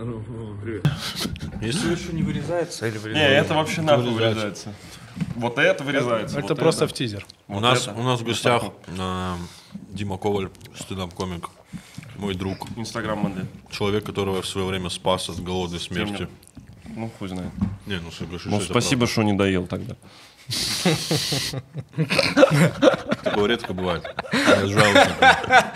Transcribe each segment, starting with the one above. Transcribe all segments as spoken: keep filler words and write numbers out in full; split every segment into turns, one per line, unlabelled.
Привет. Если еще не вырезается или вырезается?
Не, это вообще нахуй вырезается. Вот это вырезается.
Это просто в тизер.
Вот
у нас,
это.
у нас в гостях э, Дима Коваль, стендап-комик, мой друг.
Инстаграм-модель.
Человек, которого в свое время спас от голодной смерти.
Ну, хуй знает.
Не, ну соглашусь.
Ну, спасибо, что не доел тогда.
Такое редко бывает. Я жалуюсь.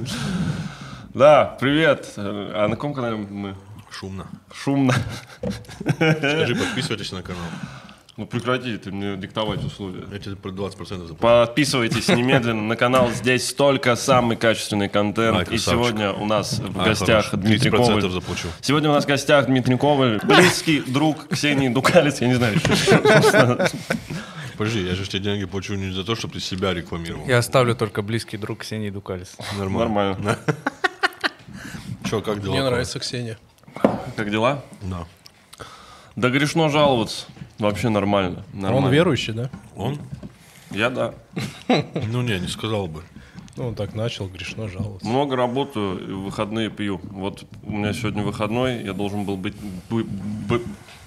Да, привет. А на каком канале мы?
Шумно.
Шумно.
Скажи, подписывайтесь на канал.
Ну прекрати, ты мне диктовать условия.
Я тебе про двадцать процентов заплачу.
Подписывайтесь немедленно на канал. Здесь только самый качественный контент.
Ай,
И
красавчик.
сегодня у нас в
А,
гостях
хорошо.
Дмитрий
тридцать процентов
Коваль.
заплачу.
Сегодня у нас в гостях Дмитрий Коваль, близкий друг Ксении Дукалец. Я не знаю, что.
Подожди, я же тебе деньги плачу не за то, чтобы ты себя рекламировал.
Я оставлю только близкий друг Ксении Дукалис.
Нормально.
Нормально.
Че, как дела?
Мне нравится Ксения.
Как дела?
Да.
Да грешно жаловаться. Вообще нормально.
А
Нормально.
он верующий, да?
Он?
Я да.
Ну не, не сказал бы.
Ну, он так начал, грешно жаловаться.
Много работаю, и в выходные пью. Вот у меня сегодня выходной, я должен был быть... бы- бы-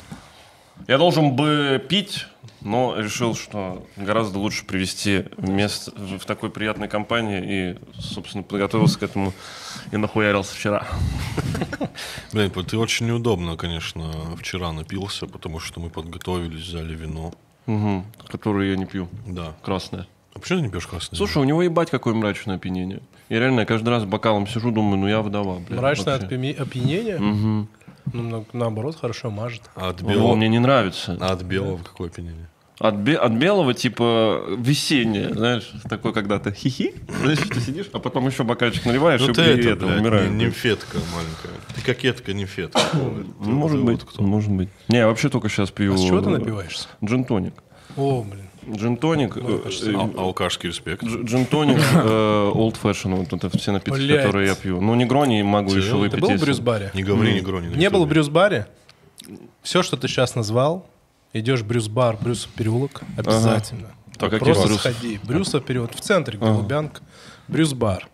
я должен бы пить, но решил, что гораздо лучше привести место в такой приятной компании. И, собственно, подготовился к этому и нахуярился вчера.
Блин, ты очень неудобно, конечно, вчера напился, потому что мы подготовились, взяли вино.
Угу. Которую я не пью.
Да.
Красное.
А почему ты не пьешь красное?
Слушай, у него ебать какое мрачное опьянение. Я реально я каждый раз с бокалом сижу, думаю, ну я вдова, блядь.
Мрачное
вообще.
опьяни- опьянение?
Мгм.
Ну, на- наоборот, хорошо мажет.
А от
Во,
белого,
мне не нравится.
а от белого какое опьянение?
От, бе- от белого, типа, весеннее, знаешь, такое, когда ты хихи, знаешь, ты сидишь, а потом еще бокальчик наливаешь,
Ну
и
ты
при
это,
этом
блядь,
умираешь.
не- нимфетка маленькая. Ты кокетка, нимфетка.
Ну, может
Ты
быть,
вот кто?
может быть. Не, я вообще только сейчас пью...
А с чего ты напиваешься?
Джин-тоник.
О, блин.
Джин-тоник...
Ну,
э,
почти.
э,
А- Алкашский респект.
дж- Джин-тоник, э, Old Fashion, вот это все напитки,
Блядь.
которые я пью. Ну, не грони могу
Серьезно?
еще
Ты
выпить.
Ты был в
если-
брюс-баре?
Не говори, не грони. на
Не был в
ютубе.
брюс-баре? Все, что ты сейчас назвал, идешь в брюс-бар, Брюсов переулок, обязательно.
Так, какие
Просто
Брюс?
сходи. Брюсов переулок, в центре, где
Ага.
Лубянка, брюс-бар.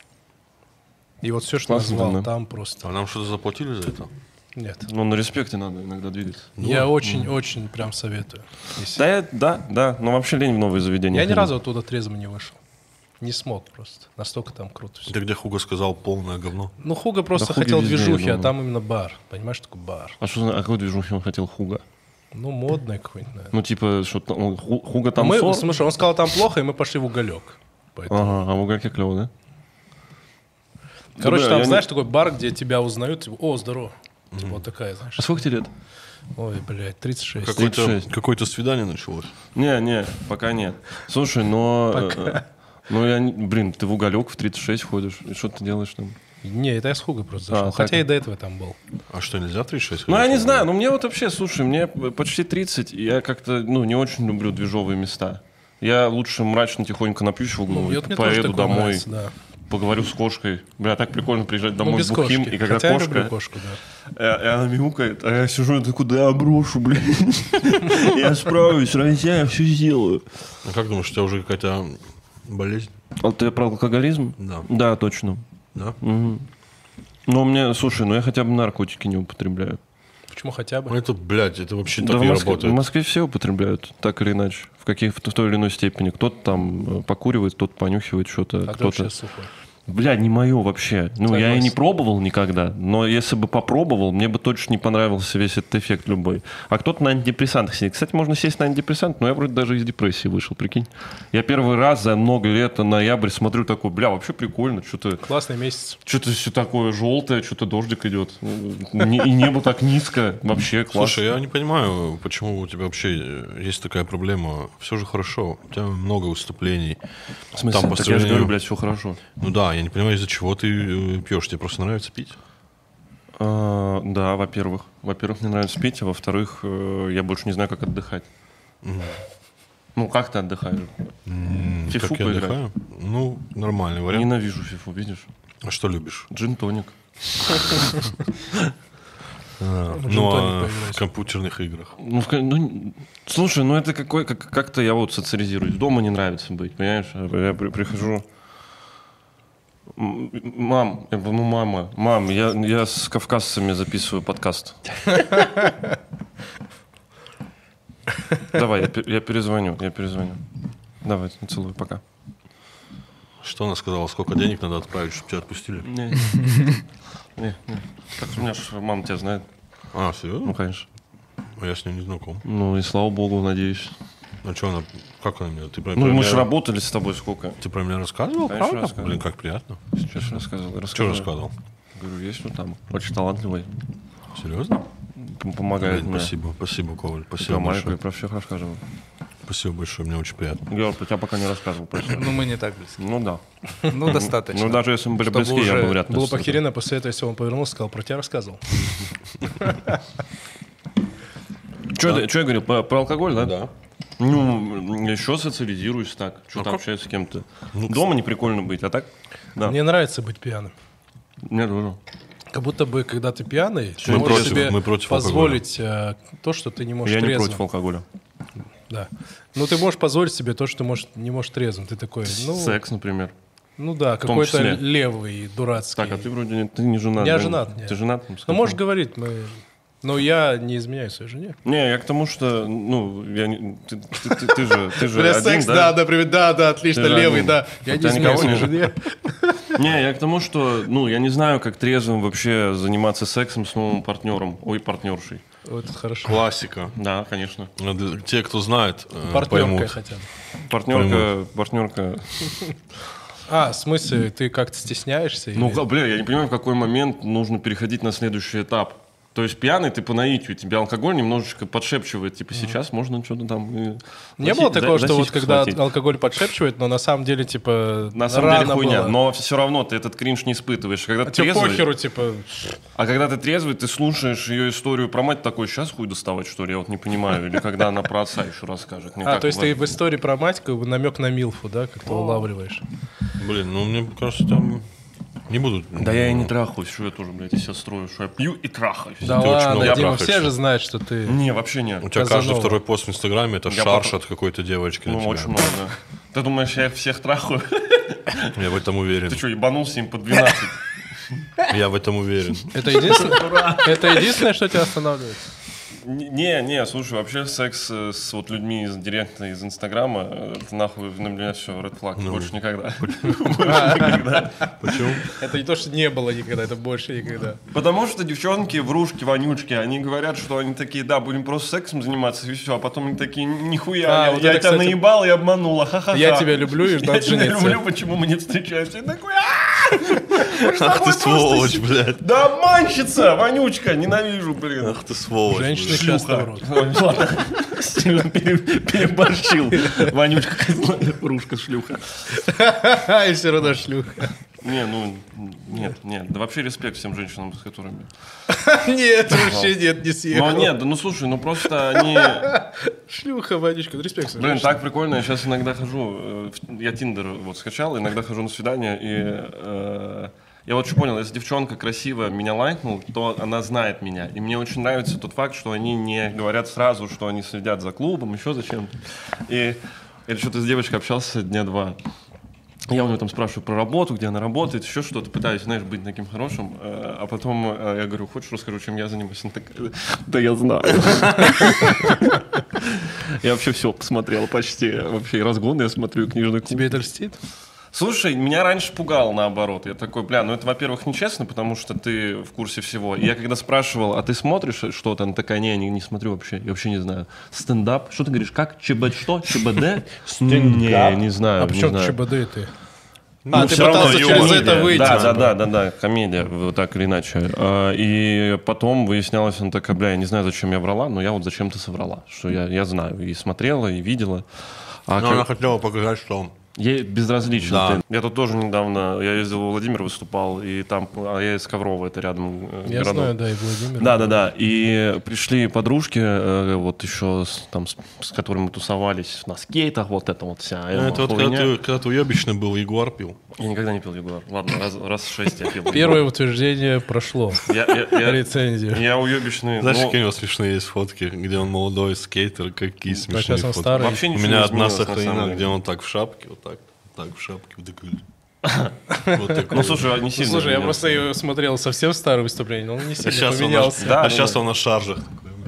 И вот все, что
Классно,
назвал,
да.
там
А
просто...
нам что-то заплатили за это?
Нет.
Ну, на респекте надо иногда двигаться.
Я очень-очень прям советую. Если-
Да, я- да, да, но вообще лень в новые заведения.
Я ни
ходить.
разу оттуда трезвым не вышел. Не смог просто. Настолько там круто все.
Это где Хуга сказал полное говно?
Ну, Хуга просто
Да Хуги
хотел
везде,
движухи,
я
а
думаю.
там именно бар. Понимаешь, такой бар.
А что за а какой движухи он хотел Хуга?
Ну, модный какой-нибудь, наверное.
Ну, типа, что там, он- Ху- Хуга там
мы,
сор?
слушай, он сказал, там плохо, и мы пошли в уголек. Поэтому-
Ага, а в угольке клево, да?
Короче,
да,
там,
я
знаешь,
не-
такой бар, где тебя узнают, типа, о, здорово. Типа, вот такая, знаешь.
А сколько тебе лет?
Ой, блядь, тридцать шесть.
Какое-то,
тридцать шесть.
какое-то свидание началось.
Не, не, пока нет. Слушай, но... э, Ну, я... не- Блин, ты в уголек в тридцать шесть ходишь. И что ты делаешь там?
Не, это я с Хугой просто
А,
зашел.
так.
Хотя и до этого там был.
А что, нельзя в тридцать шесть?
Ну, я
ходить?
не знаю, но мне вот вообще, слушай, мне почти тридцать, и я как-то, ну, не очень люблю движовые места. Я лучше мрачно тихонько напьюсь в углу,
Ну,
и
вот мне тоже
поеду
такое
домой,
нравится, да.
поговорю с кошкой. Бля, так прикольно приезжать
Ну,
домой
без
бухим,
кошки.
и когда
Хотя я
кошка...
люблю кошку, да.
Э, И она мяукает, а я сижу и такой, да я брошу, блядь. Я справлюсь, ради я все сделаю.
А как думаешь, у тебя уже какая-то болезнь?
А ты про алкоголизм?
Да.
Да, точно.
Да?
Мгм. Ну, мне, слушай, ну я хотя бы наркотики не употребляю.
Почему хотя бы?
Ну это, блядь, это вообще
Да
так
в,
и
Москве, в
работает.
Москве все употребляют, так или иначе. В, каких, в той или иной степени. Кто-то там э, покуривает, кто-то понюхивает что-то.
А ты
кто-то...
вообще сухой.
Бля, не мое вообще. Ну, я и
Согласен.
не пробовал никогда, но если бы попробовал, мне бы точно не понравился весь этот эффект любой. А кто-то на антидепрессантах сидит. Кстати, можно сесть на антидепрессант, но я вроде даже из депрессии вышел, прикинь. Я первый раз за много лет, ноябрь, смотрю такой, бля, вообще прикольно, что-то...
Классный месяц.
Что-то все такое желтое, что-то дождик идет. Не- И небо так низко. Вообще классно.
Слушай, я не понимаю, почему у тебя вообще э, есть такая проблема. Все же хорошо. У тебя много выступлений.
В смысле?
Там по
Так я же
сравнению-
говорю, блядь, все хорошо.
Ну да, я не понимаю, из-за чего ты э, пьешь. Тебе просто нравится пить?
А, да, во-первых. Во-первых, мне нравится пить, а во-вторых, э, я больше не знаю, как отдыхать. Ну, как ты отдыхаешь?
М,
Фифу
как я
поиграть?
отдыхаю? Ну, нормальный вариант.
Ненавижу фифу, видишь?
А что любишь?
Джин-тоник.
А,
в
ну,
джин-тоник
а
поиграть.
в компьютерных играх.
Ну, в ко- ну, слушай, ну это какой, как, как-то я вот социализируюсь. Дома не нравится быть, понимаешь? Я при- прихожу... М, Мам, я говорю, ну мама, мам, я, я с кавказцами записываю подкаст. Давай, я, пе- я перезвоню, я перезвоню. Давай, целую, пока.
Что она сказала, сколько денег надо отправить, чтобы тебя отпустили?
Не, не, не. Так у меня же мама тебя знает.
А,
Ну,
серьезно?
конечно.
А я с ней не знаком.
Ну и слава богу, надеюсь.
А что она, как она меня? Ты про,
Ну
про
мы
меня-
же работали с тобой сколько?
Ты про меня рассказывал,
Конечно,
правда?
рассказывал.
Блин, как приятно.
Сейчас рассказывал.
Что
рассказывал.
рассказывал?
Говорю, есть вот там. Очень талантливый.
Серьезно?
П- Помогает
Блин,
мне.
спасибо, спасибо, Коваль.
Про
Спасибо
маленькую,
большое.
про всех рассказывал.
Спасибо большое, мне очень приятно.
Георг, про тебя пока не рассказывал. Про себя.
Ну, мы не так близки.
Ну да.
Ну, достаточно.
Ну даже если мы были
Чтобы
близки, я
уже
был вряд ли.
Было бы
сказал.
охеренно после этого, если он повернулся, сказал, про тебя рассказывал.
Что я говорил? Про, про алкоголь, да?
Да.
Ну, еще социализируюсь так. Что-то
А как?
общаюсь с кем-то. Дома не прикольно быть, а так? Да.
Мне нравится быть пьяным.
Мне тоже.
Как будто бы, когда ты пьяный, ты
Мы
можешь
против-
себе
мы против
позволить э, то, что ты не можешь
Я не
трезво.
против алкоголя.
Да. Ну, ты можешь позволить себе то, что ты можешь, не можешь трезвым. Ты такой, ну,
Секс, например.
ну да,
том
какой-то
числе.
левый, дурацкий.
Так, а ты вроде не, ты не женат.
Я
да?
женат, нет.
Ты женат?
Ну, можешь говорить, мы... Но я не изменяю своей жене.
Не, я к тому, что, ну, я не, ты, ты- ты- ты же, ты же
Бля,
один,
секс,
да?
да, например, да, да, отлично,
Ты же
левый,
один.
да. Я
У
не
тебя
изменяю
никого
своей
нет?
жене.
Не, я к тому, что, ну, я не знаю, как трезвым вообще заниматься сексом с новым партнером, ой, партнершей.
Вот это хорошо.
Классика.
Да, конечно.
А для- Те, кто знает, э,
Партнеркой
поймут.
хотя бы.
Партнерка, партнерка.
А, в смысле, ты как-то стесняешься?
Ну,
или-
ка- бля, я не понимаю, в какой момент нужно переходить на следующий этап. То есть пьяный ты по наитию, тебе алкоголь немножечко подшепчивает, типа сейчас можно что-то там... и
Не
за
было
си-
такого,
за-
что
за
вот
сиську
когда
схватить.
алкоголь подшепчивает, но на самом деле, типа,
На самом
рано
деле хуйня,
было.
но все равно ты этот кринж не испытываешь. Когда
А
ты
тебе
трезвый,
похеру, типа,
а когда ты трезвый, ты слушаешь ее историю про мать, такой, сейчас хуй доставать, что ли, я вот не понимаю. Или когда она про отца еще расскажет. Не
а,
как
то есть
в-
ты в истории про мать как бы намек на Милфу, да, как-то улавливаешь.
Блин, ну мне кажется, там не будут.
Да я и не трахаюсь, что я тоже, блядь, из себя строю, что я пью и трахаюсь.
Да
ты очень
ладно,
много
Дима,
трахаешься.
все же знают, что ты...
Не, вообще нет.
У тебя
Казанова.
каждый второй пост в Инстаграме это
Я
шарш
потом-
от какой-то девочки. на
Ну,
тебя.
очень много, да. Ты думаешь, я их всех трахаю?
Я в этом уверен.
Ты что, ебанулся им по двенадцать?
Я в этом уверен.
Это единственное, это единственное, что тебя останавливает.
Не, не, слушай, вообще секс э, с вот людьми из директа, из Инстаграма, э, это нахуй на меня все, red flag,
Ну.
больше никогда. Больше никогда.
Почему?
Это не то, что не было никогда, это больше никогда.
Потому что девчонки, врушки, вонючки, они говорят, что они такие, да, будем просто сексом заниматься, и все, а потом они такие, нихуя,
А,
я,
вот
я
это,
тебя
кстати,
наебал и обманула, ха-ха-ха.
Я тебя люблю и
Я
ждал
тебя
жениться.
люблю, почему мы не встречаемся? Я такой,
Ах ты сволочь, блядь.
да обманщица, вонючка, ненавижу, блин.
Ах ты сволочь.
Женщины
блядь.
часто врут.
Ой, ладно, сильно пере- переборщил. Вонючка, козлая врушка, шлюха.
И все равно шлюха.
Не, ну, нет, нет, да вообще респект всем женщинам, с которыми...
Нет, вообще нет, не съехал.
Ну нет, да ну слушай, ну просто они...
Шлюха, водичка, ну респект. своим
Блин,
женщинам.
так прикольно, я сейчас иногда хожу, э, в- я Тиндер вот скачал, иногда хожу на свидание, и э, я вот что понял, если девчонка красивая меня лайкнул, то она знает меня. И мне очень нравится тот факт, что они не говорят сразу, что они следят за клубом, еще зачем-то. И я что-то с девочкой общался дня два. Я у нее там спрашиваю про работу, где она работает, еще что-то, пытаюсь, знаешь, быть таким хорошим. э, А потом э, я говорю, хочешь, расскажу, чем я занимаюсь? Она такая, да я знаю. Я вообще все посмотрел почти. Вообще и разгон я смотрю, и книжный клуб.
Тебе это льстит?
Слушай, меня раньше пугало наоборот. Я такой, бля, ну это, во-первых, нечестно, потому что ты в курсе всего. И я когда спрашивал, а ты смотришь что-то? Она такая, не, не, не смотрю вообще, я вообще не знаю. Стендап? Что ты говоришь? Как? ЧБ что? ЧБД? Не, не знаю.
А
не
почему
знаю.
ЧБД ты?
Ну,
А, ты
всё равно
пытался через
комедия.
это выйти.
Да,
типа.
да, да, да, да, комедия, вот так или иначе. А, И потом выяснялось, она такая, бля, я не знаю, зачем я врала, но я вот зачем-то соврала, что я, я знаю, и смотрела, и видела. А
Но
как-
она хотела показать, что
Ей безразлично.
Да.
ты. Я тут тоже недавно, я ездил во Владимир, выступал, и там, а я из Коврова, это рядом э,
Я
городок.
знаю, да, и Владимир.
Да, да, да. И пришли подружки, э, вот еще с, там, с, с которыми мы тусовались на скейтах, вот это вот вся.
Ну, это вот
хуйня.
когда ты, когда ты уебищный был, Ягуар пил.
Я никогда не пил Ягуар. Ладно, раз, раз шесть я пил.
Первое утверждение прошло.
Я, я, я,
Рецензию.
я уебищный.
Знаешь,
ну,
какие у него смешные есть фотки, где он молодой скейтер, какие
А
смешные
сейчас он
фотки.
старый.
вообще
У
ничего
меня
не
одна
изменилось, на самом
сохранена,
деле.
где он так в шапке, вот так, так в шапке, вот такой. Вот такой.
Ну, слушай, а не
Ну,
сильно
слушай, я
менялся.
просто ее смотрел совсем старое выступление, но он не
А
сильно
сейчас он,
поменялся.
на-
Да,
а
да,
сейчас
да.
он на шаржах.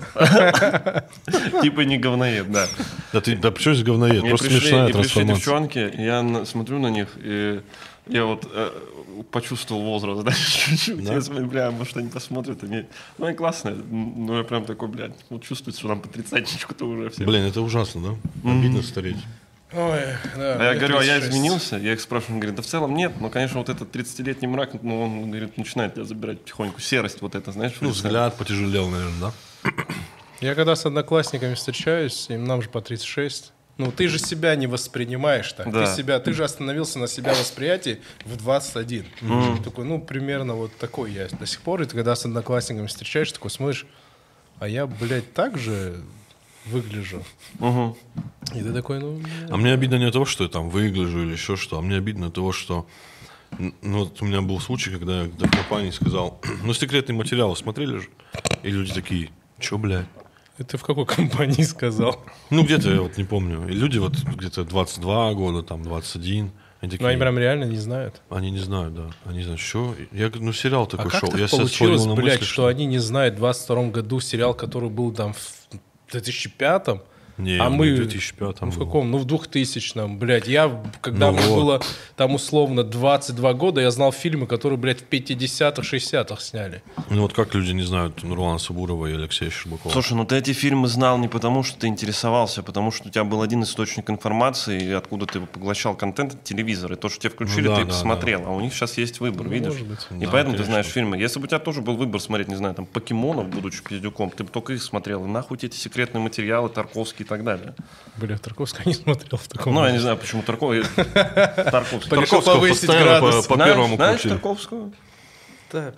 Типа не говноед, да.
Да ты, да почему здесь говноед?
Мне
Просто
пришли,
смешная
и пришли
трансформация.
девчонки, я на- смотрю на них, и я вот э, почувствовал возраст, да, чуть-чуть.
Да?
Я смотрю, бля, может, они посмотрят, они... Ну, они классные, ну, я прям такой, блядь, вот чувствуется, что нам по тридцатничку-то уже все.
Блин, это ужасно, да? Обидно стареть.
Ой, да,
А я
мне
говорю, а я
тридцать шесть.
изменился? Я их спрашиваю, он говорит, да в целом нет, но, конечно, вот этот тридцатилетний мрак, ну, он, говорит, начинает тебя забирать потихоньку. Серость вот эта, знаешь?
Ну,
в лице.
взгляд потяжелел, наверное, да?
Я когда с одноклассниками встречаюсь, им нам же по тридцать шесть. Ну, ты же себя не воспринимаешь так.
Да.
Ты, себя, ты же остановился на себя восприятии в двадцать один. Такой, ну, примерно вот такой я до сих пор. И ты когда с одноклассниками встречаешься, такой смотришь, а я, блядь, так же выгляжу.
Мгм.
И ты такой, ну...
А мне обидно не от того, что я там выгляжу или еще что, а мне обидно от того, что... н- Ну, вот у меня был случай, когда я в компании сказал, ну, секретный материал смотрели же? И люди такие, че, блядь?
Это в какой компании сказал?
Ну, где-то, я вот не помню. И люди вот где-то двадцать два года, там, двадцать один. Они такие,
Ну, они прям реально не знают.
они не знают, да. Они знают, что? Я говорю, ну, сериал
А
такой
как
шел.
так
Я себя
получилось,
словил на
блядь,
мысли,
что они не знают в двадцать втором году сериал, который был там в две тысячи пятом?
Не,
а
он
мы
в две тысячи пятом
ну, в
был.
каком? Ну, в двухтысячном, блядь. Я, когда
Ну
мне
вот.
было там условно двадцать два года, я знал фильмы, которые, блядь, в пятидесятых, шестидесятых сняли.
Ну, вот как люди не знают Нурлана Сабурова и Алексея Щербакова?
Слушай, ну ты эти фильмы знал не потому, что ты интересовался, а потому что у тебя был один источник информации, и откуда ты поглощал контент, это телевизор. И то, что тебе включили,
Ну да,
ты
да,
посмотрел. А у них сейчас есть выбор,
Ну,
видишь?
может быть.
И
Да,
поэтому ты
конечно.
знаешь фильмы. Если бы у тебя тоже был выбор смотреть, не знаю, там, покемонов, будучи пиздюком, ты бы только их смотрел. И нахуй тебе эти секретные материалы, Тарковский и так далее.
Бля, Тарковского не смотрел в таком.
Ну, я не знаю, почему Тарковский. Тарковский.
Решил
Тарковского
повысить
постоянно
градус.
по, по
Знаешь-
первому
знаешь
крутили.
Тарковского?
Да.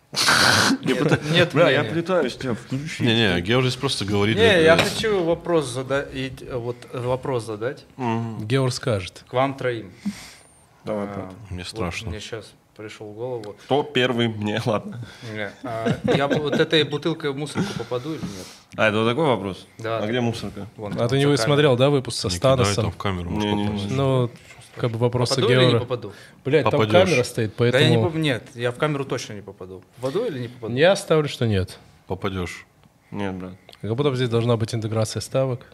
Нет, нет
Бля, я
мнения.
пытаюсь тебя включить.
Не-не, Гео здесь просто говорит...
Не,
для-
я хочу вопрос задать, вот вопрос задать
Мгм.
Геор скажет.
к вам троим.
Давай,
А,
брат.
Мне
вот
страшно.
Мне сейчас пришел в голову.
Кто первый мне? Ладно.
Не, а я б- вот этой бутылкой в мусорку попаду или нет?
А, это вот такой вопрос?
Да.
А где мусорка?
Вон,
А
там
ты не
за
смотрел, да, выпуск со
Не кидай там
Станосом?
в камеру.
Не,
может,
не,
попасть.
не.
Ну, как бы вопросы
Попаду или не
Геора.
попаду?
Блядь, там
Попадешь.
камера стоит,
Да я не
поэтому...
поп- Нет, я в камеру точно не попаду. Попаду или не попаду?
Я ставлю, что нет.
Попадешь.
Нет, брат.
Как будто здесь должна быть интеграция ставок.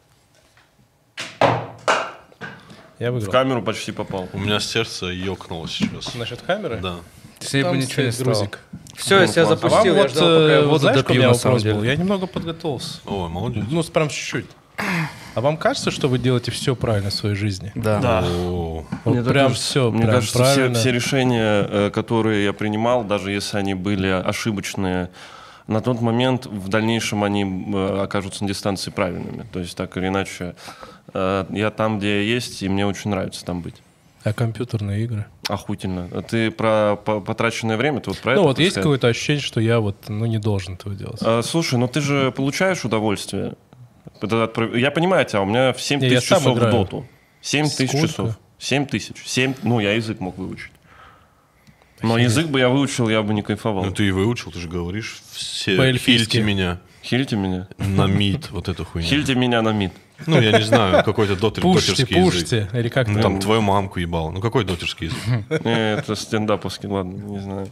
Я
В
выиграл.
камеру почти попал.
У меня сердце ёкнуло сейчас.
Насчет камеры?
Да.
С ней бы
Там
ничего не
стоит
стало.
грузик.
Все, я себя
классно.
А вам
запустил, я
вот,
ждал, пока я
э, вот
воду
знаешь, какой у
допью,
меня
на самом
вопрос был?
деле.
Я немного подготовился.
Ой, молодец.
Ну, прям чуть-чуть. А вам кажется, что вы делаете все правильно в своей жизни?
Да.
Да.
О,
Вот
Мне так
прям
кажется.
все,
Мне
прям
кажется, все,
правильно.
все решения, э, которые я принимал, даже если они были ошибочные, на тот момент в дальнейшем они э, окажутся на дистанции правильными. То есть так или иначе, э, я там, где я есть, и мне очень нравится там быть.
А компьютерные игры?
Охуительно. А ты про по- потраченное время, ты вот про
Ну
это
вот
хочешь
есть
сказать?
какое-то ощущение, что я вот, ну, не должен этого делать.
А, слушай, ну ты же получаешь удовольствие. Это от про- Я понимаю тебя, у меня в семь
Не, я
тысяч
сам
часов в
играю.
доту. семь тысяч
Сколько?
часов. семь тысяч. семь... Ну, я язык мог выучить. Но
Охереть.
язык бы я выучил, я бы не кайфовал.
ну ты и выучил, ты же говоришь. Все
По-эльфийски.
хильте меня
Хильте меня.
на мид, вот эту хуйню.
Хильте меня на мид.
Ну, я не знаю, какой-то дотер,
Пушьте,
дотерский язык.
пушьте. Или как
Ну,
там?
там твою мамку ебал. Ну, какой дотерский язык?
Не, это стендаповский, ладно, не знаю.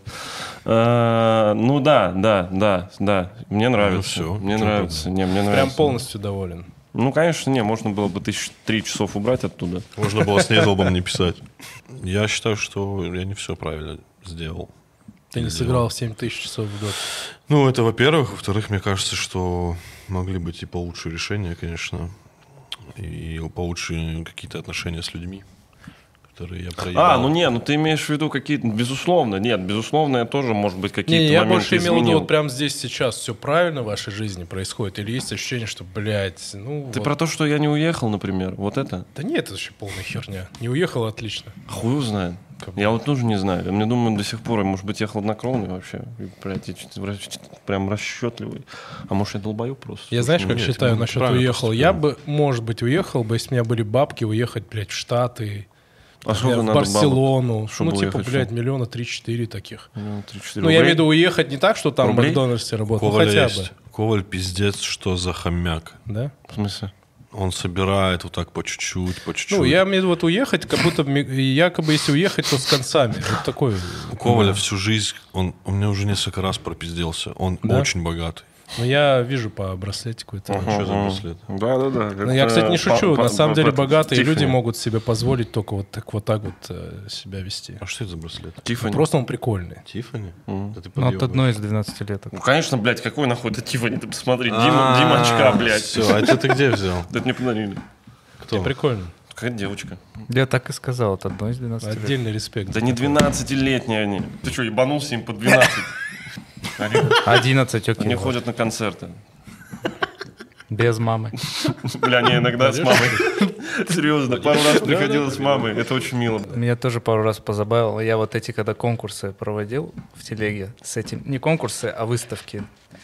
А, Ну да, да, да, да. Мне нравится.
всё,
Мне
в чём
нравится. Не, мне
Прям
нравится.
полностью доволен.
Ну, конечно, не, можно было бы тысяч три часов убрать оттуда.
Можно было с незлобом не писать. Я считаю, что я не все правильно сделал.
Ты не сыграл в семь тысяч часов в дот.
Ну, это во-первых. Во-вторых, мне кажется, что могли быть и получше решения, конечно. И получше какие-то отношения с людьми, которые я проебал.
А, ну не, ну ты имеешь в виду какие-то, безусловно, нет, безусловно, я тоже, может быть, какие-то
Не, я
моменты
больше имел в виду,
изменил.
вот прям здесь сейчас все правильно в вашей жизни происходит? Или есть ощущение, что, блядь, ну...
Ты
вот-
про то, что я не уехал, например, вот это?
Да нет, это вообще полная херня. Не уехал, отлично.
Хуй знает.
Как бы.
Я вот тоже не знаю. Я мне думаю, до сих пор, может быть, я хладнокровный вообще. И, блядь, я чё-то вра- прям расчетливый. А может, я долбоёб просто.
Я
Слушай,
знаешь,
ну,
как
нет,
считаю
ну,
насчет
правильно
уехал?
поступил.
Я бы, может быть, уехал бы, если у меня были бабки, уехать, блядь, в Штаты,
а сколько
в
надо бабок?
Барселону.
чтобы
Ну, типа,
уехать,
блядь,
что?
миллиона три-четыре таких.
Ну, три-четыре
Ну, я имею в
рублей.
виду уехать не так, что там в
Рублей?
Макдональдсе работать, ну,
Коваль
хотя
есть.
бы.
Коваль пиздец, что за хомяк.
Да?
В смысле?
Он собирает вот так по чуть-чуть, по чуть-чуть.
Ну, я имею в виду вот уехать, как будто ми- якобы если уехать, то с концами. Вот такой.
У Коваля всю жизнь, он, он мне уже несколько раз пропизделся. Он
Да?
очень богатый.
Ну, я вижу по браслетику это.
Что за браслет?
Да-да-да.
Ну, я, кстати, не шучу. На самом деле богатые люди
могут.
могут себе позволить только вот так вот, так вот э, себя вести.
А что это за браслет?
Тиффани.
Просто он прикольный.
Тиффани?
Мгм.
Да ты
Ну, от
подъебываешь.
одной из двенадцатилеток.
Ну, конечно, блядь, какой нахуй это Тиффани? Ты посмотри, Дима, Дима очка, блядь.
Все, а это ты где взял?
Это мне подарили.
Кто?
Прикольно.
Какая девочка.
Я так и сказал, от одной из двенадцати лет.
Отдельный респект.
Да не двенадцатилетние они. Ты что, ебанулся им по двенадцать? Они,
одиннадцать, окей.
они
вот.
ходят на концерты.
Без мамы.
Бля, не, иногда с мамой. Серьезно, пару раз приходила с мамой. Это очень мило.
Меня тоже пару раз позабавило. Я вот эти, когда конкурсы проводил в телеге с этим, не конкурсы, а выставки.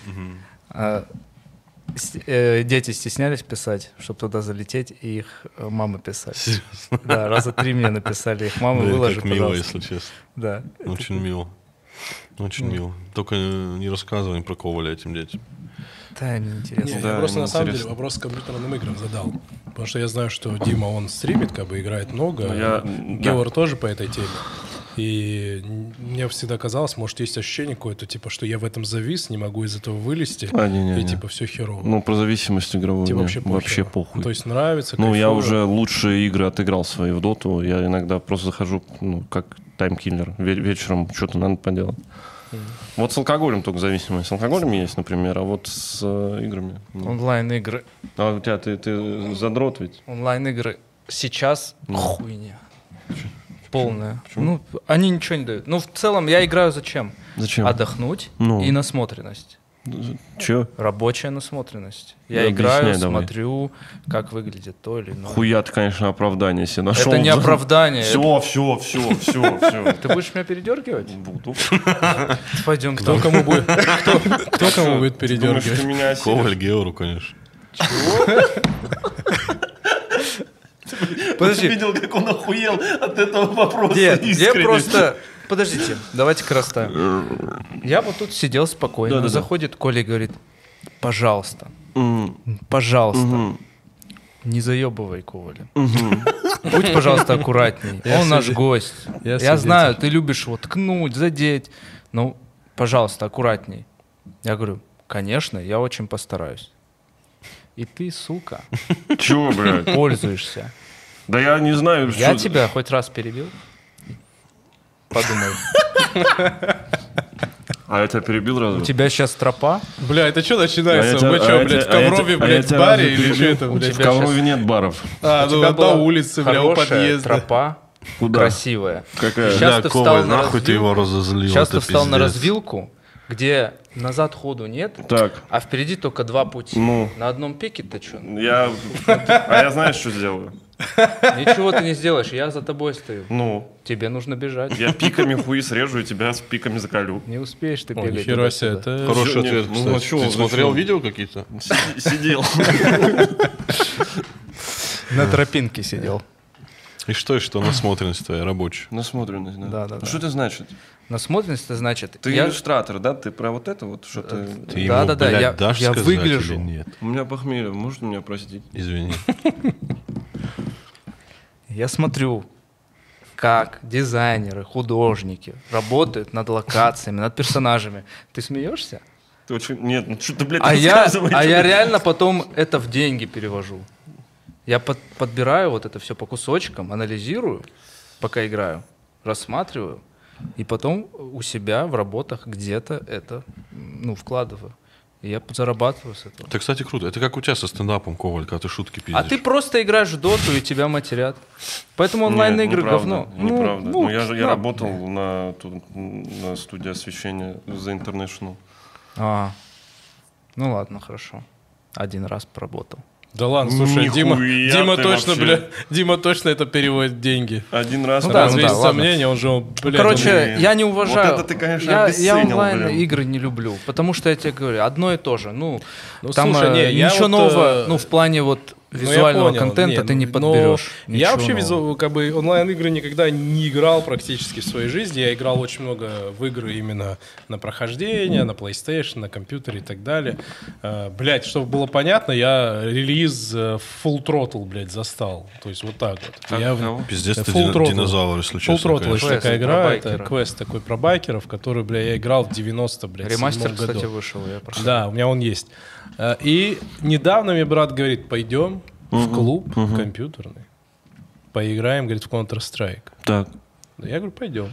А, с- э, дети стеснялись писать, чтобы туда залететь, и их э, мамы писали.
Серьезно?
Да, раза три мне написали, их мамы
Блин,
выложи,
как мило,
пожалуйста.
если честно.
Да.
Очень мило. Очень мило. Только не рассказывай про Коваля этим детям.
Да,
Не,
неинтересно.
Да,
я просто на самом деле
интересно.
вопрос к компьютерным играм задал. Потому что я знаю, что Дима, он стримит, как бы играет много.
Ну, я-
Геор тоже по этой теме. И н- мне всегда казалось, может, есть ощущение какое-то, типа, что я в этом завис, не могу из этого вылезти.
А, не-не-не.
И типа все херово.
Ну, про зависимость игровую
Тебе
мне
вообще похер.
вообще похуй.
То есть нравится,
Ну, я
кайфово.
уже лучшие игры отыграл свои в доту. Я иногда просто захожу, ну, как таймкиллер. Ве- вечером что-то надо поделать. Вот с алкоголем только зависимость. С алкоголем есть, например, а вот с э, играми. ну.
Онлайн-игры.
А у тебя, ты, ты задрот ведь?
Онлайн-игры сейчас хуйня. Полная. Ну, они ничего не дают. Ну, в целом, я играю зачем?
Зачем?
Отдохнуть
Ну.
и насмотренность.
Че?
Рабочая насмотренность. Я
Да,
играю,
объясняй давай.
смотрю, как выглядит то или иное.
Хуя ты, конечно, оправдание себе нашел.
Это не оправдание.
Все, все, все, все, все.
Ты будешь меня передергивать?
Буду.
Пойдем к
Кто
нам.
кому будет, кто, кто кому будет
Ты думаешь,
передергивать?
ты меня осилишь?
Коваль Геору, конечно.
Ты
Подожди,
видел, как он охуел от этого вопроса?
нет, я
искренне.
просто... Подождите, давайте-ка расставим. Я вот тут сидел спокойно,
Да-да-да.
заходит Коля и говорит, пожалуйста,
М,
пожалуйста,
мгм,
не заебывай Коваля.
мгм.
Будь, пожалуйста, аккуратней.
Я
Он наш
свидетель.
гость.
Я
Я
свидетель.
знаю, ты любишь вот ткнуть, задеть. Ну, пожалуйста, аккуратней. Я говорю, конечно, я очень постараюсь. И ты, сука,
Чего, блядь?
пользуешься.
Да я не знаю,
Я
что...
тебя хоть раз перебил? Подумай.
А я тебя перебил
У
разве?
тебя сейчас тропа?
Бля, это что
А я
начинается?
тебя-
Вы
а
что,
я
блядь, в
тебя- а я
Коврове,
тебя- а я
блядь, в
тебя
баре
разве
или что
перебил?
это,
У
блядь?
В
тебя
Коврове нет баров.
А,
У
ну
тебя
на
была
улице, бля, у
хорошая
подъезда.
тропа,
Куда?
красивая.
Какая?
Сейчас
Бля,
ты встал
Коваль,
на
нахуй ты его
развилку.
разозлил.
Сейчас ты
это
встал на
пиздец.
развилку, где назад ходу нет,
Так,
а впереди только два пути.
Ну.
На одном пике-то что?
я... А я знаешь, что сделаю?
Ничего ты не сделаешь, я за тобой стою.
Ну,
Тебе нужно бежать.
я пиками хуи срежу и тебя с пиками заколю.
Не успеешь ты
О,
бегать.
нихера себе,
туда-сюда.
это...
Хороший
Нет,
ответ,
ну,
кстати.
а чё,
Ты
зачем?
смотрел видео какие-то?
Си- Сидел.
На тропинке сидел.
И что, и что насмотренность твоя рабочая?
Насмотренность, да.
Да, да,
Ну,
да.
Что это значит?
Насмотренность, это значит...
Ты
я-
иллюстратор, да? Ты про вот это вот, что ты...
Ты
Да,
ему,
да, да,
блядь,
я-
дашь
я
сказать
выгляжу.
или нет?
У меня похмелье, можно меня простить?
Извини.
Я смотрю, как дизайнеры, художники работают над локациями, над персонажами. Ты смеешься?
Ты очень... Нет, ну что ты, блядь,
А я,
рассказывай,
а
что
я
ты-
реально потом это в деньги перевожу. Я под- подбираю вот это все по кусочкам, анализирую, пока играю, рассматриваю, и потом у себя в работах где-то это м, ну, вкладываю. И я зарабатываю с этого.
Это, кстати, круто. Это как у тебя со стендапом, Коваль, когда ты шутки пиздишь.
А ты просто играешь в доту, и тебя матерят. Поэтому
Нет,
онлайн-игры
неправда,
говно.
Неправда. Ну, я, же, я
да.
работал на, ту- на студии освещения The International.
А, ну ладно, хорошо. Один раз поработал.
Да ладно, слушай,
Нихуя
Дима,
ты
Дима точно,
вообще.
бля, Дима точно это переводит в деньги.
Один раз.
Ну да,
Разве
ну
есть
ладно.
сомнения, он же, блядь,
Короче,
он-
я не уважаю.
Вот это ты, конечно,
я, я
обесценил,
онлайн-игры не люблю, потому что я тебе говорю, одно и то же. Ну,
Ну,
там
слушай,
э,
не, я
ничего
вот,
нового,
э,
ну, в плане вот визуального
понял,
контента
не,
ты не
но
подберешь.
Я
ничего
вообще
нового.
визу, как бы онлайн-игры никогда не играл практически в своей жизни. Я играл очень много в игры именно на прохождение, на PlayStation, на компьютере и так далее. Uh, блять, чтобы было понятно, я релиз uh, Full Throttle, блядь, застал. То есть вот так вот.
Как
я,
кого?
Пиздец, ты
Full
дина-
Throttle.
динозавр, если
Full
честно.
Throttle
конечно.
очень
Квест
такая
про
игра. Это
байкера.
квест такой про байкеров, который, бля, я играл в девяносто, блядь,
Ремастер,
седьмом году.
кстати, вышел. Я прошел.
Да, у меня он есть. А, И недавно мне брат говорит, пойдем в клуб компьютерный, поиграем, говорит, в Counter-Strike.
Так.
Я говорю, пойдем.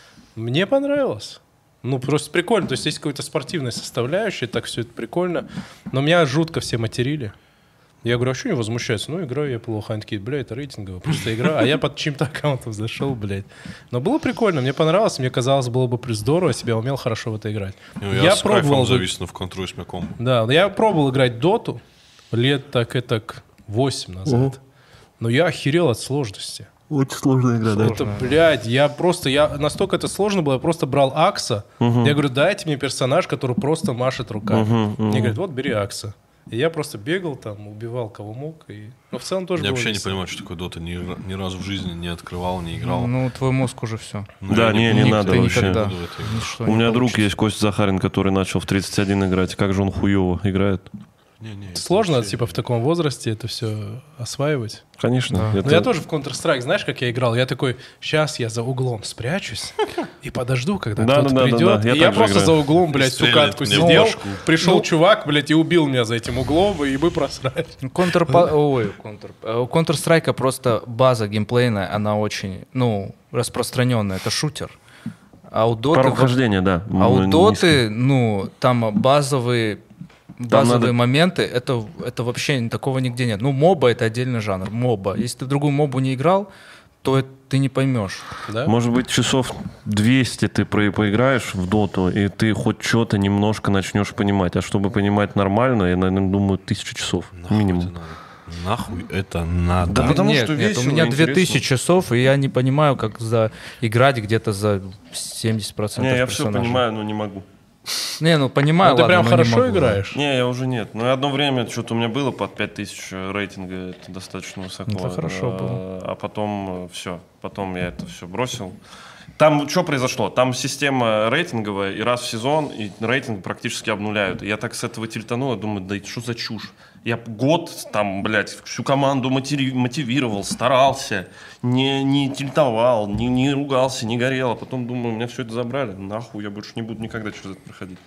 Мне понравилось. Ну, просто прикольно. То есть есть какая-то спортивная составляющая, так все это прикольно. Но меня жутко все материли. Я говорю, а что не возмущаются? Ну, играю я плохо. Они такие, бля, это рейтинговая, просто игра. А я под чьим-то аккаунтом зашел, блядь. Но было прикольно, мне понравилось. Мне казалось, было бы плюс здорово, если бы я умел хорошо в это играть.
Ну, я, с кайфом завис на в контру с мяком.
Да, я пробовал играть доту лет так и так восемь назад. Но я охерел от сложности.
Очень сложная игра,
Это, блядь, я просто, я настолько это сложно было, я просто брал Акса. Я говорю, дайте мне персонаж, который просто машет руками. Мне говорят, вот бери Акса. И я просто бегал там, убивал кого мог. И... Но в целом тоже
Я
было
вообще не
весело.
понимаю, что такое дота. Ни, ни разу в жизни не открывал, не играл.
Ну, твой мозг уже все.
Ну,
Да,
я
не, не
буду-
надо
я
вообще.
буду
Никогда.
в это играть.
Ничто
У
не
меня друг
получится.
есть, Костя Захарин, который начал в тридцать один играть. Как же он хуево играет.
Не, не, это
Сложно,
вообще-
типа, в таком возрасте это все осваивать.
Конечно.
Да.
это-
Но я тоже в Counter-Strike, знаешь, как я играл? Я такой, сейчас я за углом спрячусь и подожду, когда
Да,
кто-то
да, да,
придет.
да, да. Я
И я
так же
просто
играю.
за углом, блядь, всю
стрелять
катку
мне в
сидел.
башку.
Пришел чувак, блядь, и убил меня за этим углом, и мы просрали.
Ну, Контр... Ой, Контр... э, У Counter-Strike просто база геймплейная, она очень, ну, распространенная. Это шутер. А у Доты...
Порог хождения, да.
А у
м,
Доты, ну, там базовые... Базовые
надо-
моменты, это, это вообще такого нигде нет. Ну, моба — это отдельный жанр. Моба. Если ты в другую мобу не играл, то это ты не поймешь.
Да?
Может быть, часов двести ты про- поиграешь в доту, и ты хоть что-то немножко начнешь понимать. А чтобы понимать нормально, я, наверное, думаю, тысячу часов
Нахуй
минимум.
это надо? Нахуй это надо?
Да, потому
нет,
что
нет,
весело,
у меня две тысячи
интересно.
часов, и я не понимаю, как за играть где-то за семьдесят процентов
Не, я все
персонажей.
понимаю, но не могу.
Не, ну понимаю,
Ну, ты
ладно,
прям
но не
хорошо
могу.
играешь?
Не, я уже нет. Но одно время что-то у меня было под пять тысяч рейтинга, это достаточно высоко.
Это хорошо
А,
было.
А потом все, потом я это все бросил. Там что произошло? Там система рейтинговая, и раз в сезон и рейтинг практически обнуляют. И я так с этого тильтанул, я думаю, да что за чушь? Я год там, блядь, всю команду мотиви- мотивировал, старался, не, не тильтовал, не, не ругался, не горел. А потом думаю, у меня все это забрали. Нахуй, я больше не буду никогда через это проходить.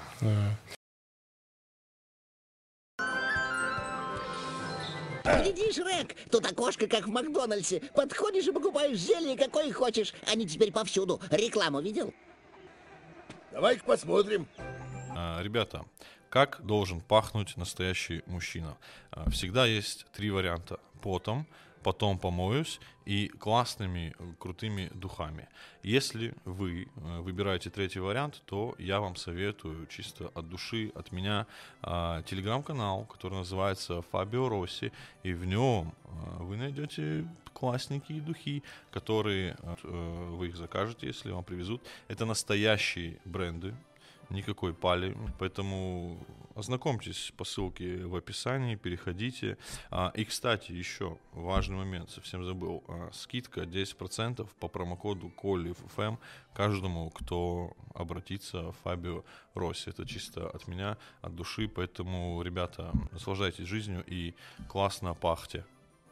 Гляди, Шрек, тут окошко, как в Макдональдсе. Подходишь и покупаешь зелье, какое хочешь. Они теперь повсюду. Рекламу видел?
Давай-ка посмотрим.
А, Ребята, как должен пахнуть настоящий мужчина? А, Всегда есть три варианта. Потом, потом помоюсь и классными, э, крутыми духами. Если вы э, выбираете третий вариант, то я вам советую чисто от души, от меня, а, телеграм-канал, который называется Фабио Росси, и в нем а, вы найдете классненькие духи, которые э, вы их закажете, если вам привезут. Это настоящие бренды, никакой пали, поэтому ознакомьтесь по ссылке в описании, переходите. А, и, кстати, еще важный момент, совсем забыл, а, скидка десять процентов по промокоду KOLIFM каждому, кто обратится в Фабио Росси. Это чисто от меня, от души, поэтому, ребята, наслаждайтесь жизнью и классно пахте.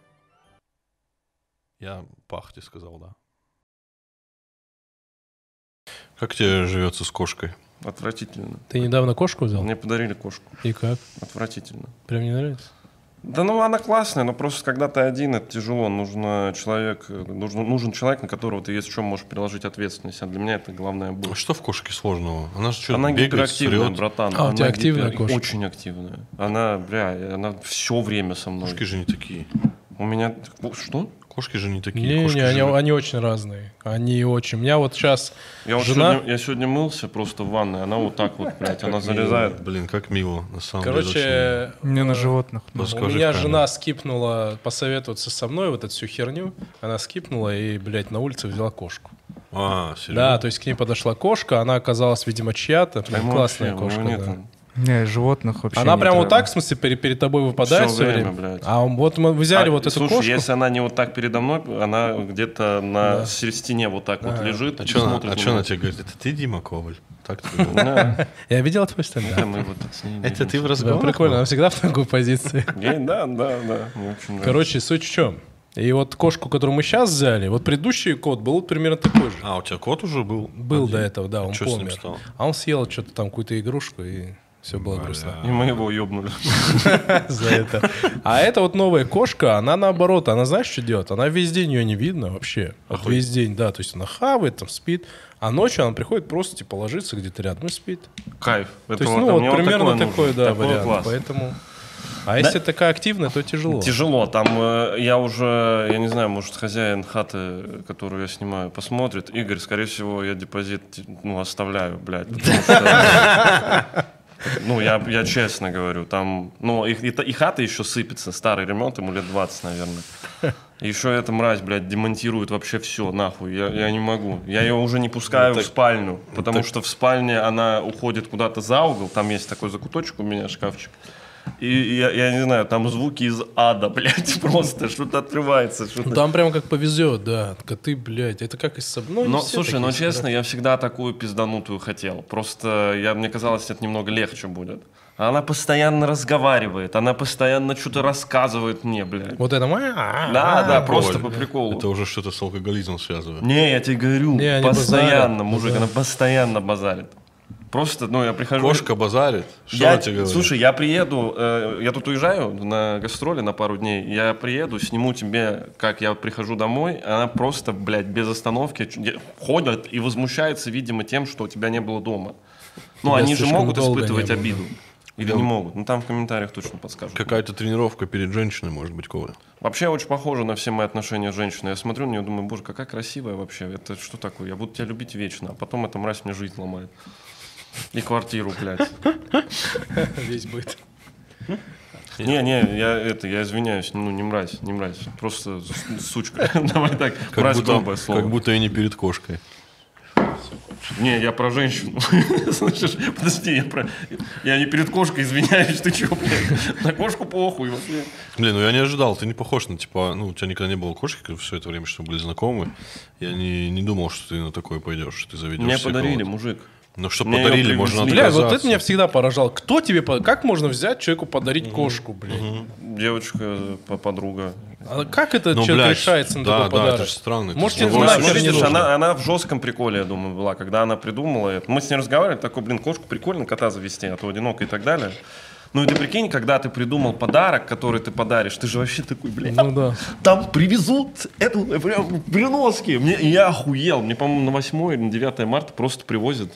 Я пахте сказал, да. Как тебе живется с кошкой?
Отвратительно.
Ты недавно кошку взял?
Мне подарили кошку.
И как?
Отвратительно.
Прям не нравится?
Да ну она классная, но просто когда ты один, это тяжело. Нужно человек, нужен, нужен человек, на которого ты, если что, можешь переложить ответственность. А для меня это главная боль.
А что в кошке сложного? Она же что-то
Она
бегает,
гиперактивная,
срет.
братан.
А, у
Она
тебя активная
гипер-
кошка?
Очень активная. Она, бля, она все время со мной.
Кошки же не такие.
У меня... Что?
Кошки же не такие.
Не,
Кошки
не, они,
же-
они очень разные. Они очень. У меня вот сейчас
Я, вот
жена...
сегодня, я сегодня мылся просто в ванной, она вот так вот, блядь, она залезает.
Блин, как мило, на самом деле.
Короче,
Мне на животных.
очень-
у
Расскажи
меня
в камеру.
жена скипнула посоветоваться со мной вот эту всю херню. Она скипнула и, блядь, на улице взяла кошку.
А, серьезно?
Да, то есть к ней подошла кошка, она оказалась, видимо, чья-то.
А ему
Классная
вообще, у
кошка,
него нет,
да.
он-
Не, животных вообще
Она
не
прям вот
трогаю.
так, в смысле, перед, перед тобой выпадает
Всё
все
время,
время?
блядь.
А вот мы взяли
А,
вот эту
слушай,
кошку.
если она не вот так передо мной, она где-то на стене вот так вот лежит
А
и
что она,
смотрит
а
на
чё она
меня.
тебе говорит? Это ты, Дима Коваль? Так ты думал?
Да,
Я видел твой стендап.
да, мы вот с ней
Это ты в
Да,
разговоре?
прикольно, она всегда в такой позиции.
Я- Да, да, да. Мне очень нравится.
Короче, суть в чем? И вот кошку, которую мы сейчас взяли, вот предыдущий кот был примерно такой же.
А, у тебя кот уже был?
Был
один?
до этого, да, он
Чё с ним
помер.
стало?
А он съел что-то там, какую-то игрушку, и все было грустно.
И мы его ёбнули.
За это. А эта вот новая кошка, она наоборот, она знаешь, что делает? Она весь день ее не видно вообще. Вот весь день, да, то есть она хавает, там спит, а ночью она приходит просто типа ложится где-то рядом и спит.
Кайф.
То
Это
есть,
вот-
ну
а
вот
мне вот
примерно
такое
такой,
нужно.
да,
Такой
вариант.
класс.
Поэтому. А если такая активная, то тяжело.
Тяжело. Там э, я уже, я не знаю, может, хозяин хаты, которую я снимаю, посмотрит. Игорь, скорее всего, я депозит ну, оставляю, блядь. потому что, Ну, я, я честно говорю, там, ну, и, и, и хата еще сыпется, старый ремонт, ему лет двадцать, наверное. Еще эта мразь, блядь, демонтирует вообще все, нахуй, я, я не могу. Я ее уже не пускаю в спальню, потому что в спальне она уходит куда-то за угол, там есть такой закуточек у меня, шкафчик. И я, я не знаю, там звуки из ада, блядь, просто что-то отрывается. Что-то...
Ну, там прям как повезет, да. Коты, блядь, это как из соб... ну, не
Но,
все
слушай,
такие
ну
собирают.
честно, я всегда такую пизданутую хотел. Просто я, мне казалось, это немного легче будет. А она постоянно разговаривает, она постоянно что-то рассказывает мне, блядь.
Вот это моя.
Да, да,
Коваль.
просто по приколу.
Это уже что-то с алкоголизмом связывает.
Не, я тебе говорю,
Не, они
постоянно,
базарят,
мужик,
базарят.
она постоянно базарит. Просто, ну, я прихожу...
Кошка базарит? Что
Я,
она тебе говорит?
слушай, я приеду, э, я тут уезжаю на гастроли на пару дней, я приеду, сниму тебе, как я прихожу домой, она просто, блядь, без остановки ч- ходит и возмущается, видимо, тем, что у тебя не было дома. Ну,
Тебя
они же
слишком
могут
долго
испытывать
не было.
обиду. Или не могут. Ну, там в комментариях точно подскажут.
Какая-то тренировка перед женщиной, может быть, Коваль.
Вообще очень похоже на все мои отношения с женщиной. Я смотрю на нее, думаю, боже, какая красивая вообще. Это что такое? Я буду тебя любить вечно, а потом эта мразь мне жизнь ломает. И квартиру, блядь.
Весь быт.
Не, не, я это, я извиняюсь, ну не мразь, не мразь, просто с- сучка. Давай так,
Как
мразь
будто,
грубое слово.
как будто и не перед кошкой.
Не, я про женщину. Слышишь, подожди, я про, я не перед кошкой извиняюсь, ты чё, блядь? На кошку похуй вообще.
Блин, ну я не ожидал, ты не похож на, типа, ну, у тебя никогда не было кошки все это время, что мы были знакомы. Я не, не думал, что ты на такое пойдешь, что ты заведешь
Мне
себе
подарили,
кого-то.
мужик.
Ну, что
Мне её
подарили,
привезли.
можно
Бля,
отказаться.
вот это меня всегда поражало. Кто тебе... по- Как можно взять человеку подарить кошку, блядь?
Девочка, по- подруга.
А как это
Ну,
человек
блядь,
решается на
да,
такой
да,
подарок?
это же странно. это
Может,
же
тебе
Ну,
нахер
ну,
не
видишь,
нужно.
она, она в жестком приколе, я думаю, была, когда она придумала это. Мы с ней разговаривали, такой, блин, кошку прикольно кота завести, а то одиноко и так далее. Ну и ты прикинь, когда ты придумал подарок, который ты подаришь, ты же вообще такой, блин,
Ну да.
там привезут эту э, прям в переноске. Мне, и я охуел. Мне, по-моему, на восьмое или на девятое марта просто привозят.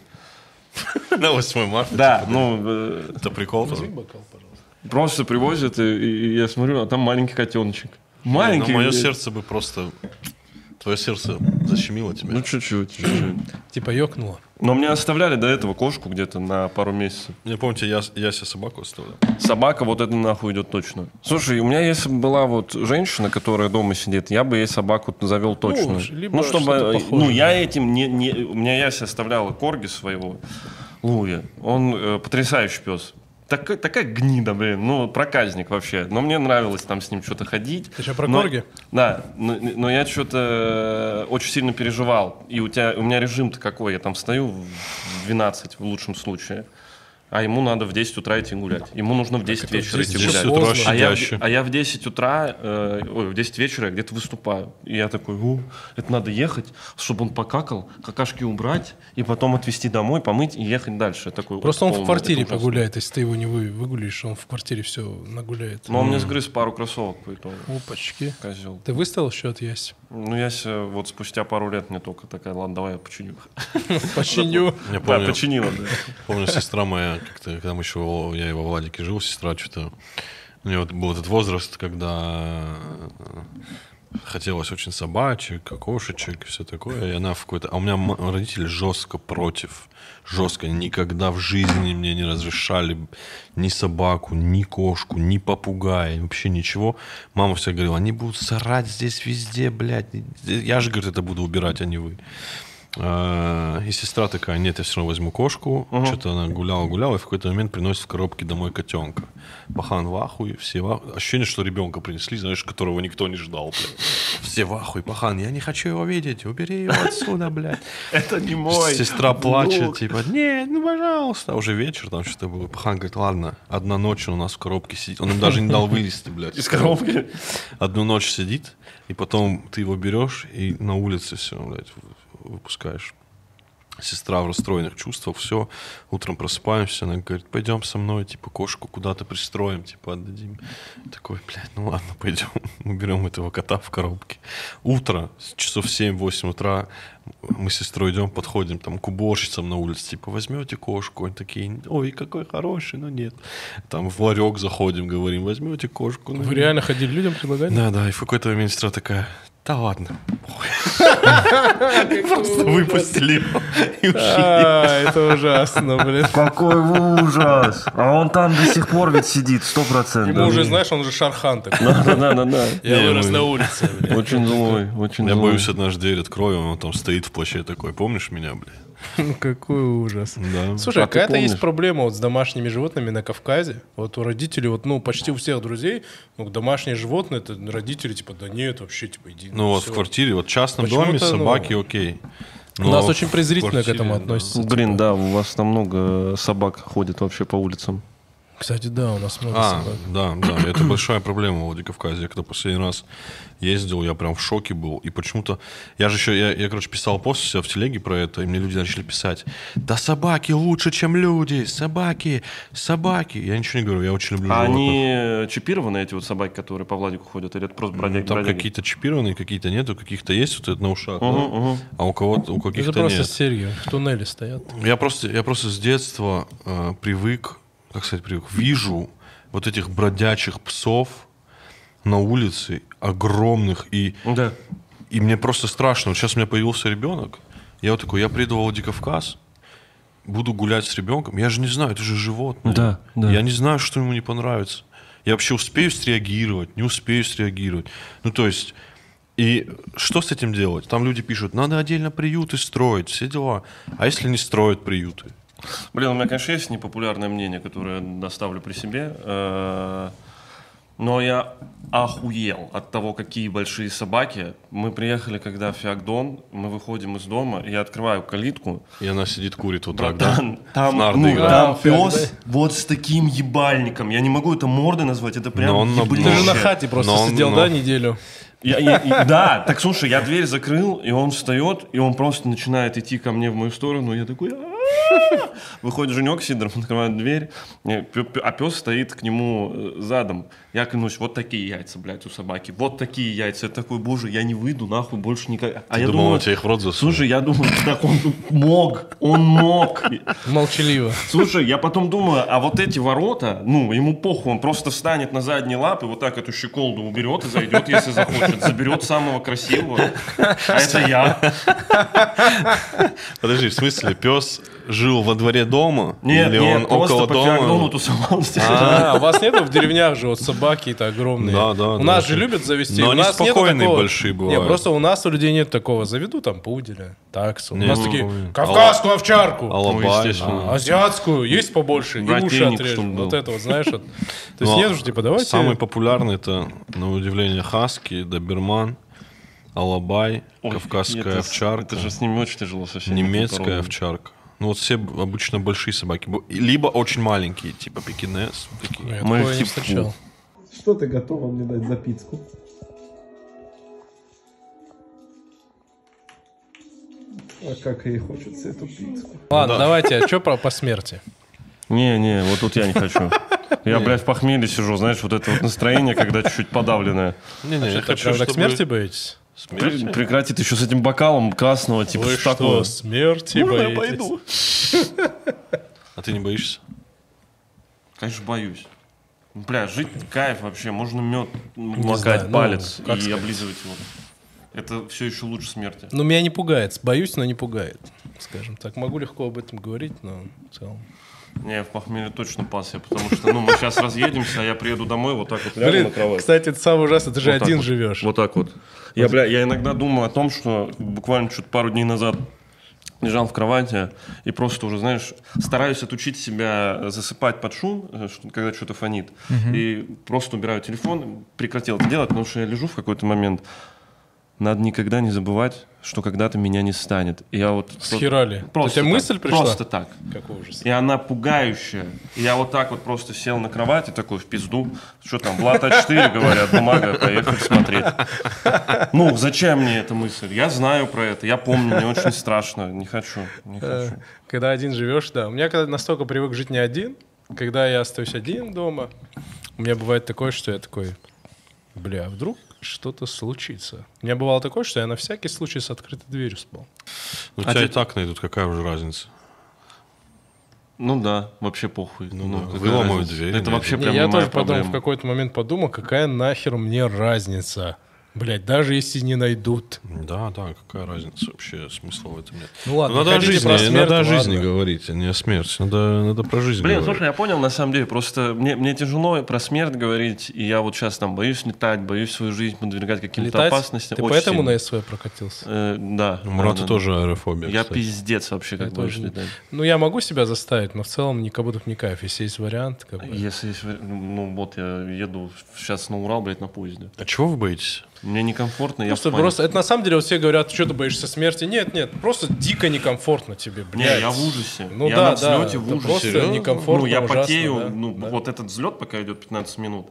На восьмое марта.
Да,
типа,
ну, э,
Это прикол тоже.
Бокал, пожалуйста.
просто привозят, и, и я смотрю, а там маленький котеночек. Маленький.
Ну, мое
блядь.
сердце бы просто... Твое сердце защемило тебя.
Ну, чуть-чуть, чуть-чуть.
Типа ёкнуло.
Но мне оставляли до этого кошку где-то на пару месяцев.
Я помните, я, я себе собаку оставлял.
Собака вот это нахуй идет точно. Слушай, у меня если бы была вот женщина, которая дома сидит, я бы ей собаку завел точно.
ж- либо
Ну, чтобы,
что-то похожее,
ну, я
да.
этим не, не, у меня Яся оставляла корги своего, Луи. Он э, потрясающий пес. Такая, такая гнида, блин, ну, проказник вообще. Но мне нравилось там с ним что-то ходить.
Ты сейчас про
Но-
корги?
Да, но, но я что-то очень сильно переживал. И у, тебя, у меня режим-то какой? Я там встаю в двенадцать в лучшем случае. А ему надо в десять утра идти гулять. Ему нужно в десять
это в
вечера идти
десять
гулять.
утра
поздно.
А я, в-
щадяще.
а я в десять утра, э, ой, в десять вечера я где-то выступаю. И я такой, о, это надо ехать, чтобы он покакал, какашки убрать, и потом отвезти домой, помыть и ехать дальше. Я такой,
Просто он в
полный,
квартире
это ужасно.
погуляет, если ты его не вы- выгулишь, он в квартире все нагуляет.
Но он мне сгрыз пару кроссовок по итогу.
Опачки.
Козел.
Ты выставил счет, Ясь?
Ну, я се- вот спустя пару лет мне только такая, ладно, давай я починю.
Починю.
Я
Да,
помню,
починила, да.
помню, сестра моя, как-то, когда мы еще, я и во Владике жил, сестра что-то... У нее вот был этот возраст, когда хотелось очень собачек, кошечек и все такое. И она в какой-то... А у меня м- родители жестко против. Жестко. Никогда в жизни мне не разрешали ни собаку, ни кошку, ни попугая, вообще ничего. Мама всегда говорила, они будут срать здесь везде, блядь. Я же, говорит, это буду убирать, а не вы. А, и сестра такая, нет, я все равно возьму кошку. Uh-huh. Что-то она гуляла-гуляла, и в какой-то момент приносит в коробке домой котенка. Пахан в ахуе, все в ахуе. Ощущение, что ребенка принесли, знаешь, которого никто не ждал, блядь. Все в ахуе. Пахан, я не хочу его видеть, убери его отсюда, блядь.
Это не мой.
Сестра плачет, типа, нет, ну пожалуйста. Уже вечер там что-то было. Пахан говорит, ладно, одна ночь у нас в коробке сидит. Он им даже не дал вылезти, блядь.
Из коробки?
Одну ночь сидит, и потом ты его берешь и на улице все, блядь, выпускаешь. Сестра в расстроенных чувствах, все, утром просыпаемся, она говорит, пойдем со мной, типа, кошку куда-то пристроим, типа, отдадим. Такой, блядь, ну ладно, пойдем. Мы берем этого кота в коробке. Утро, часов семь-восемь утра, мы с сестрой идем, подходим, там, к уборщицам на улице, типа, возьмете кошку? Они такие, ой, какой хороший, но нет. Там в ларек заходим, говорим, возьмете кошку? Ну,
Вы реально ходили людям предлагать?
Да, да, и в какой-то момент сестра такая, да ладно, просто выпустили его и ушли.
А, это ужасно, блин.
Какой ужас! А он там до сих пор ведь сидит, сто процентов.
Ему уже, знаешь, он уже Шархан такой.
Да-да-да.
Я
Не,
вырос
мы-
на улице, блин.
Очень злой, очень
Я
злой.
боюсь, однажды дверь открою, он там стоит в плаще такой, помнишь меня, бля?
Ну, какой ужас.
Да.
Слушай,
А ты
какая-то есть
помнишь?
проблема вот с домашними животными на Кавказе. Вот у родителей, вот, ну, почти у всех друзей, ну, домашние животные, это родители, типа, да нет, вообще, типа, иди.
Ну вот
всё.
в квартире, вот в частном
Почему-то,
доме
ну,
собаки окей.
У
Но
нас
в
очень презрительно к
квартире,
этому
да.
относятся.
Блин, да, у вас там много собак ходит вообще по улицам.
Кстати, да, у нас много
А,
собак.
да, да, это большая проблема в Владикавказе. Я когда последний раз ездил, я прям в шоке был. И почему-то, я же еще, я, я, короче, писал пост у себя в телеге про это, и мне люди начали писать, да собаки лучше, чем люди, собаки, собаки. Я ничего не говорю, я очень люблю
А
животных.
они чипированы, эти вот собаки, которые по Владику ходят, или это просто бродяги?
Там
бродяги?
какие-то чипированные, какие-то нету, каких-то есть вот это на ушах, да?
Мгм, мгм.
А у кого-то, у
Это
каких-то
просто
нет.
серьги в туннеле стоят.
Я просто, я просто с детства э, привык, как сказать, привык, вижу вот этих бродячих псов на улице, огромных, и,
Да.
и мне просто страшно. Вот сейчас у меня появился ребенок, я вот такой, я приеду в Владикавказ, буду гулять с ребенком, я же не знаю, это же животное.
Да, да.
Я не знаю, что ему не понравится. Я вообще успею среагировать, не успею среагировать. Ну, то есть, и что с этим делать? Там люди пишут, надо отдельно приюты строить, все дела. А если не строят приюты?
Блин, у меня, конечно, есть непопулярное мнение, которое я оставлю при себе. э, Но я охуел от того, какие большие собаки. Мы приехали, когда в Феокдон, мы выходим из дома, я открываю калитку.
И она сидит, курит вот так, да?
Братан, там,
В нарды
ну,
играет.
там
А, Феокдон.
пес вот с таким ебальником. Я не могу это мордой назвать, это прям
Но он на-
еблище.
Ты же на хате просто
Но он-
сидел,
но-
да, неделю?
Я- я- и- да, так слушай, я дверь закрыл, и он встает, и он просто начинает идти ко мне в мою сторону. Я такой... «А-а-а!» Выходит Женек Сидоров, открывает дверь, не, пё- пё- а пес стоит к нему э, задом. Я клянусь, вот такие яйца, блядь, у собаки. Вот такие яйца. Я такой, боже, я не выйду, нахуй, больше никогда. А
Ты
я
думал,
думаю,
он тебе их в рот засунет?
слушай, я думаю, так он мог, он мог.
Молчаливо.
Слушай, я потом думаю, а вот эти ворота, ну, ему похуй, он просто встанет на задние лапы, вот так эту щеколду уберет и зайдет, если захочет. Заберет самого красивого. А это я.
Подожди, в смысле, пес жил во дворе дома?
Нет,
Или
нет,
он
просто
около
по Феокдону
дома?
тусовался.
А, у вас нету в деревнях же вот собаки-то огромные?
Да, да,
У
да.
нас же любят завести.
Но
у
они
нас нету
спокойные
такого-
большие
Не,
бывают.
просто у нас у людей нет такого. Заведу там пуделя, таксу. У
Не,
нас
ну,
такие,
ну,
кавказскую овчарку.
Алабай.
Ну, естественно.
А, азиатскую, есть побольше, и уши
Брательник,
отрежем.
чтобы был.
Вот это вот, знаешь, вот. То есть
Ну,
нет уж, типа, давайте...
Самый популярный это, на удивление, хаски, доберман, алабай,
Ой,
кавказская
это-
овчарка,
Это же с ними очень тяжело совсем.
немецкая овчарка. Ну вот все б- обычно большие собаки. Б- Либо очень маленькие, типа пекинес. Такие.
Я такое не
Мальтипу.
встречал.
Что ты готова мне дать за пиццу? А как ей хочется эту пиццу.
Ладно, давайте, а что про по смерти?
Не, не, вот тут я не хочу. Я, блядь, в похмелье сижу, знаешь, вот это вот настроение, когда чуть-чуть подавленное.
Не-не, я
Что,
хочу,
правда, к
чтобы-
смерти боитесь?
Смерти?
Пр- Прекрати, ты еще с этим бокалом красного, типа,
Вы
что
что,
такое?
смерти
Можно я
боитесь?
пойду?
А ты не боишься?
Конечно, боюсь. Бля, жить кайф вообще. Можно мед
знаю,
макать
ну,
палец
как
и
сказать.
облизывать его. Это все еще лучше смерти.
Ну, меня не пугает. Боюсь, но не пугает, скажем так. Могу легко об этом говорить, но в целом...
Не, я в похмелье точно пас я, потому что, ну, мы сейчас разъедемся, а я приеду домой, вот так вот лягу на
Блин,
кровать.
кстати, это самое ужасное, ты же
Вот так
один
вот.
живешь.
Вот так вот. Я, бля, я иногда думаю о том, что буквально чуть пару дней назад лежал в кровати и просто уже, знаешь, стараюсь отучить себя засыпать под шум, когда что-то фонит. Uh-huh. И просто убираю телефон, прекратил это делать, потому что я лежу в какой-то момент. Надо никогда не забывать, что когда-то меня не станет. И я вот
Схерали.
Просто
У тебя мысль
так,
пришла?
Просто так.
Какой ужас.
И она пугающая. И я вот так вот просто сел на кровати, такой в пизду. Что там, Влад А четыре, говорят, бумага, поехали смотреть. Ну, зачем мне эта мысль? Я знаю про это, я помню, мне очень страшно. Не хочу, не хочу.
Когда один живешь, да. У меня когда настолько привык жить не один, когда я остаюсь один дома, у меня бывает такое, что я такой, бля, вдруг что-то случится. У меня бывало такое, что я на всякий случай с открытой дверью спал.
Ну,
а
тебя
ты...
и так найдут, какая уже разница?
Ну да, вообще похуй.
Ну,
ну,
да. Выломают дверь.
Это вообще
не,
прям
я
не моя
тоже потом
проблема.
в какой-то момент подумал, какая нахер мне разница. Блять, даже если не найдут.
Да, да, какая разница вообще, смысла в этом нет.
Ну ладно,
надо о жизни,
про смерть,
надо о
ладно.
жизни говорить, а не о смерти. Надо, надо про жизнь
Блин,
говорить.
слушай, я понял, на самом деле, просто мне, мне тяжело про смерть говорить, и я вот сейчас там боюсь летать, боюсь свою жизнь подвергать каким-то
Летать?
опасностям.
Ты
Очень
поэтому
сильно.
на СВ прокатился?
Э, да.
У Мурата
да,
тоже
да.
аэрофобия,
Я
кстати.
пиздец вообще, как
Я
боюсь
тоже.
летать.
Ну, я могу себя заставить, но в целом не как будто не кайф. Если есть вариант, как бы...
Если есть, вари- ну вот я еду сейчас на Урал, блядь, на поезде.
А чего вы боитесь?
Мне некомфортно, я в
Просто,
панике.
просто, это на самом деле вот все говорят, что ты боишься смерти. Нет, нет, просто дико некомфортно тебе,
Не,
блядь.
я в ужасе.
Ну
я
да,
на взлете
да,
в
это
ужасе.
просто
Серьезно?
некомфортно,
Ну, я
ужасно,
потею,
да,
ну,
да.
вот этот взлет пока идет пятнадцать минут.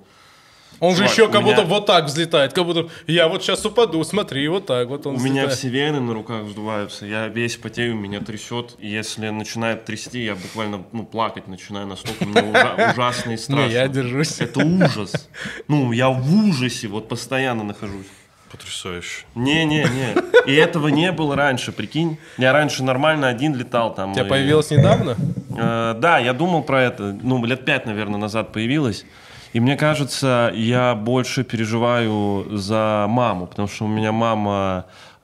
Он же
Чувак,
еще
у
как будто
меня-
вот так взлетает, как будто я вот сейчас упаду, смотри, вот так вот он
У меня
взлетает.
все вены на руках вздуваются, я весь потею, меня трясет. И если начинает трясти, я буквально ну, плакать начинаю, настолько мне ужа- ужасно и страшно.
Не, я держусь.
Это ужас. Ну, я в ужасе вот постоянно нахожусь.
Потрясающе.
Не-не-не. И этого не было раньше, прикинь. Я раньше нормально один летал там.
У тебя
и-
появилось недавно?
Э, да, я думал про это. Ну, лет пять, наверное, назад появилось. И мне кажется, я больше переживаю за маму, потому что у меня мама,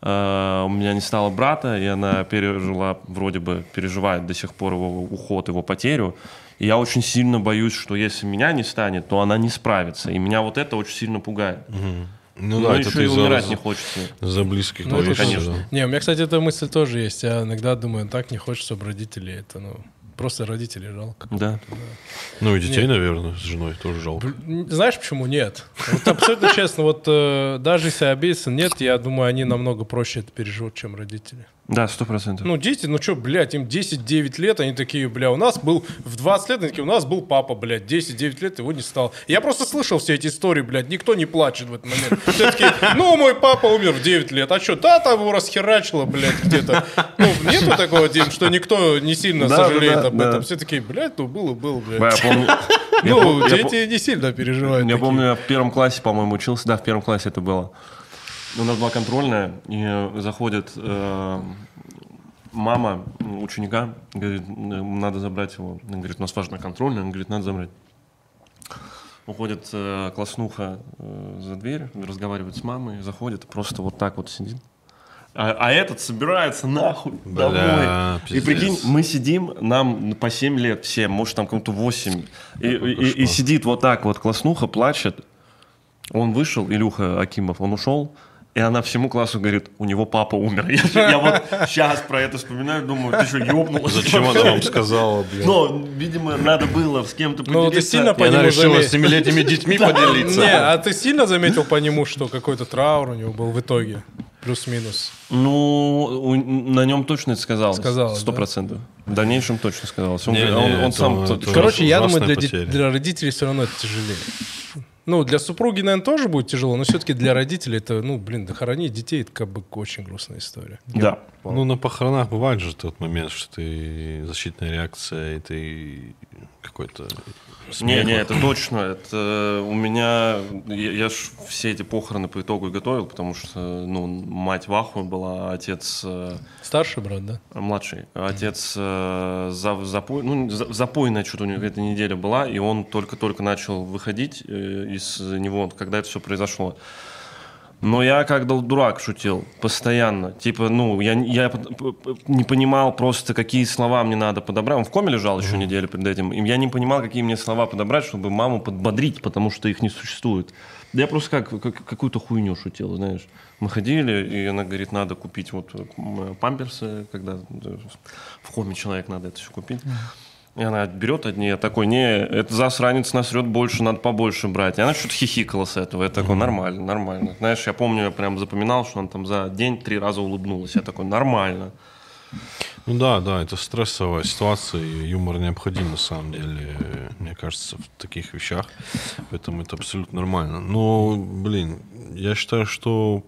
э, у меня не стало брата, и она пережила, вроде бы переживает до сих пор его уход, его потерю. И я очень сильно боюсь, что если меня не станет, то она не справится. И меня вот это очень сильно пугает.
Ну,
Ну,
да, это
еще
ты
и
за,
умирать не хочется.
за близких
Ну, это
боишься,
конечно.
да.
Не, у меня, кстати, эта мысль тоже есть. Я иногда думаю, так не хочется, чтобы родители это, ну, просто родителей жалко.
Да.
Ну и детей,
Нет.
наверное, с женой тоже жалко.
Бл- Знаешь, почему нет? Вот абсолютно честно, вот э, даже если обидеться, нет, я думаю, они намного проще это переживут, чем родители.
Да, сто процентов.
Ну, дети, ну что, блядь, им десять-девять лет, они такие, бля, у нас был, в двадцать лет, они такие, у нас был папа, блядь, десять-девять лет, его не стало. Я просто слышал все эти истории, блядь, никто не плачет в этот момент. Все такие, ну, мой папа умер в девять лет, а что, да, там его расхерачило, блядь, где-то. Ну, нету такого, Дим, что никто не сильно
Да,
сожалеет
да,
об
да.
этом. Все такие, блядь, ну, было, было, блядь.
Да, я помню. я
Ну,
пом- я пом-
дети не сильно переживают.
Я
такие.
помню, я в первом классе, по-моему, учился. Да, в первом классе это было. У нас была контрольная, и э, заходит э, мама ученика, говорит, надо забрать его. Она говорит, у нас важная контрольная, он говорит, надо забрать. Уходит э, класснуха э, за дверь, разговаривает с мамой, заходит, и просто вот так вот сидит. А, а этот собирается нахуй
Бля,
домой. И
пиздец.
прикинь, мы сидим, нам по семь лет всем, может там кому-то восемь. И, и- и- и сидит вот так вот класснуха, плачет. Он вышел, Илюха Акимов, он ушел. И она всему классу говорит, у него папа умер. Я, же- я вот сейчас про это вспоминаю, думаю, ты что, ёбнулась?
Зачем она вам сказала, блин?
Но, видимо, надо было с кем-то
Ну, ты
поделиться.
сильно
И
по
она
нему
решила
заметил.
с семилетними детьми поделиться.
Не, а ты сильно заметил по нему, что какой-то траур у него был в итоге? Плюс-минус.
Ну, у- на нем точно это сказалось.
Сказалось,
Сто
да?
процентов. В дальнейшем точно сказалось. Он,
Не,
говорит, а он-
не,
он
это-
сам...
это
т-
Короче, я
ужасная
думаю, для, де-
потеря.
для родителей все равно это тяжелее. Ну, для супруги, наверное, тоже будет тяжело, но все-таки для родителей это, ну, блин, да хоронить детей, это как бы очень грустная история.
Да.
Ну, на похоронах бывает же тот момент, что ты защитная реакция, и ты какой-то
Не,
смех.
не, это точно. Это у меня... Я, я ж все эти похороны по итогу готовил, потому что, ну, мать в ахуе была, отец... э,
Старший брат, да?
Младший. Отец э, за, запой, ну, за- запойная что-то у него эта неделя была, и он только-только начал выходить э, из него, когда это все произошло. Но я как дурак шутил постоянно. Типа, ну, я, я не понимал просто, какие слова мне надо подобрать. Он в коме лежал еще неделю перед этим. И я не понимал, какие мне слова подобрать, чтобы маму подбодрить, потому что их не существует. Я просто как, как какую-то хуйню шутил, знаешь. Мы ходили, и она говорит, надо купить вот памперсы, когда в коме человек надо это все купить. И она берет одни, я такой, не, это засранец насрет больше, надо побольше брать. И она что-то хихикала с этого. Я такой, нормально, нормально. Знаешь, я помню, я прям запоминал, что она там за день три раза улыбнулась. Я такой, нормально.
Ну да, да, это стрессовая ситуация, и юмор необходим на самом деле, мне кажется, в таких вещах. Поэтому это абсолютно нормально. Но, блин, я считаю, что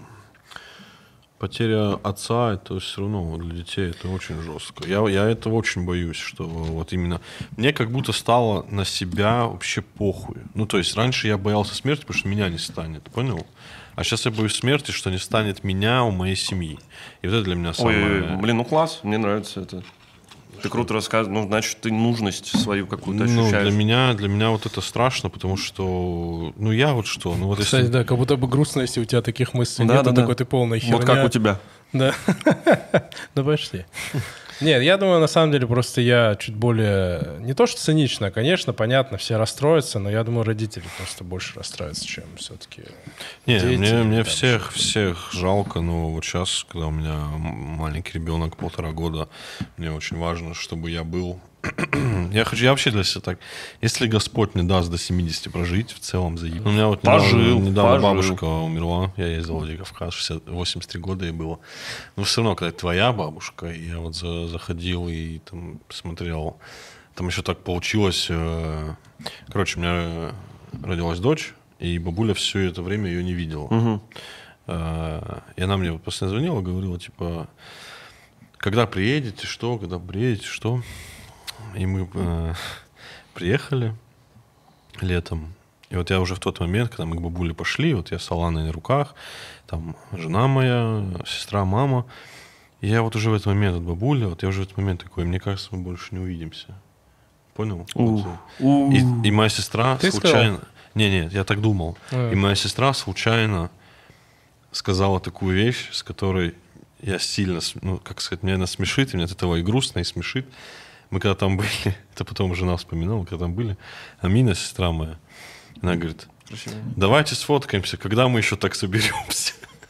потеря отца, это все равно для детей это очень жестко. Я, я этого очень боюсь, что вот именно... Мне как будто стало на себя вообще похуй. Ну, то есть раньше я боялся смерти, потому что меня не станет, понял? А сейчас я боюсь смерти, что не станет меня у моей семьи. И вот это для меня самое...
Ой, блин, ну класс, мне нравится это. Ты круто рассказываешь, ну, значит, ты нужность свою какую-то ощущаешь.
Ну, для меня, для меня вот это страшно, потому что, ну, я вот что, ну, вот
Кстати,
если...
да, как будто бы грустно, если у тебя таких мыслей
да,
нет,
да,
а
да.
такой ты полная херня.
Вот как у тебя.
Да. Ну, почти. Нет, я думаю, на самом деле, просто я чуть более... Не то, что цинично, конечно, понятно, все расстроятся, но я думаю, родители просто больше расстроятся, чем все-таки
Не,
дети.
мне, мне
там,
всех, всех жалко, но вот сейчас, когда у меня маленький ребенок, полтора года, мне очень важно, чтобы я был... Я хочу, я вообще для себя так, если Господь мне даст до семидесяти прожить, в целом заеб. У меня вот
Пожил,
недавно, недавно
пожил.
бабушка умерла, я ездил в Владикавказ, шестьдесят, восемьдесят три года ей было. Но все равно, когда это твоя бабушка, и я вот за, заходил и там смотрел, там еще так получилось, э, короче, у меня родилась дочь, и бабуля все это время ее не видела.
Угу.
Э, и она мне постоянно звонила, говорила, типа, когда приедете, что, когда приедете, что... И мы э, приехали летом. И вот я уже в тот момент, когда мы к бабуле пошли, вот я с Аланой на руках, там жена моя, сестра, мама. И я вот уже в этот момент от бабули, вот я уже в этот момент такой, мне кажется, мы больше не увидимся. Понял? Вот. И, и моя сестра
Ты
случайно... Не, нет, я так думал.
А.
И моя сестра случайно сказала такую вещь, с которой я сильно, ну, как сказать, меня она смешит, и мне от этого и грустно, и смешит. Мы когда там были, это потом жена вспоминала, когда там были, Амина, сестра моя, она говорит,
Красиво.
давайте сфоткаемся, когда мы еще так соберемся.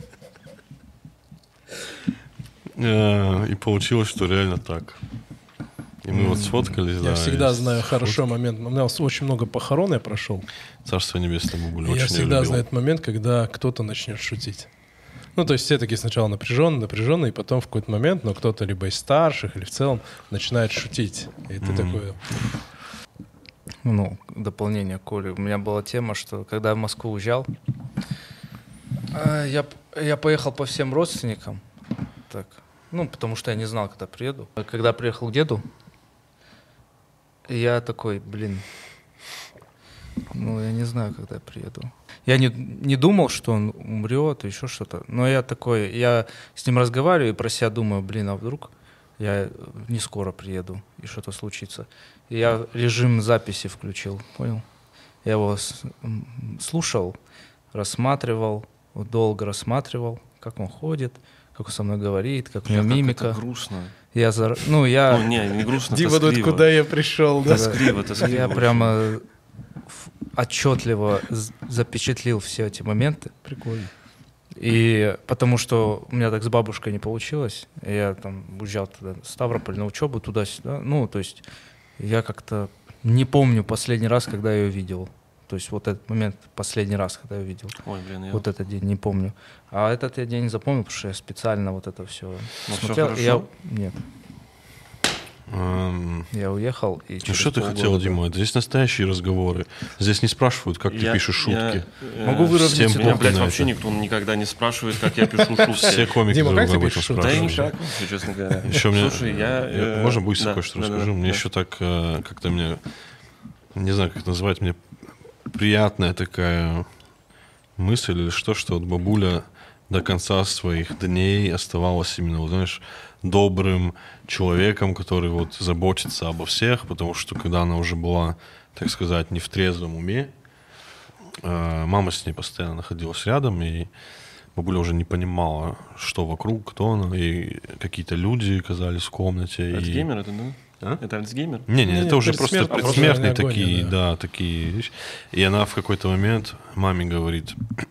И получилось, что реально так. И мы вот сфоткались.
Я
да,
всегда
и
знаю хорошо момент. У меня очень много похорон я прошел.
Царство небесное, бабуля,
И
очень
я всегда
любил.
знаю этот момент, когда кто-то начнет шутить. Ну, то есть все такие сначала напряженные, напряженные, и потом в какой-то момент, но кто-то либо из старших, или в целом начинает шутить. И ты такой...
Ну, дополнение Коли. У меня была тема, что когда я в Москву уезжал, э, я, я поехал по всем родственникам. Так, ну, потому что я не знал, когда приеду. А когда приехал к деду, я такой, блин, ну, я не знаю, когда я приеду. Я не, не думал, что он умрет, еще что-то. Но я такой, я с ним разговариваю и про себя думаю, блин, а вдруг я не скоро приеду и что-то случится. И я режим записи включил, понял? Я его с, слушал, рассматривал, долго рассматривал, как он ходит, как он со мной говорит, как у него мимика.
Это грустно.
Я за, ну я.
Ну, не, не грустно,
Дима, тут
тоскливо.
куда я пришел, да?
Тоскливо, тоскливо.
Я прямо отчетливо запечатлил все эти моменты.
Прикольно.
И потому что у меня так с бабушкой не получилось. Я там уезжал туда, в Ставрополь на учебу, туда-сюда. Ну, то есть я как-то не помню последний раз, когда я ее видел. То есть вот этот момент, последний раз, когда я ее видел.
Ой, блин, я...
Вот этот день не помню. А этот я день запомнил, потому что я специально вот это все
Ну,
смотрел.
всё
И я...
хорошо?
Нет.
Эм,
Я уехал. И
Ну
через
что ты
полгода-
хотел, Дима? Это здесь настоящие разговоры. Здесь не спрашивают, как ты
Я-
пишешь шутки.
я, э,
Могу выровнять
Всем
это.
Меня,
похуй
блядь,
на
вообще
это.
никто никогда не спрашивает, как я пишу шутки.
Все комики
Дима,
друг
как ты
об этом
пишешь шутки?
Да и
спрашивают.
никак, если честно говоря.
Еще мне,
Слушай, я...
я-
э,
можно быстро
да,
кое-что
да, да,
расскажу?
да,
Мне
да.
еще так, э, как-то мне, не знаю, как это назвать, мне приятная такая мысль или что, что вот бабуля до конца своих дней оставалась именно, вот, знаешь, добрым человеком, который вот заботится обо всех, потому что когда она уже была, так сказать, не в трезвом уме, э, мама с ней постоянно находилась рядом, и бабуля уже не понимала, что вокруг, кто она, и какие-то люди оказались в комнате.
Альцгеймер
и...
это, да?
А?
Это Альцгеймер?
Не-не,
Не,
это уже просто
предсмертная
предсмертные
агония,
такие,
да.
да, такие вещи. И она в какой-то момент маме говорит,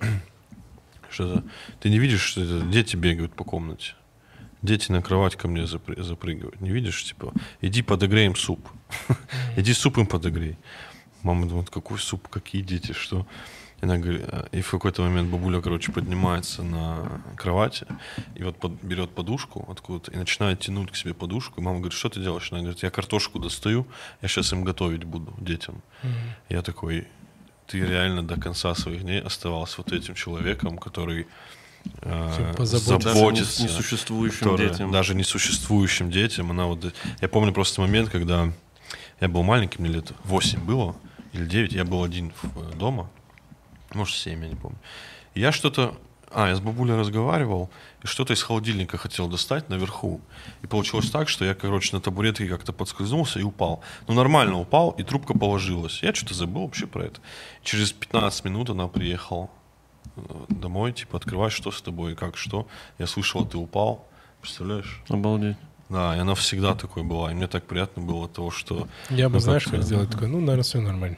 что ты не видишь, что это дети бегают по комнате? Дети на кровать ко мне запры- запрыгивают. Не видишь, типа, иди подогреем суп. Иди суп им подогрей. Мама думает, какой суп, какие дети, что? И она говорит, и в какой-то момент бабуля, короче, поднимается на кровати и вот под, берет подушку откуда-то и начинает тянуть к себе подушку. И мама говорит, что ты делаешь? Она говорит, я картошку достаю, я сейчас им готовить буду, детям. Я такой, ты реально до конца своих дней оставался вот этим человеком, который э,
позаботиться.
заботится.
Даже несуществующим
который-
детям.
Даже несуществующим детям. Она вот, я помню просто момент, когда я был маленький, мне лет восемь было, или девять, я был один в- дома, может семь, я не помню. И я что-то, а, я с бабулей разговаривал, и что-то из холодильника хотел достать наверху. И получилось так, что я, короче, на табуретке как-то подскользнулся и упал. Ну, нормально упал, и трубка положилась. Я что-то забыл вообще про это. Через пятнадцать минут она приехала э, домой, типа, открывай, что с тобой, и как, что. Я слышал, ты упал. Представляешь?
Обалдеть.
Да, и она всегда такой была. И мне так приятно было от того, что...
Я бы,
ну,
знаешь,
как-то-
как сделать? Такой, ну, наверное, все нормально.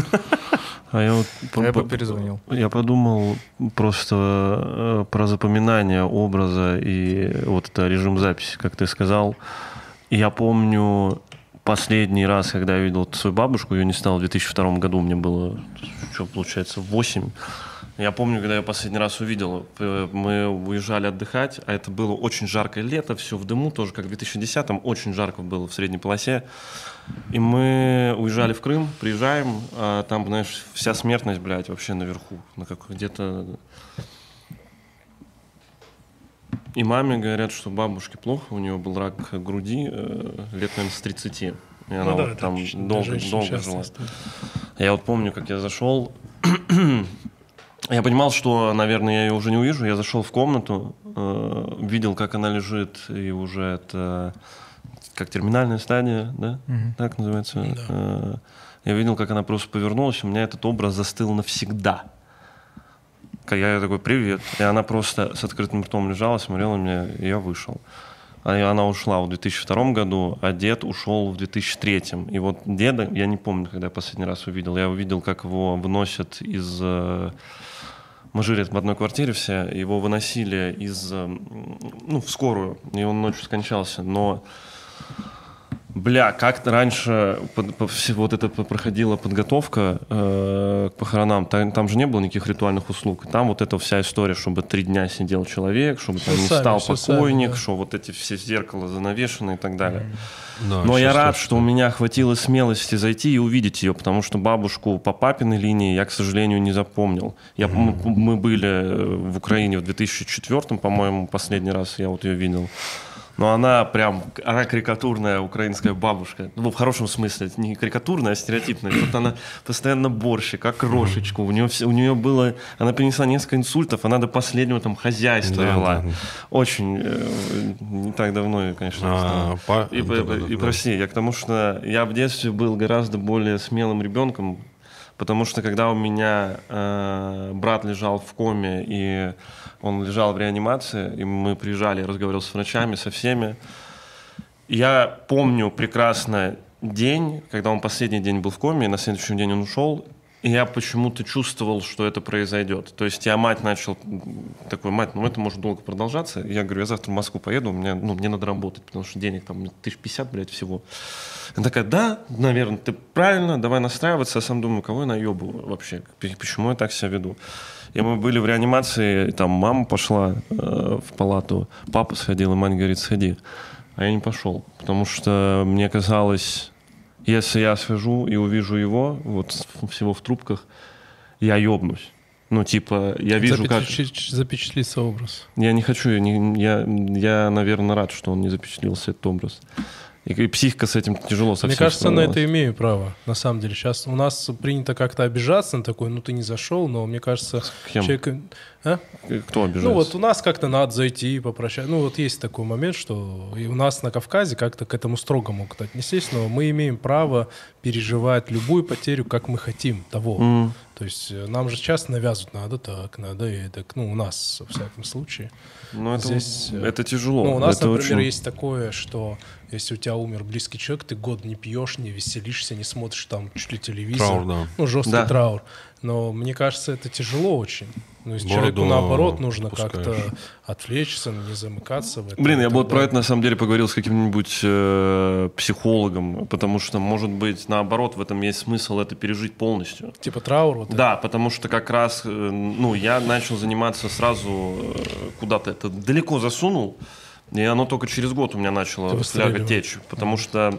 А я вот по-
Я бы
по-
перезвонил.
Я подумал просто э, про запоминание образа и вот это режим записи, как ты сказал. И я помню последний раз, когда я видел свою бабушку, ее не стало в две тысячи втором году, мне было, что получается, восемь. Я помню, когда я последний раз увидел, э, мы уезжали отдыхать, а это было очень жаркое лето, все в дыму, тоже как в две тысячи десятом, очень жарко было в средней полосе. И мы уезжали в Крым, приезжаем, а там, знаешь, вся смертность, блядь, вообще наверху, на как где-то... И маме говорят, что бабушке плохо, у нее был рак груди э, лет, наверное, с тридцати. И она
Ну да,
вот
это
там
очень для
долго,
женщин
долго
часто
жила.
стоит.
Я вот помню, как я зашел. Я понимал, что, наверное, я ее уже не увижу. Я зашел в комнату, э, видел, как она лежит, и уже это как терминальная стадия, да?
Мгм.
Так называется.
Да.
Э, я видел, как она просто повернулась, у меня этот образ застыл навсегда. Как я такой, привет. И она просто с открытым ртом лежала, смотрела на меня, и я вышел. А я- она ушла в две тысячи втором году, а дед ушел в две тысячи третьем. И вот деда, я не помню, когда я последний раз увидел. Я увидел, как его выносят из... э, Мы жили в одной квартире все, его выносили из... э, Ну, в скорую, и он ночью скончался. Но, бля, как-то раньше под- по- все- вот это п- проходила подготовка э, к похоронам. Там, там же не было никаких ритуальных услуг. Там вот эта вся история, чтобы три дня сидел человек, чтобы там
Всё
не
сами,
встал
всё сами,
покойник,
да.
что вот эти все зеркала занавешены и так далее.
Да,
Но я
щас
рад,
точно.
что у меня хватило смелости зайти и увидеть ее, потому что бабушку по папиной линии я, к сожалению, не запомнил. Я, мы, мы были в Украине в две тысячи четвёртом, по-моему, последний раз я вот ее видел. Но она прям, она карикатурная украинская бабушка. Ну, в хорошем смысле, это не карикатурная, а стереотипная. Вот она постоянно борщик, как крошечку. У нее, все, у нее было, она перенесла несколько инсультов, она до последнего там хозяйство
Да,
вела.
да.
Очень, э, не так давно, я, конечно,
А,
стала.
па-
И,
да,
и-
да, да,
и
да.
прости, я к тому, что я в детстве был гораздо более смелым ребенком, потому что когда у меня э, брат лежал в коме, и он лежал в реанимации, и мы приезжали, я разговаривал с врачами, со всеми, я помню прекрасно день, когда он последний день был в коме, и на следующий день он ушел, и я почему-то чувствовал, что это произойдет. То есть я мать начал такой, мать, ну это может долго продолжаться. И я говорю, я завтра в Москву поеду, у меня, ну, мне надо работать, потому что денег там тысяч пятьдесят, блядь, всего. Она такая, да, наверное, ты правильно, давай настраиваться. Я сам думаю, кого я наебываю вообще, почему я так себя веду. И мы были в реанимации, и там мама пошла э, в палату, папа сходил, и мать говорит, сходи. А я не пошел, потому что мне казалось... Если я схожу и увижу его, вот всего в трубках, я ёбнусь. Ну, типа, я вижу, как...
Запечатлить- Запечатлиться образ.
Я не хочу, я, не- я, я, наверное, рад, что он не запечатлился, этот образ. И, и психика с этим тяжело совсем
Мне кажется, на
справлялась.
это имею право. На самом деле, сейчас у нас принято как-то обижаться на такой, ну ты не зашел, но мне кажется,
Кем?
человек... А?
Кто обижается?
Ну вот у нас как-то надо зайти и попрощаться. Ну вот есть такой момент, что и у нас на Кавказе как-то к этому строго могут отнестись, но мы имеем право переживать любую потерю, как мы хотим того.
М.
То есть э, нам же часто навязывают, надо так, надо и так, ну, у нас, во всяком случае.
Ну, это,
Здесь, э,
это тяжело.
Ну, у нас,
это
например,
очень...
есть такое, что если у тебя умер близкий человек, ты год не пьешь, не веселишься, не смотришь там чуть ли телевизор.
Траур, да.
Ну, жесткий
Да.
траур. Но мне кажется, это тяжело очень. Ну, если
Бороду
человеку, наоборот, нужно
пускаешь.
как-то отвлечься, не замыкаться в этом.
Блин,
и
я
так
бы вот про
далее.
это на самом деле поговорил с каким-нибудь э, психологом, потому что, может быть, наоборот, в этом есть смысл это пережить полностью.
Типа траур вот
Да, потому что как раз, э, ну, я начал заниматься сразу э, куда-то это далеко засунул, и оно только через год у меня
Ты
начало
выстреливал.
фляга течь, потому что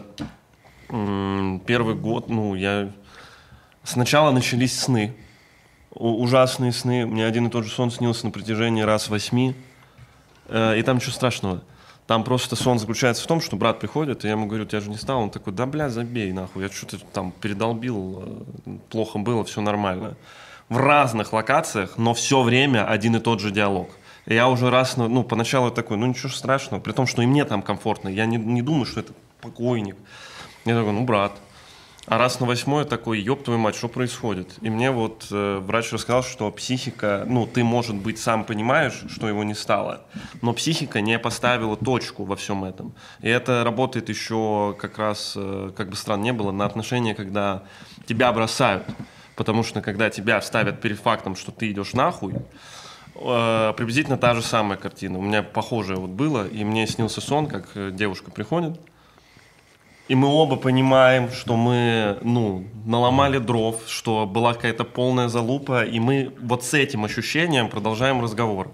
м, первый год, ну, я... Сначала начались сны, у- ужасные сны, мне один и тот же сон снился на протяжении раз восьми, э, и там ничего страшного. Там просто сон заключается в том, что брат приходит, и я ему говорю, тебя же не стало. Он такой, да, бля, забей, нахуй, я что-то там передолбил, э, плохо было, все нормально. В разных локациях, но все время один и тот же диалог. И я уже раз, ну, поначалу такой, ну, ничего страшного, при том, что и мне там комфортно, я не, не думаю, что это покойник. Я такой, ну, брат. А раз на восьмое такой, ёб твою мать, что происходит? И мне вот э, врач рассказал, что психика, ну, ты, может быть, сам понимаешь, что его не стало, но психика не поставила точку во всем этом. И это работает еще как раз, э, как бы странно не было, на отношения, когда тебя бросают. Потому что, когда тебя ставят перед фактом, что ты идешь нахуй, э, приблизительно та же самая картина. У меня похожее вот было, и мне снился сон, как э, девушка приходит, и мы оба понимаем, что мы, ну, наломали дров, что была какая-то полная залупа, и мы вот с этим ощущением продолжаем разговор.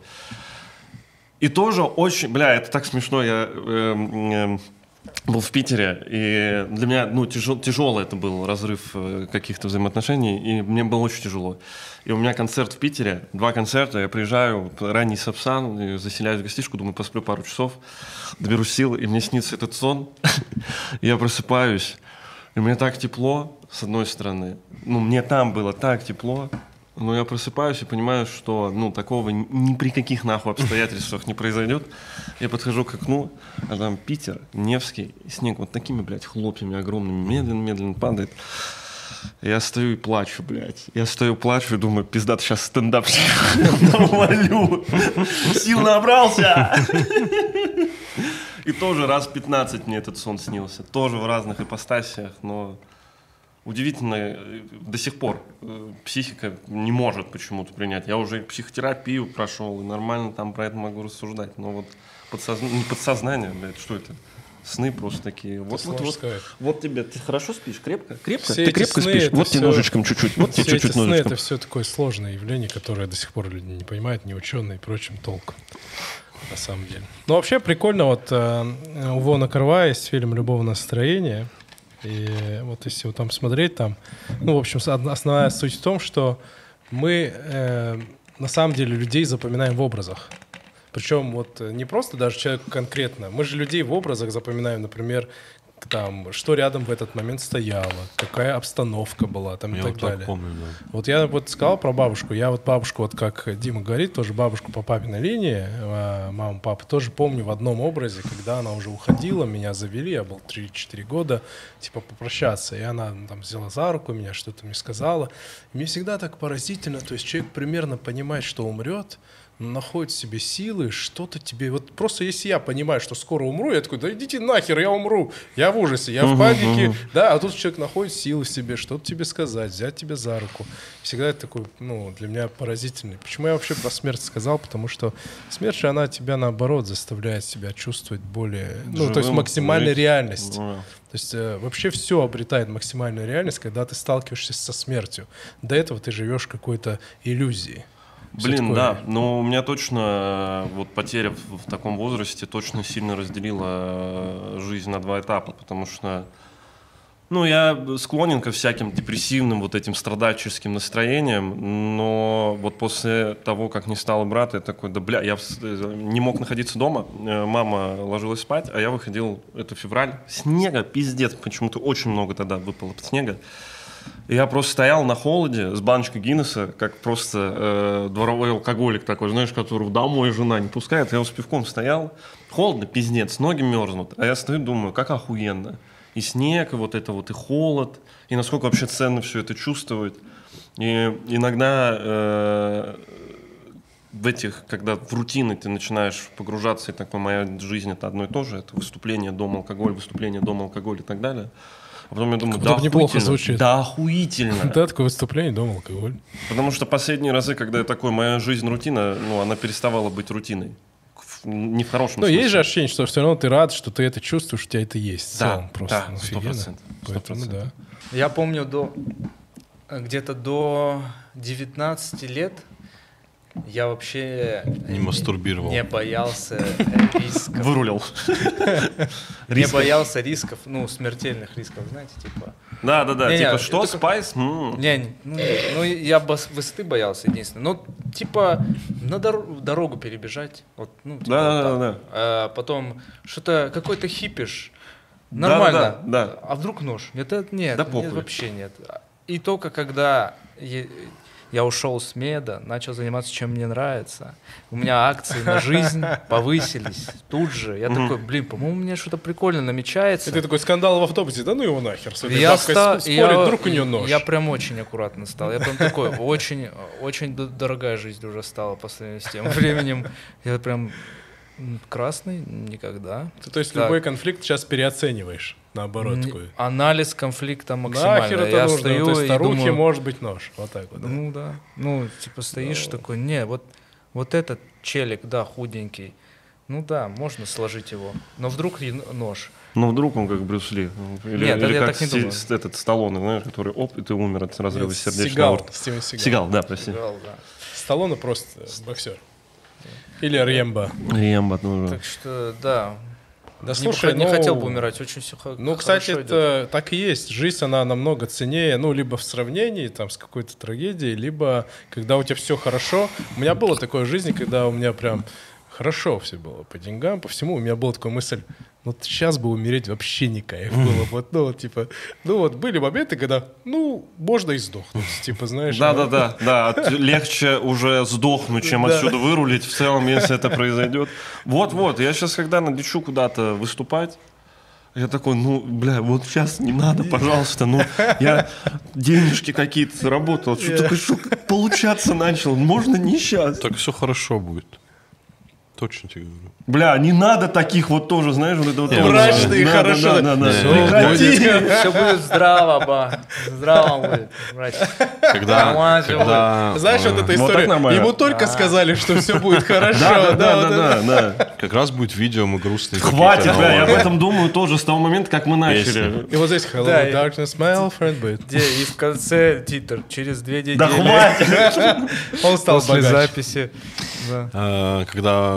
И тоже очень, бля, это так смешно, я э, э, был в Питере, и для меня, ну, тяжел, тяжелый это был разрыв э, каких-то взаимоотношений, и мне было очень тяжело. И у меня концерт в Питере, два концерта, я приезжаю, ранний Сапсан, и заселяюсь в гостишку, думаю, посплю пару часов, доберусь сил, и мне снится этот сон, я просыпаюсь, и мне так тепло, с одной стороны, ну, мне там было так тепло, но я просыпаюсь и понимаю, что, ну, такого ни при каких нахуй обстоятельствах не произойдет. Я подхожу к окну, а там Питер, Невский, и снег вот такими, блядь, хлопьями огромными медленно-медленно падает. Я стою и плачу, блядь. Я стою, плачу и думаю, пизда, ты сейчас стендап навалю. Сил набрался. И тоже раз пятнадцать мне этот сон снился. Тоже в разных ипостасиях, но удивительно, э, до сих пор э, психика не может почему-то принять. Я уже психотерапию прошел, и нормально там про это могу рассуждать. Но вот подсозна... не подсознание, блядь, что это? Сны просто такие. Вот, вот, вот, вот тебе, ты хорошо спишь? Крепко? Крепко?
Все
Ты
эти
крепко
сны,
спишь?
это
Вот тебе
всё-
ножичком чуть-чуть. Вот
Все
тебе
эти
чуть-чуть
сны —
ножичком.
это все такое сложное явление, которое до сих пор люди не понимают, ни ученые и прочим толком, на самом деле. Ну, вообще прикольно, вот э, у Вона Кар-вай есть фильм «Любовное настроение», и вот если его там смотреть, там, ну, в общем, с- одна- основная суть в том, что мы э, на самом деле людей запоминаем в образах. Причем вот э, не просто даже человек конкретно. Мы же людей в образах запоминаем, например, там, что рядом в этот момент стояло, какая обстановка была, там, и
Я
так
вот так
далее.
помню, да.
Вот я вот сказал про бабушку. Я вот бабушку, вот как Дима говорит, тоже бабушку по папиной линии, а, маму, папу, тоже помню в одном образе, когда она уже уходила, меня завели, я был три-четыре года, типа попрощаться. И она ну, там взяла за руку меня, что-то мне сказала. И мне всегда так поразительно, то есть человек примерно понимает, что умрет, но находит в себе силы, что-то тебе... Вот просто если я понимаю, что скоро умру, я такой, да идите нахер, я умру. Я в ужасе, я в панике. Да, а тут человек находит силы в себе, что-то тебе сказать, взять тебя за руку. Всегда это такой, ну, для меня поразительный. Почему я вообще про смерть сказал? Потому что смерть же, она тебя, наоборот, заставляет себя чувствовать более... Ну, то есть
Живым,
максимальной
жить.
реальность.
Ну,
То есть э, вообще все обретает максимальную реальность, когда ты сталкиваешься со смертью. До этого ты живешь в какой-то иллюзии. Всё
Блин,
такое.
да, но у меня точно э, вот потеря в, в таком возрасте точно сильно разделила э, жизнь на два этапа, потому что, ну, я склонен ко всяким депрессивным вот этим страдальческим настроениям, но вот после того, как не стало брата, я такой, да бля, я в- не мог находиться дома, э, мама ложилась спать, а я выходил, это февраль, снега, пиздец, почему-то очень много тогда выпало снега. И я просто стоял на холоде с баночкой Гиннесса, как просто э, дворовой алкоголик такой, знаешь, которого домой жена не пускает. Я вот с пивком стоял, холодно, пиздец, ноги мерзнут. А я стою, думаю, как охуенно. И снег, и вот это вот, и холод, и насколько вообще ценно все это чувствовать. И иногда э, в этих, когда в рутины ты начинаешь погружаться, и такой, моя жизнь это одно и то же, это выступление, дом, алкоголь, выступление, дом, алкоголь и так далее. А потом я думаю,
Как
да
будто неплохо
охуительно,
звучит.
да охуительно.
Да, такое выступление, дома алкоголь.
Потому что последние разы, когда я такой, моя жизнь рутина, ну, она переставала быть рутиной. В- Не в хорошем
Ну,
смысле.
есть же ощущение, что все равно ты рад, что ты это чувствуешь, у тебя это есть. В
Да,
целом просто
да,
ну,
сто
офигенно.
процентов, сто
Поэтому,
процентов.
да.
Я помню до где-то до девятнадцати лет я вообще
Не мастурбировал.
не боялся э, рисков.
Вырулил.
Не боялся рисков, ну, смертельных рисков, знаете, типа.
Да, да, да.
Не-не,
Типа, что,
это как-
спайс? М.
Не, не, ну, не, ну, я бас- высоты боялся единственное. Ну, типа, на дор- дорогу перебежать. Вот, ну, типа,
Да,
вот
да,
так.
да, да.
А потом что-то, какой-то хипиш. Нормально.
Да, да, да.
А вдруг нож? Это нет,
Да
нет,
похуй.
вообще нет. И только когда я, я ушел с меда, начал заниматься, чем мне нравится, у меня акции на жизнь повысились тут же. Я такой, блин, по-моему, у меня что-то прикольное намечается.
И ты такой скандал в автобусе, да ну его нахер. с этой
Я,
бабкой
ста-
спорит,
я-
вдруг у нее нож.
я прям очень аккуратно стал. Я прям такой, очень, очень д- дорогая жизнь уже стала по сравнению с тем временем. Я прям м, красный никогда.
Ты, то есть
Так.
любой конфликт сейчас переоцениваешь, наоборот.
Н-
такой.
Анализ конфликта максимально.
Нахер это
Я
нужно?
стою
То есть
и
старухе
думаю,
может быть нож. Вот так вот. Да.
ну да, ну типа стоишь такой, не, вот, вот этот челик, да, худенький, ну да, можно сложить его, но вдруг и н- нож.
Ну, вдруг он как Брюс Ли. Или,
Нет,
или
я
как
так не
Сти-
думаю.
с- этот Сталлоне, знаешь, который оп, и ты умер от разрыва
Нет,
сердечного
Сигал,
аорты.
Стивен Сигал.
Сигал, да, прости.
Играл, да.
Сталлоне просто боксер. Или Рембо.
Рембо тоже.
Так что, да,
Да
не,
слушай,
б- не
ну,
хотел бы умирать, очень все х-
Ну, кстати,
хорошо идет.
это так и есть. Жизнь, она намного ценнее, ну, либо в сравнении там с какой-то трагедией, либо когда у тебя все хорошо. У меня было такое в жизни, когда у меня прям хорошо все было по деньгам, по всему. У меня была такая мысль, ну, сейчас бы умереть вообще не кайф было. Вот, ну, вот, типа, ну, вот были моменты, когда, ну, можно и сдохнуть, типа, знаешь.
Да,
ну,
да, да, да. От- Легче уже сдохнуть, чем
Да.
отсюда вырулить. В целом, если это произойдет. Вот-вот. Я сейчас, когда налечу куда-то выступать, я такой, ну, бля, вот сейчас не надо, пожалуйста. Ну, я денежки какие-то заработал. Что такое, что получаться начал? Можно не сейчас.
Так все хорошо будет. Точно тебе говорю.
Бля, не надо таких вот тоже, знаешь, вот это вот. тоже.
Мрачно и
Да,
хорошо.
Да, да, да, да.
Всё
Прекрати.
Все будет здраво, ба. Здраво будет. брать.
Когда,
Нормально.
когда
Знаешь, вот
э,
эта
Вот
история.
так нормально.
Ему только сказали, что все будет хорошо.
Да, да, да,
вот
да,
это.
да, да.
как раз будет видео, мы грустные.
Хватит,
какие-то
бля, я об
новые.
этом думаю тоже с того момента, как мы начали.
Песня.
И вот здесь Hello,
Да, и-
darkness, my old friend, but...
Где, и в конце титр. Через две недели
Да хватит!
Он стал
после
богаче.
записи. Да.
А, когда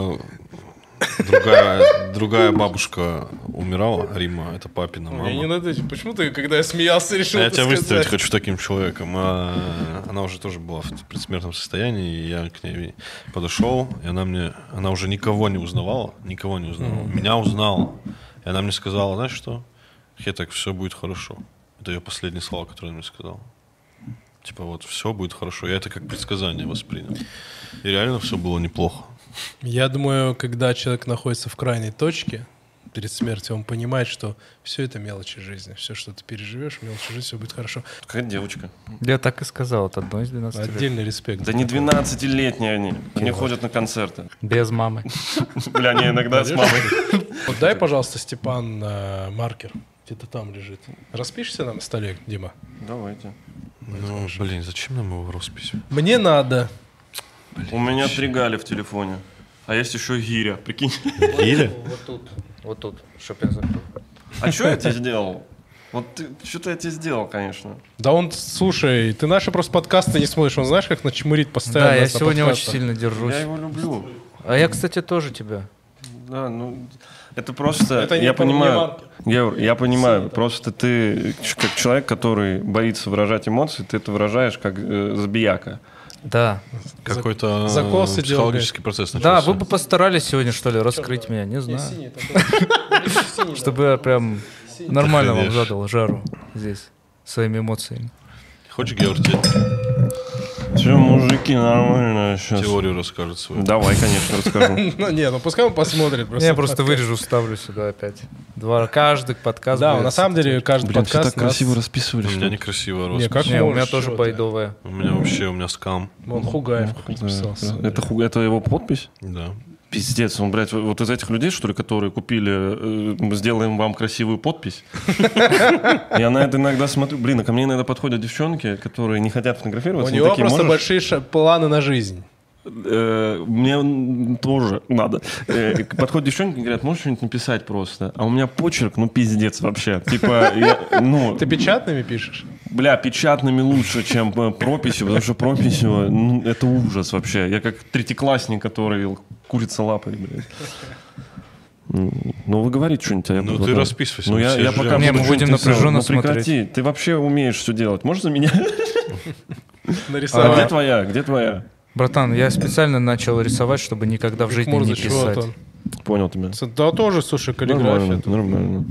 другая, другая бабушка умирала, Рима, это папина мама.
Мне не надо, почему ты, когда я смеялся, решил
А я
это
тебя выставить
сказать?
хочу таким человеком. А, она уже тоже была в предсмертном состоянии, и я к ней подошел, и она мне, она уже никого не узнавала, никого не узнавала. Меня узнала. И она мне сказала, знаешь что? Хетак, все будет хорошо. Это ее последние слова, которые она мне сказала. Типа вот, все будет хорошо. Я это как предсказание воспринял. И реально все было неплохо.
Я думаю, когда человек находится в крайней точке перед смертью, он понимает, что все это мелочи жизни. Все, что ты переживешь, мелочи жизни, все будет хорошо.
Какая девочка?
Я так и сказал, это одно из двенадцати лет.
Отдельный респект.
Да не двенадцатилетние они. Они ходят на концерты.
Без мамы.
Бля, не иногда с мамой.
Вот дай, пожалуйста, Степан, э, маркер. Где-то там лежит. Распишешься нам на столе, Дима?
Давайте.
Ну, блин, зачем нам его роспись?
Мне надо.
У меня три Гали в телефоне. А есть еще гиря, прикинь.
Гиля?
Вот тут. Вот тут. Чтоб я закрыл.
А что я тебе сделал? Вот ты, что-то я тебе сделал, конечно.
Да он, слушай, ты наши просто подкасты не смотришь. Он знаешь, как начмурит постоянно
Да, я
нас на
сегодня очень
подкастах?
сильно держусь.
Я его люблю.
А я, кстати, тоже тебя.
Да, ну, это просто,
Это не
я
по- не
понимаю,
маркер.
Геор, я понимаю, просто ты, ч- как человек, который боится выражать эмоции, ты это выражаешь как э, забияка.
Да.
Какой-то
закосы делал,
психологический процесс
Да,
начался.
вы бы постарались сегодня, что ли, раскрыть меня, не знаю. Чтобы я прям нормально вам
Конечно.
задал жару здесь своими эмоциями.
Хочешь, Георг, тебе?
Че, мужик, шутки нормально сейчас.
Теорию расскажет свою.
Давай, конечно, расскажу.
Ну не, ну пускай он посмотрит.
Я просто вырежу, вставлю сюда опять. Два, каждый подкаст.
Да,
будет
на самом деле каждый
Блин, все
подкаст
так красиво
нас...
расписывали.
У
что
меня
ли.
некрасивая
Не,
роспись.
как
Не, у меня
можешь,
тоже
чё
байдовая.
У меня вообще, у меня скам.
Вон Хугаев как подписался.
Это, ху- это его подпись?
Да.
Пиздец, он, блядь, вот из этих людей, что ли, которые купили, э, мы сделаем вам красивую подпись. Я на это иногда смотрю. Блин, а ко мне иногда подходят девчонки, которые не хотят
У
фотографироваться. они
него
такие,
просто
«Можешь?»
большие ша- планы на жизнь.
Э, Мне тоже надо. Э, Подходят девчонки и говорят, можешь что-нибудь написать просто? А у меня почерк, ну, пиздец вообще. Типа, я, ну...
Ты печатными пишешь?
Бля, печатными лучше, чем э, прописью, потому что прописью, ну, это ужас вообще. Я как третьеклассник, который курица лапой, блядь. Ну, вы говорите что-нибудь. а я
Ну,
буду
ты
потом-
расписывайся,
Ну,
мы
я,
все
я
ждем.
пока
Не,
буду
мы будем
что-нибудь
напряженно
рисовать. Ну,
смотреть.
прекрати. Ты вообще умеешь все делать. Можешь за меня? А где
Нарисовать.
твоя? Где твоя?
Братан, я специально начал рисовать, чтобы никогда в жизни не
Мурза, чего
писать.
там?
Понял тебя.
Да тоже, слушай, каллиграфия.
Нормально, нормально.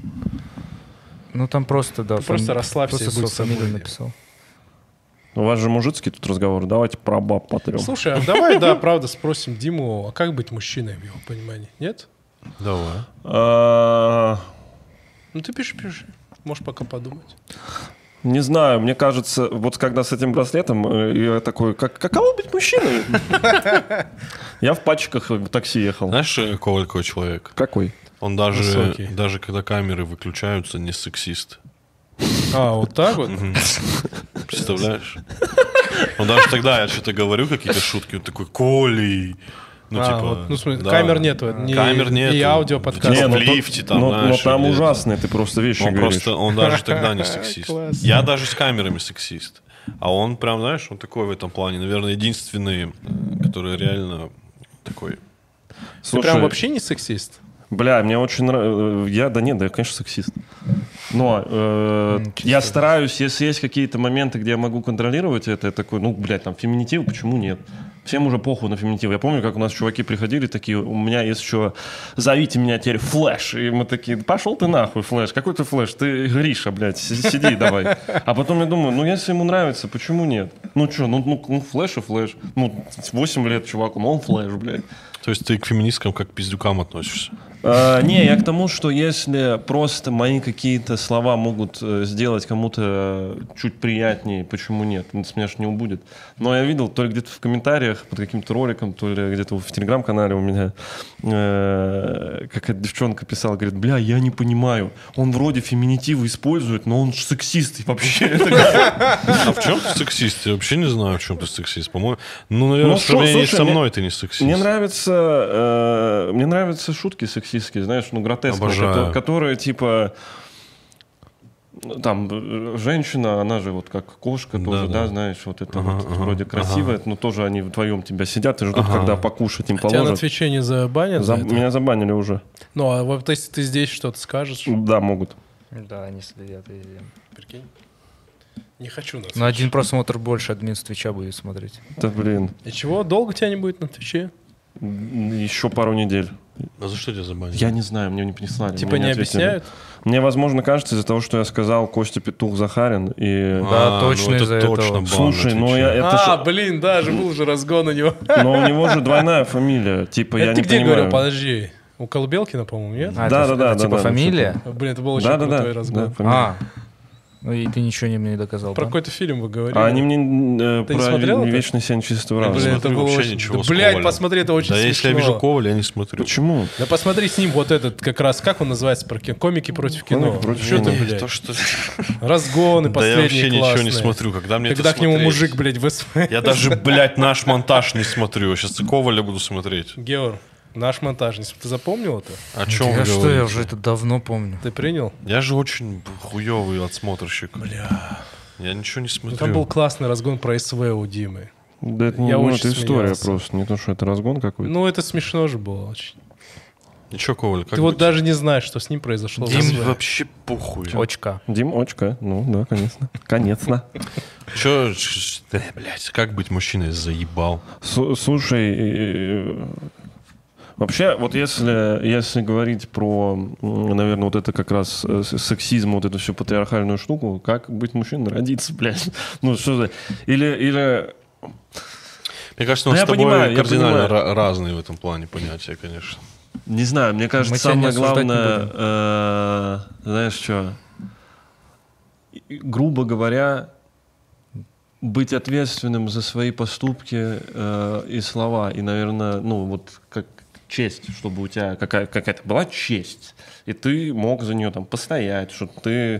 Ну там просто, да.
Ты просто расслабься
просто
и будь
свою фамилию
собой.
написал.
У вас же мужицкий тут разговор. Давайте про баб потрем.
Слушай, а давай, да, правда, спросим Диму, а как быть мужчиной в его понимании? Нет?
Давай.
А,
Ну ты пиши, пиши. Можешь пока подумать.
Не знаю, мне кажется, вот когда с этим браслетом, э, я такой, как, каково быть мужчиной? Я в пачках в такси ехал.
Знаешь, Коваль какой человек?
Какой?
Он даже,
Высокий.
даже когда камеры выключаются, не сексист.
А, вот так вот?
Представляешь? Он даже тогда я что-то говорю, какие-то шутки, он такой, Коли. Ну,
А,
типа,
вот, ну, смотри,
да.
камер нету, ни-
камер нету.
и аудиоподкаст.
Не,
ну,
в
то-
лифте там,
ну,
знаешь,
ну, там
или-
ужасные ты просто вещи
Он
говоришь.
просто, он даже тогда не сексист.
Класс.
Я даже с камерами сексист. А он прям, знаешь, он такой в этом плане, наверное, единственный, э, который реально такой.
Ты
Слушай,
прям вообще не сексист?
бля, мне очень нравится. Я, да нет, да я, конечно, сексист. Но э, я стараюсь, если есть какие-то моменты, где я могу контролировать это, я такой, ну, блядь, там, феминитив, почему нет? Всем уже похуй на феминитив. Я помню, как у нас чуваки приходили такие, у меня есть еще, зовите меня теперь Флэш. И мы такие, пошел ты нахуй, Флэш. Какой ты Флэш? Ты Гриша, блядь, си- сиди давай. А потом я думаю, ну, если ему нравится, почему нет? Ну, что, ну, ну, ну, Флэш и Флэш. Ну, восемь лет чуваку, ну, он Флэш, блядь.
То есть ты к феминисткам как к пиздюкам относишься?
А, не, я к тому, что если просто мои какие-то слова могут э, сделать кому-то чуть приятнее, почему нет? Ну, с меня ж не убудет. Но я видел то ли где-то в комментариях под каким-то роликом, то ли где-то в телеграм-канале у меня э, какая-то девчонка писала, говорит, бля, я не понимаю, он вроде феминитивы использует, но он ж сексист и вообще.
А в чем ты сексист? Я вообще не знаю, в чем ты сексист. По-моему, ну, наверное,
Ну,
в сравнении
слушай,
со
мне-
мной ты не сексист.
Мне нравится, э, мне нравятся шутки сексистские, знаешь, ну гротескные,
Обожаю.
кото- которые типа ну, там э, женщина, она же вот как кошка
Да,
тоже, да,
да.
знаешь, вот это
Ага,
вот
ага,
вроде красивая, но тоже они вдвоем тебя сидят и ждут,
Ага.
когда покушать им
Тебя на
положат.
Твиче не забанят за
За-
это?
Меня забанили уже.
Ну, а вот если ты здесь что-то скажешь,
Да, могут.
Да, они следят везде.
прикинь. Не хочу на
Но
Твич.
один просмотр больше админ с Твича будет смотреть.
Да, блин,
И чего, долго тебя не будет на Твиче?
еще пару недель.
А за что тебя забанили?
Я не знаю, мне не прислали.
Типа
мне
не
ответили.
объясняют?
Мне, возможно, кажется, из-за того, что я сказал Костя Петух Захарин, и...
Да,
А,
точно
ну это
из-за
точно
этого.
бан
Слушай,
на
ну
Твиче.
я... Это
а,
ж-
блин, да, же был же разгон у него.
Но у него же двойная фамилия. Типа, я
Это ты
не
где
понимаю.
говорил? Подожди. У Колбелкина, по-моему, нет?
А,
Да,
это,
да, да,
это
да,
типа
да,
фамилия?
Блин, это был очень
Да, да, да,
крутой
да,
разгон.
фамилия.
А, ну и ты ничего не мне доказал,
Про
да?
какой-то фильм вы говорили.
А они мне э,
Ты не
про
смотрел
не
это?
вечный семь чистого
Да,
разума.
блин, это
смотрю
было
вообще
очень...
ничего
Да,
с
блядь,
Ковалем.
посмотри, это очень
Да
смешно.
если я вижу Коваля, я не смотрю.
Почему?
Да посмотри с ним вот этот, как раз, как он называется, про кино? Комики против кино.
Комики против
Что ты,
кино.
блядь?
То, что...
Разгоны
Да я
последние
вообще
классные.
ничего не смотрю. Когда мне
Когда
это
к нему
смотреть?
мужик, блядь, высмеет.
Я даже, блядь, наш монтаж не смотрю. Сейчас Коваля буду смотреть.
Геор, наш монтажник, ты запомнил это?
О чем
Я
вы
что,
говорите?
я уже это давно помню.
Ты принял?
Я же очень хуёвый отсмотрщик.
Бля.
Я ничего не
Ну,
смотрю.
там был классный разгон про СВ у Димы.
Да это,
Я
ну,
очень
это история
смеялся.
просто. Не то, что это разгон какой-то.
Ну, это смешно же было очень.
И чё, Коваль, как
Ты вот
быть?
даже не знаешь, что с ним произошло. в
Дим,
СВ.
вообще похуй.
Очка.
Дим, очка. Ну, да, конечно. Конечно.
Чё, ш- э, блядь, как быть мужчиной, заебал.
С- Слушай, э, вообще, вот если, если говорить про, м, наверное, вот это как раз э, с- сексизм, вот эту всю патриархальную штуку, как быть мужчиной, родиться, блядь. Ну, что за... Или, или
Мне кажется, мы
Ну,
с
я
тобой
понимаю, я
кардинально
понимаю.
ра- разные в этом плане понятия, конечно.
Не знаю, мне кажется,
Мы тебя не
самое
осуждать не
главное,
будем.
э, знаешь что, грубо говоря, быть ответственным за свои поступки э, и слова. И, наверное, ну вот как честь, чтобы у тебя какая- какая-то была честь, и ты мог за нее там постоять, что ты...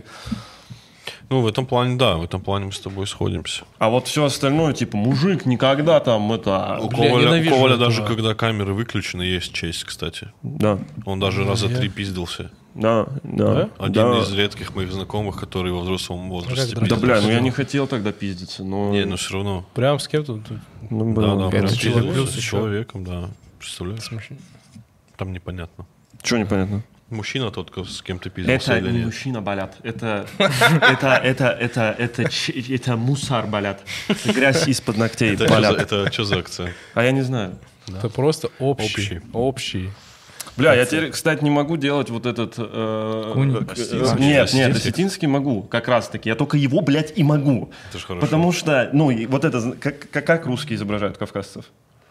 Ну, в этом плане, да, в этом плане мы с тобой сходимся.
А вот все остальное, типа, мужик никогда там это...
У
Бля,
Коваля, у
ненавижу
Коваля
этого.
даже когда камеры выключены, есть честь, кстати.
Да,
Он даже раза три пиздился.
да, да.
Один
да.
из редких моих знакомых, который во взрослом возрасте
как
Да,
пиздился.
бля, ну я не хотел тогда пиздиться, но...
Не, ну все равно.
Прям с кем-то тут
ну,
Да,
было.
да,
Это
прям
человек
пиздился
плюс
с
еще.
человеком, да. Представляешь?
смешно.
Там непонятно.
Чего непонятно?
Мужчина тот, ко- с кем ты пиздился
Это
или
не
нет.
мужчина болят, это, это, это, это, это, ч- это мусор болят, грязь из-под ногтей
Это, что за-
болят.
это что за акцент?
А я не знаю.
Это просто общий.
Общий.
Общий.
Бля, я теперь, кстати, не могу делать вот этот... э,
Кунь.
э,
Осетинский.
Нет, нет,
Осетинский?
осетинский могу, как раз таки. Я только его, блядь, и могу.
Это ж хорошо.
Потому что, ну, и вот это, как, как, как русские изображают кавказцев?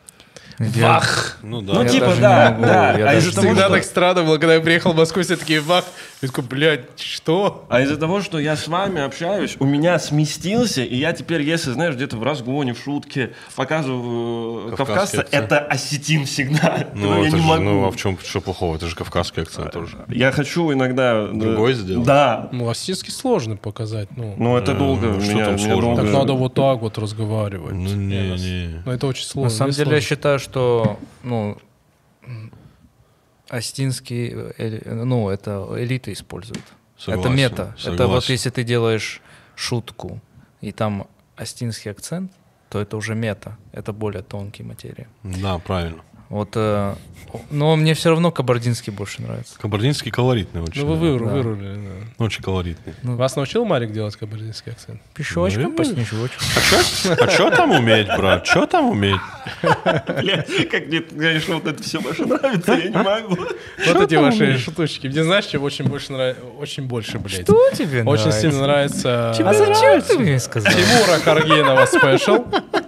Я-
Вах!
Ну да.
Ну,
Я
типа,
даже
да,
не могу,
да.
я
А
даже
из-за того,
Всегда
что...
так странно было, когда я приехал в Москву, все такие вах. Я такой, блядь, что?
А из-за того, что я с вами общаюсь, у меня сместился, и я теперь, если, знаешь, где-то в разгоне, в шутке показываю э,
Кавказский
кавказца,
акцент.
это осетин всегда.
Ну,
я
это
не
же-
могу.
ну, а в чем что плохого? Это же кавказский акцент тоже.
Я хочу иногда... э,
Другой сделать?
Да.
Ну, осетинский сложно показать. Ну,
Но это долго.
ну, что
меня,
там
меня
сложно?
так
долго-
надо вот так вот разговаривать.
Ну, не, не.
Ну, это очень сложно.
На самом
Мне
деле я
сложно.
считаю, что ну, м, осетинский, э, ну, это элита использует. Это
Согласен,
мета. Это вот
согласен.
если ты делаешь шутку, и там осетинский акцент, то это уже мета. Это более тонкие материи.
Да, правильно.
Вот, э, но мне все равно кабардинский больше нравится.
Кабардинский колоритный очень.
Ну, вы
да.
выру- вырулили, да.
Очень колоритный.
Вас научил Марик делать кабардинский акцент?
Пищочком
Ну,
по снежочку.
А что там уметь, брат? Что там уметь?
Бля, как мне, конечно, вот это все ваше нравится, я не могу.
Вот эти ваши шуточки. Мне знаешь, чем очень больше нравится? Очень больше, блядь.
Что тебе
Очень
нравится?
сильно нравится
А зачем ты мне сказал?
Тимура Каргинова спешл.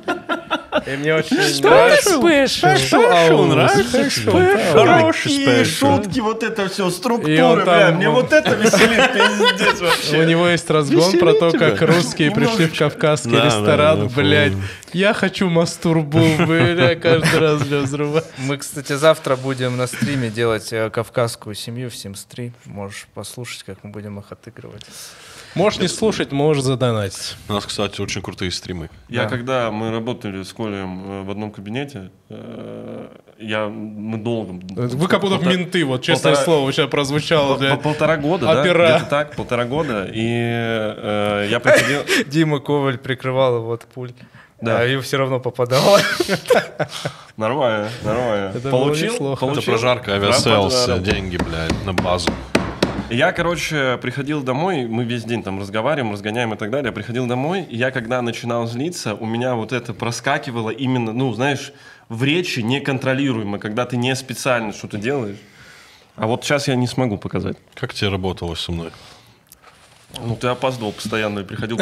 И мне очень
Что это
нравится.
спешл?
Ау,
нравится?
спешл,
Хороший
Какие
спешл.
шутки, вот это все,
И он
структуры,
там-
бля, мне вот это веселит, пиздец
У
вообще.
него есть разгон про то, как русские пришли в
Немножечко.
кавказский
Да, да,
ресторан,
да,
блядь.
помню.
Я хочу мастурбу, бля, каждый раз, бля, взрывать.
Мы, кстати, завтра будем на стриме делать э, кавказскую семью в Sims три. Можешь послушать, как мы будем их отыгрывать.
Можешь не слушать, можешь задонатить.
У нас, кстати, очень крутые стримы.
Я
Да.
когда мы работали с Колем э, в одном кабинете, э, я, мы долго...
Вы как будто
полтора-
менты, вот честное
полтора-
слово, сейчас прозвучало,
По-
бля.
по- Полтора года, да?
Опера.
Где-то так, полтора года. И э, я приходил...
Дима Коваль прикрывал его от пуль.
Да.
А и все равно попадало.
Нормально, нормально.
Это было
Получил,
неплохо.
Это
получил.
прожарка,
Раз,
авиаселс,
подарил.
деньги, блядь, на базу.
Я, короче, приходил домой, мы весь день там разговариваем, разгоняем и так далее. Я приходил домой, и я, когда начинал злиться, у меня вот это проскакивало именно, ну, знаешь, в речи неконтролируемо, когда ты не специально что-то делаешь. А вот сейчас я не смогу показать.
Как тебе работалось со мной?
Ну, ты опаздывал постоянно и приходил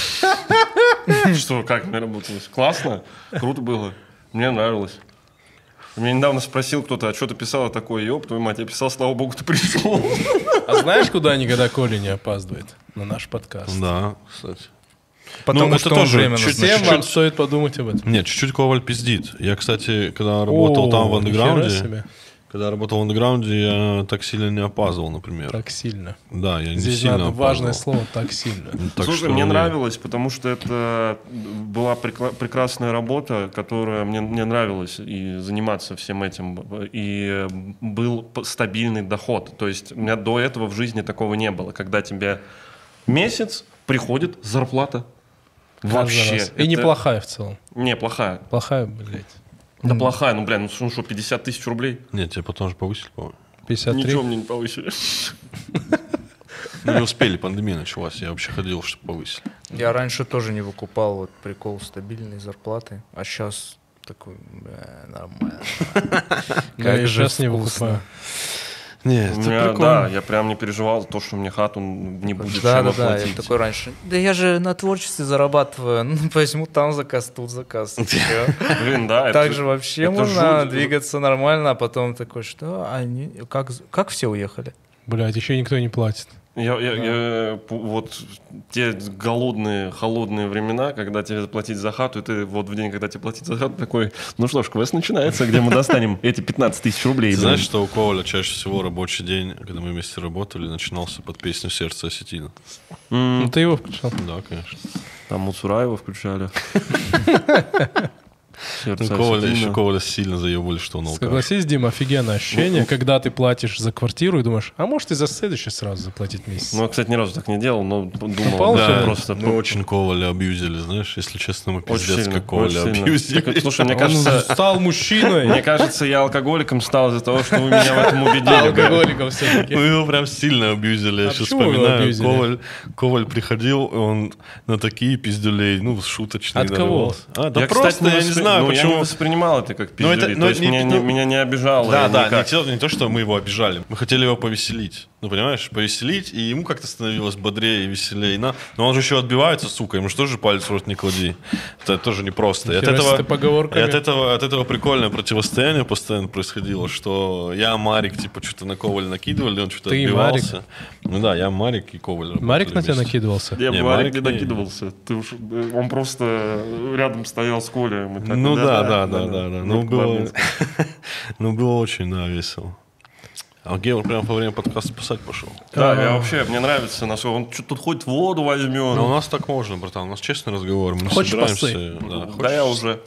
поздно. Что, как мне работалось? Классно, круто было, мне нравилось. Меня недавно спросил кто-то, а что ты писала такое, ёб твою мать, я писал, слава богу, ты пришел.
А знаешь, куда никогда Коля не опаздывает? На наш подкаст.
Да, кстати.
Потому
это
что он
тоже
время
чуть-
назначил.
Всем вам стоит подумать об этом.
Нет, чуть-чуть Коваль пиздит. Я, кстати, когда работал там в
О, нихера
андеграунде,
себе.
когда работал в андеграунде, я так сильно не опаздывал, например.
Так сильно.
Да, я не
Здесь
сильно
надо
опаздывал.
важное слово «так сильно».
Так
Слушай,
что
мне
не-
нравилось, потому что это была прекла- прекрасная работа, которая мне, мне нравилась, и заниматься всем этим. И был п- стабильный доход. То есть у меня до этого в жизни такого не было, когда тебе месяц приходит зарплата.
Каждый
Вообще.
раз. И
Это-
неплохая в целом.
Не, плохая.
Плохая, блядь.
Да плохая, ну, бля, ну ну что, пятьдесят тысяч рублей?
Нет, тебе потом же повысили, по-моему.
пятьдесят три.
Ничего мне не повысили.
Ну, не успели, пандемия началась. Я вообще ходил, чтобы повысили.
Я раньше тоже не выкупал вот прикол стабильной зарплаты, а сейчас такой, бля, нормально.
Я и
же
сейчас не
вкусно.
выкупаю.
Нет,
У
это
меня,
прикольно.
да, я прям не переживал то, что мне хату не будет
Да,
чем
да, да, я
оплатить.
такой раньше. Да я же на творчестве зарабатываю. Ну, возьму там заказ, тут заказ. Всё.
Блин, да,
Так
это-
же вообще
это
можно
жуть.
двигаться нормально, а потом такой, что они, как, как все уехали?
Блядь, еще никто не платит.
Я, я- я, п- вот те голодные, холодные времена, когда тебе платить за хату, и ты вот в день, когда тебе платить за хату, такой, ну что ж, квест начинается, где мы достанем эти пятнадцать тысяч рублей.
Ты
блин.
знаешь, что у Коваля чаще всего рабочий день, когда мы вместе работали, начинался под песню «Сердце осетина».
М,
Ну ты его включил.
Да, конечно.
Там Муцураева включали. Сердце
Ну, Коваля,
осетина.
еще Коваля сильно заебали, что он алкаш.
Согласись, Дима, офигенное ощущение, когда ты платишь за квартиру и думаешь, а может и за следующий сразу заплатить месяц.
Ну, я, кстати, ни разу так не делал, но думал,
Попал
да,
же?
просто...
Мы очень Коваля абьюзили, знаешь, если честно, мы
Очень
пиздец,
сильно,
как Коваля
очень сильно.
абьюзили.
Так, слушай, мне
Он
кажется,
стал мужчиной.
мне кажется, я алкоголиком стал из-за того, что вы меня в этом убедили. блин.
Алкоголиком все-таки.
Мы его прям сильно абьюзили. Я
А
сейчас
почему вы его
вспоминаю,
абьюзили?
Коваль, Коваль приходил, и он на такие пиздюлей, ну, шуточные.
От кого?
нарывался. А, да
Я,
просто,
кстати,
я не
воспри-
знаю,
ну, я
почему...
не воспринимал это как
Ну, это-
пиздюли.
ну,
То есть
не-
меня,
ну,
не- меня не обижало.
Да, да, не
никак.
то, не то, что мы его обижали. Мы хотели его повеселить. Ну, понимаешь, повеселить, и ему как-то становилось бодрее и веселее. Но, но он же еще отбивается, сука, ему же тоже палец в рот не клади. Это тоже непросто. И от
Нихера себе
этого,
ты поговорками.
и от, этого, от этого прикольное противостояние постоянно происходило, что я, Марик, типа, что-то на Коваль накидывали, он что-то
Ты и
отбивался. Ну да, я, Марик и Коваль работали
Марик на тебя
вместе.
накидывался?
Я
Не,
Марик
Марик
не
не-
накидывался. Ты уж- он просто рядом стоял с Колей. Мы так,
Ну да, да, да, да, да. Ну,
Руку
было,
поднял.
ну, было очень, да, весело. А Геор прямо во время подкаста писать пошел.
Да, я вообще, мне нравится, насколько он что-то тут хоть воду возьмет.
Но у нас так можно, братан. У нас честный разговор. Мы не
Хочешь
собираемся. Да,
Да, я уже.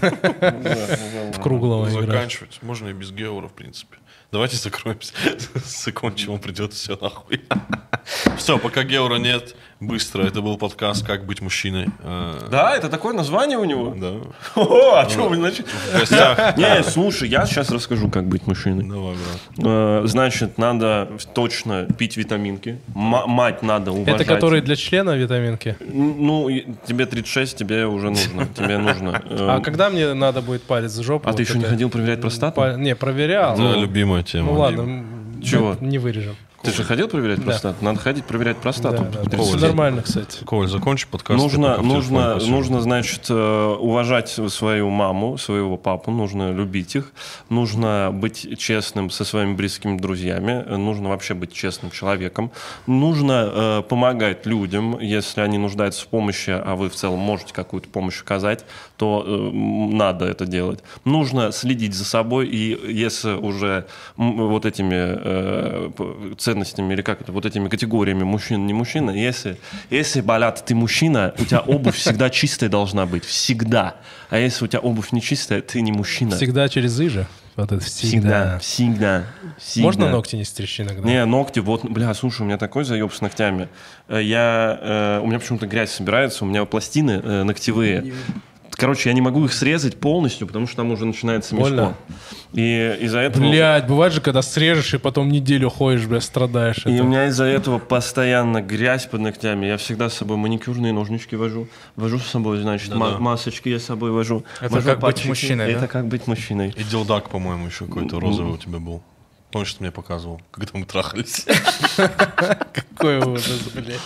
В круглого играть.
заканчивать. Можно и без Геора, в принципе. Давайте закроемся. Закончим, он придет, все нахуй. Все, пока Геора нет, быстро. Это был подкаст «Как быть мужчиной». Э,
Да, это такое название у него?
Да.
О, а что вы начали?
В гостях.
Не, слушай, я сейчас расскажу, как быть мужчиной.
Давай, брат.
Э, Значит, надо точно пить витаминки. М- мать надо уважать.
Это которые для члена витаминки?
Ну, и тебе тридцать шесть, тебе уже нужно. Тебе нужно. Э,
А когда мне надо будет палец в жопу?
А
вот
ты еще не
это?
ходил проверять простату?
Па- Не, проверял.
Это любимая тема.
Ну ладно, м,
Чего?
не вырежем.
Ты же ходил проверять
Да.
простату? Надо ходить проверять
Да,
простату.
да,
Тридцать
да. Все
лет.
нормально, кстати.
Коль, закончи подкаст.
Нужно,
я пока в телефоне
нужно,
посижу.
нужно, значит, э, уважать свою маму, своего папу, нужно любить их, нужно быть честным со своими близкими друзьями, э, нужно вообще быть честным человеком, нужно э, помогать людям, если они нуждаются в помощи, а вы в целом можете какую-то помощь оказать, то э, м, надо это делать. Нужно следить за собой, и если уже м, вот этими э, п- ценностями, или как это, вот этими категориями мужчина, не мужчина, если, если, балят, ты мужчина, у тебя обувь всегда чистая должна быть, всегда. А если у тебя обувь не чистая, ты не мужчина.
Всегда через «и» же. Вот это
Всегда,
всегда.
всегда, всегда.
Можно ногти не стричь иногда?
Не, ногти, вот, бля, слушай, у меня такой заеб с ногтями. Э, Я, э, у меня почему-то грязь собирается, у меня пластины э, ногтевые. Короче, я не могу их срезать полностью, потому что там уже начинается мешко.
Больно?
И из-за этого...
Блядь, бывает же, когда срежешь и потом неделю ходишь, бля, страдаешь.
И
Это-
у меня из-за этого постоянно грязь под ногтями. Я всегда с собой маникюрные ножнички вожу. Вожу с собой, значит, ма- масочки я с собой вожу.
Это
Вожу
как быть
пальчики.
мужчиной,
Это
да?
как быть мужчиной.
И дилдак, по-моему, еще какой-то розовый у тебя был. Помнишь, ты мне показывал, когда мы трахались?
Какой ужас, блядь.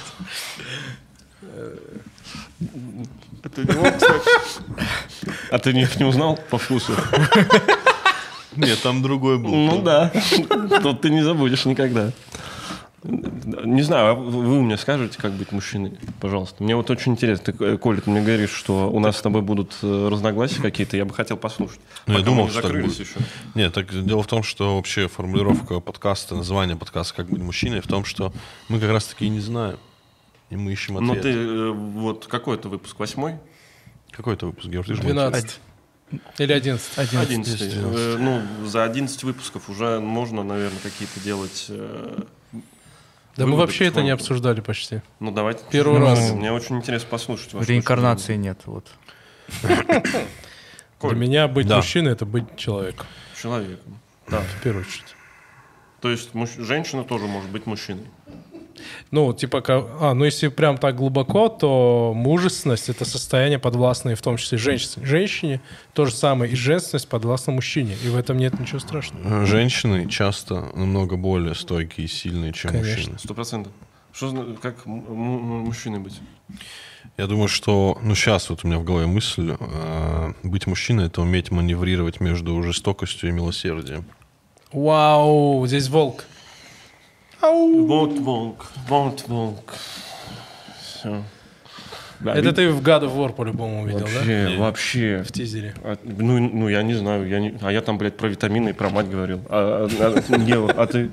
А ты их не узнал по вкусу?
Нет, там другой был.
Ну да. Тут ты не забудешь никогда. Не знаю, а вы мне скажете, как быть мужчиной, пожалуйста. Мне вот очень интересно. Ты, Коля, ты мне говоришь, что у нас с тобой будут э, разногласия какие-то. Я бы хотел послушать.
Ну, я
Пока
думал,
мы не
что так
закрылись
будет.
еще.
Нет, так дело в том, что вообще формулировка подкаста, название подкаста «Как быть мужчиной» в том, что мы как раз-таки и не знаем. И мы ищем
Ну
ответ.
ты, э, вот какой это выпуск? Восьмой?
Какой это выпуск, Георг? Ты же
двенадцать. Или одиннадцать.
Одиннадцатый. Э, Ну, за одиннадцать выпусков уже можно, наверное, какие-то делать... э,
Да мы
выводы
вообще это не
потихоньку.
обсуждали почти.
Ну, давайте.
Первый
Ну,
раз.
Мне очень интересно послушать. вашу
Реинкарнации нет. Вот.
Для меня быть
Да.
мужчиной — это быть человеком.
точку зрения. Человеком. Да.
В первую очередь.
То есть муж- женщина тоже может быть мужчиной.
Ну, типа, ка- а, ну если прям так глубоко, то мужественность — это состояние подвластное в том числе женщине. Женщине то же самое, и женственность подвластна мужчине. И в этом нет ничего страшного.
Женщины часто намного более стойкие и сильные, чем
Конечно.
мужчины.
Сто процентов. Что зна- как м- м- мужчиной быть?
Я думаю, что, ну, сейчас вот у меня в голове мысль, э, быть мужчиной — это уметь маневрировать между жестокостью и милосердием.
Вау, здесь волк.
Вот волк, вот волк. Все.
Это ты в God of War по-любому увидел,
Вообще,
Не.
вообще.
да? В тизере.
А, ну, ну, я не знаю, я не, а я там, блядь, про витамины и про мать говорил. А, а, а, Ева, а ты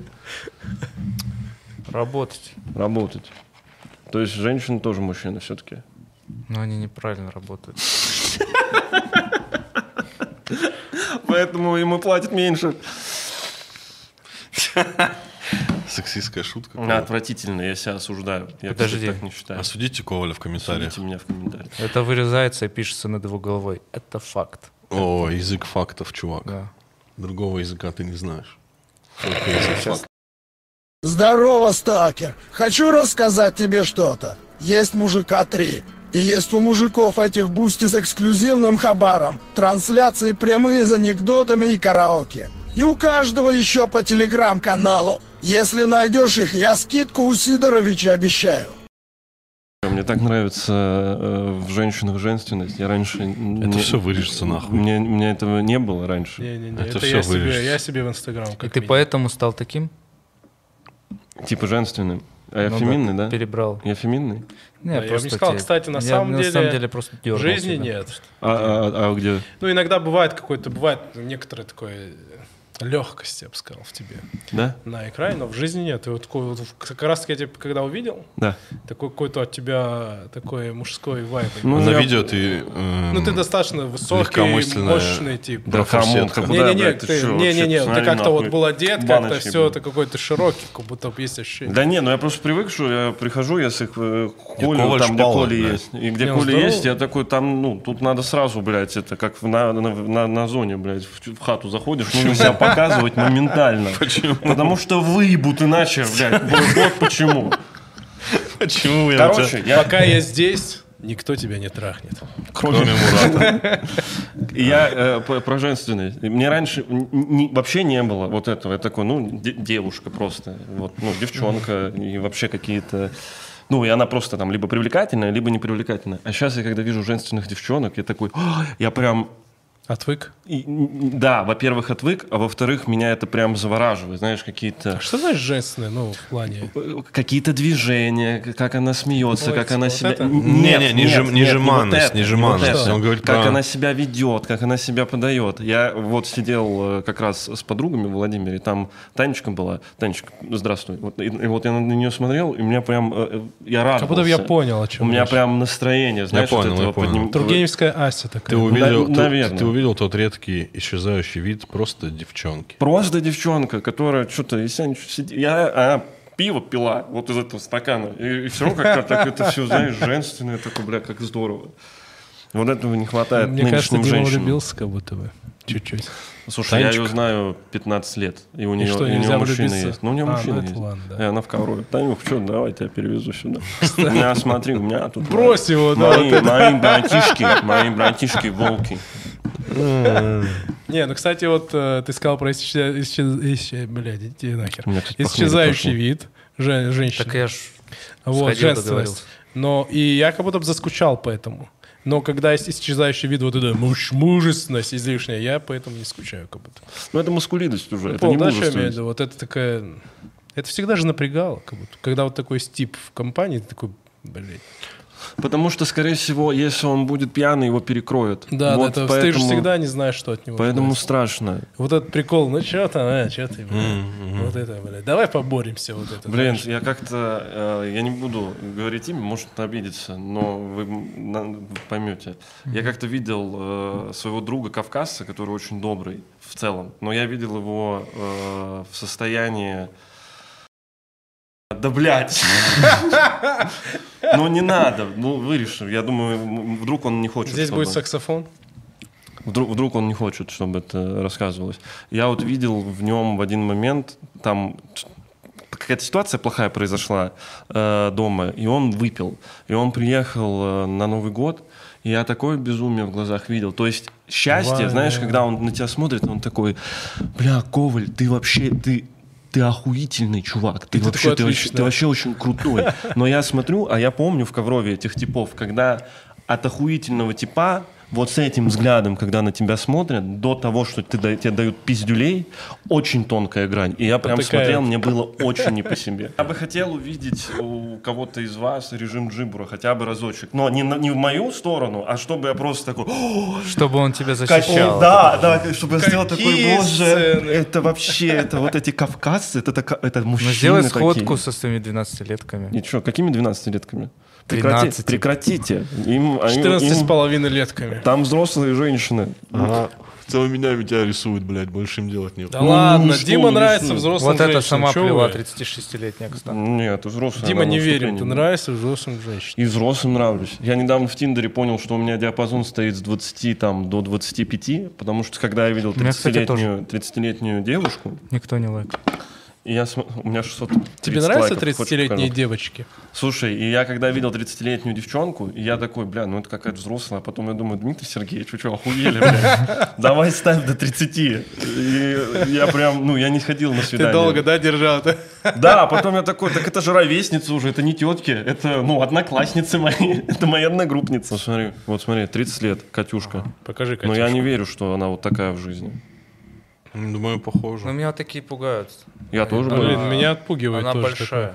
Работать.
работать. То есть женщины тоже мужчины все-таки.
Но они неправильно работают.
Поэтому ему платят меньше.
Сексистская шутка.
Отвратительно, я себя осуждаю. Я
Подожди.
кстати, так не считаю.
Осудите Коваля в комментариях.
Судите меня в комментариях.
Это вырезается и пишется над его головой. Это факт.
О, язык фактов, чувак.
Да.
Другого языка ты не знаешь. Только язык фактов.
Здорово, сталкер. Хочу рассказать тебе что-то. Есть мужика три. И есть у мужиков этих бусти с эксклюзивным хабаром, трансляции прямые с анекдотами и караоке. И у каждого еще по телеграм-каналу. Если найдешь их, я скидку у Сидоровича обещаю.
Мне так нравится э, в женщинах женственность. Я раньше...
Это все вырежется нахуй.
Мне, мне этого не было раньше.
Не-не-не,
Это
это,
всё
я, себе,
вырежется.
я себе в Инстаграм.
И
как
ты
видел.
поэтому стал таким?
Типа женственным. А я
Ну
феминный, да?
Перебрал.
Я феминный?
Не,
Да, я бы не сказал,
те-
кстати, на
я
самом
на
деле
самом деле просто
В
дёрнул
жизни
себя.
нет.
А, а- а где?
Ну, иногда бывает какой-то, бывает некоторое такое легкость, я бы сказал, в тебе
Да?
на экране, но в жизни нет. И вот такой вот, как раз таки я тебя когда увидел,
Да.
такой какой-то от тебя такой мужской вайб.
Ну,
На
я-
видео ты... эм,
Ну, ты достаточно высокий,
легкомысленная
мощный тип.
Да, камон,
Профессетка.
куда,
Не-не-не,
блядь, ты
ты,
чё,
не-не-не,
вообще,
ты
смотри,
как-то вот
нахуй,
был одет, как-то
баночки
все,
был.
это какой-то широкий, как будто есть ощущение.
Да не, ну я просто привык, что я прихожу, если к э, Коле,
Коваль
там, где
шпала,
Коля
да.
есть. И где
Не, ну,
Коля
здорово.
есть, я такой, там, ну, тут надо сразу, блядь, это как в- на, на, на, на зоне, блядь, в, в хату заходишь, нужно себя показывать моментально. Почему? Потому что выебут иначе, блядь. Вот, вот почему.
Почему я
Короче, я,
Пока я здесь, никто тебя не трахнет.
кроме Мурата?
я э, по- про женственность. Мне раньше н- н- вообще не было вот этого. Я такой, ну, де- девушка просто. Вот, ну, девчонка и вообще какие-то... Ну, и она просто там либо привлекательная, либо непривлекательная. А сейчас я, когда вижу женственных девчонок, я такой, «О!» я прям...
Отвык?
И, н- да, во-первых, отвык, а во-вторых, меня это прям завораживает. Знаешь, какие-то...
Что значит женственное, ну, в плане?
Какие-то движения, к- как она смеется,
Ой,
как она
вот
себя...
это?
Н-
Не,
нет,
не, не
нет,
жем-
нет,
не
не вот
жеманность,
это,
не
не
жеманность.
вот это.
Он говорит
как
про-
она себя ведет, как она себя подает. Я вот сидел э, как раз с подругами в Владимире, там Танечка была. Танечка, здравствуй. Вот, и, и вот я на нее смотрел, и у меня прям... э, э, я радовался.
Как будто я понял, о чем
У меня
речь.
прям настроение, знаешь,
понял,
вот этого
я понял.
подним-
Тургеневская Ася
Ты
такая.
увидел,
На-
ты-
наверное.
ты увидел тот редкий исчезающий вид просто девчонки.
Просто девчонка, которая что-то, если она чё-то сидит, я а, пиво пила вот из этого стакана, и, все равно как-то так это все, знаешь, женственное, такое, бля, как здорово. Вот этого не хватает
Мне кажется,
нынешним
Дима
женщинам.
влюбился, как будто бы. Чуть-чуть.
Слушай, я
Танечка.
ее знаю пятнадцать лет, и у
И
нее,
что,
и у нее
нельзя
мужчина
влюбиться?
есть. Ну, у нее
А,
мужчина
ну, это
есть.
ладно, да.
И она в корове. Танюх, что, давай, тебя перевезу сюда. У меня, смотри, у меня тут...
Брось его, да.
Мои, мои братишки, мои братишки волки.
Не, ну, кстати, вот э, ты сказал про исчез... исчез... исчез- блядь, иди нахер.
У меня, кстати, похмелье
Исчезающий
пошло.
вид жен- женщины.
Так я ж
Вот,
сходил,
женственность.
договорился.
Но и я как будто бы заскучал по этому. Но когда есть исчезающий вид, вот это муж, мужественность излишняя, я поэтому не скучаю как будто.
Ну, это маскулинность уже, это
Понял,
не
да, что я имею в
мужественность.
виду? Вот это такая... Это всегда же напрягало, как будто. Когда вот такой стип в компании, ты такой, блядь.
Потому что, скорее всего, если он будет пьяный, его перекроют.
Да,
Вот
да, это, ты же
поэтому-
всегда не знаешь, что от него
Поэтому
ждать.
страшно.
Вот этот прикол, ну что там, а, что ты, блядь? Вот это, блядь. Давай поборемся, вот это.
Блин,
знаешь.
я как-то, э, я не буду говорить имя, может обидеться, но вы м, на- поймете. Я как-то видел э, своего друга кавказца, который очень добрый в целом, но я видел его э, в состоянии... Да, блядь! Ну, не надо, ну, вырежем. Я думаю, м, вдруг он не хочет,
Здесь
чтобы-
будет саксофон.
Вдруг, вдруг он не хочет, чтобы это рассказывалось. Я вот видел в нем в один момент, там какая-то ситуация плохая произошла э, дома, и он выпил. И он приехал э, на Новый год, и я такое безумие в глазах видел. То есть счастье,
Ваня.
знаешь, когда он на тебя смотрит, он такой, бля, Коваль, ты вообще, ты... Ты охуительный чувак, ты,
ты
вообще,
такой
ты, вообще,
отличный.
ты вообще очень крутой. Но я смотрю, а я помню в Коврове этих типов, когда от охуительного типа, вот с этим взглядом, когда на тебя смотрят, до того, что ты, да- тебе дают пиздюлей, очень тонкая грань. И я прям
Потыкают.
смотрел, мне было очень не по себе. Я бы хотел увидеть у кого-то из вас режим Джибура хотя бы разочек. Но не, на- не в мою сторону, а чтобы я просто такой... «О,
Чтобы он тебя
Какие-
защищал.
да, да, чтобы я сделал такой,
Какие
боже,
сцены?
это вообще, это вот эти кавказцы, это, така- это мужчины
Ну сделай
такие.
сходку со своими двенадцатилетками.
И что, какими двенадцатилетками? Прекрати-
тринадцати.
Прекратите. Им, они-
четырнадцать с
им-
половиной летками.
Там взрослые женщины.
Ага. Целыми днями тебя рисуют, блядь, большим делать нет.
Да ладно,
что
Дима
вы
нравится
рисуете?
взрослым
Вот это
женщинам.
сама
Чё
плела
вы?
тридцатишестилетняя, кстати.
Нет, взрослые.
Дима,
она
не
на
верим, ты
выступлении.
нравишься взрослым женщинам.
И взрослым нравлюсь. Я недавно в Тиндере понял, что у меня диапазон стоит с двадцати там, до двадцати пяти, потому что когда я видел
меня, кстати,
тридцатилетнюю, тридцатилетнюю девушку,
Никто не лайк.
и я см- у меня шестьсот
Тебе нравятся
лайков, хочешь
тридцатилетние
покажу?
девочки?
Слушай, и я когда видел тридцатилетнюю девчонку, и я такой, бля, ну это какая-то взрослая, а потом я думаю, Дмитрий Сергеевич, вы что, охуели, бля? Давай ставь до тридцати. И я прям, ну, я не ходил на
Ты
свидание.
долго, да, держал? Да?
Да, потом я такой, так это же ровесница уже, это не тетки, это, ну, одноклассницы мои, это моя одногруппница. Смотри, вот смотри, тридцать лет, Катюшка.
Покажи,
Но
Катюшку.
я не верю, что она вот такая в жизни.
Думаю, похоже.
Но меня вот такие пугают.
Я тоже
Блин,
боюсь.
Она-
меня отпугивает
Она
тоже
большая.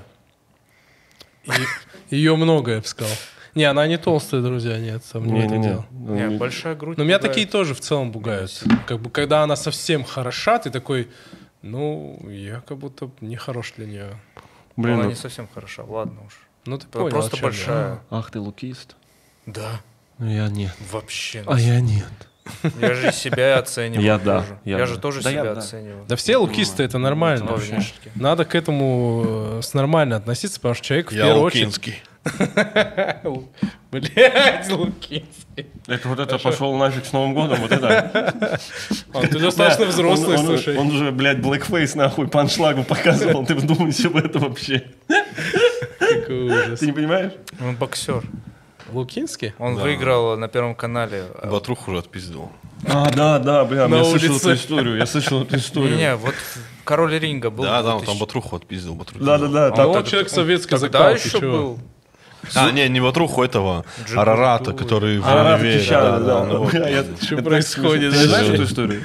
Ее много, я бы сказал. Не, она не толстая, друзья, нет, там не в этом
Не-не-не.
дело.
Не, большая грудь.
Но меня
пугает.
такие тоже в целом пугают. Как бы, когда она совсем хороша, ты такой, ну, я как будто не хорош для нее.
Но
Блин,
Она
ну-
не совсем хороша, ладно уж.
Ну, ты
Она
понял,
просто
о чем я.
большая.
ах ты лукист.
Да.
Ну я нет.
Вообще.
А я нет.
Я же себя оцениваю.
Я да,
тоже.
я
Я
да.
же тоже
Да я
себя
да.
оцениваю.
Да все лукисты, это нормально.
Ну,
вообще.
внешне.
Надо к этому э, с нормально относиться, потому что человек в
Я
первую
Лукинский.
очередь... Блять, Лукинский.
Это вот это пошел нафиг с Новым годом, вот это.
А, ты достаточно
Да,
взрослый,
он, он-
слушай.
Он же, блядь, блэкфейс нахуй по аншлагу показывал. Ты вдумайся в это вообще.
Какой ужас.
Ты не понимаешь?
Он боксер.
Лукинский?
Он
Да.
выиграл на Первом канале.
Батрух уже отпиздил.
А, да, да, бля,
На
я слышал
улице.
эту историю. Я слышал эту историю.
Не, вот король ринга был.
Да,
в
да, он там
двухтысячном.
Батруху отпиздил. Батрух
Да, да, да.
А
там-
он человек советской
Тогда
закалки,
еще
чё?
был.
А, не, не Батруху, этого
Джигурду.
Арарата, который в
Арарат
универе,
Кичана, да.
он его
Бля, я-
отпиздил.
Что
это
происходит?
Ты не знаешь
Да.
эту историю?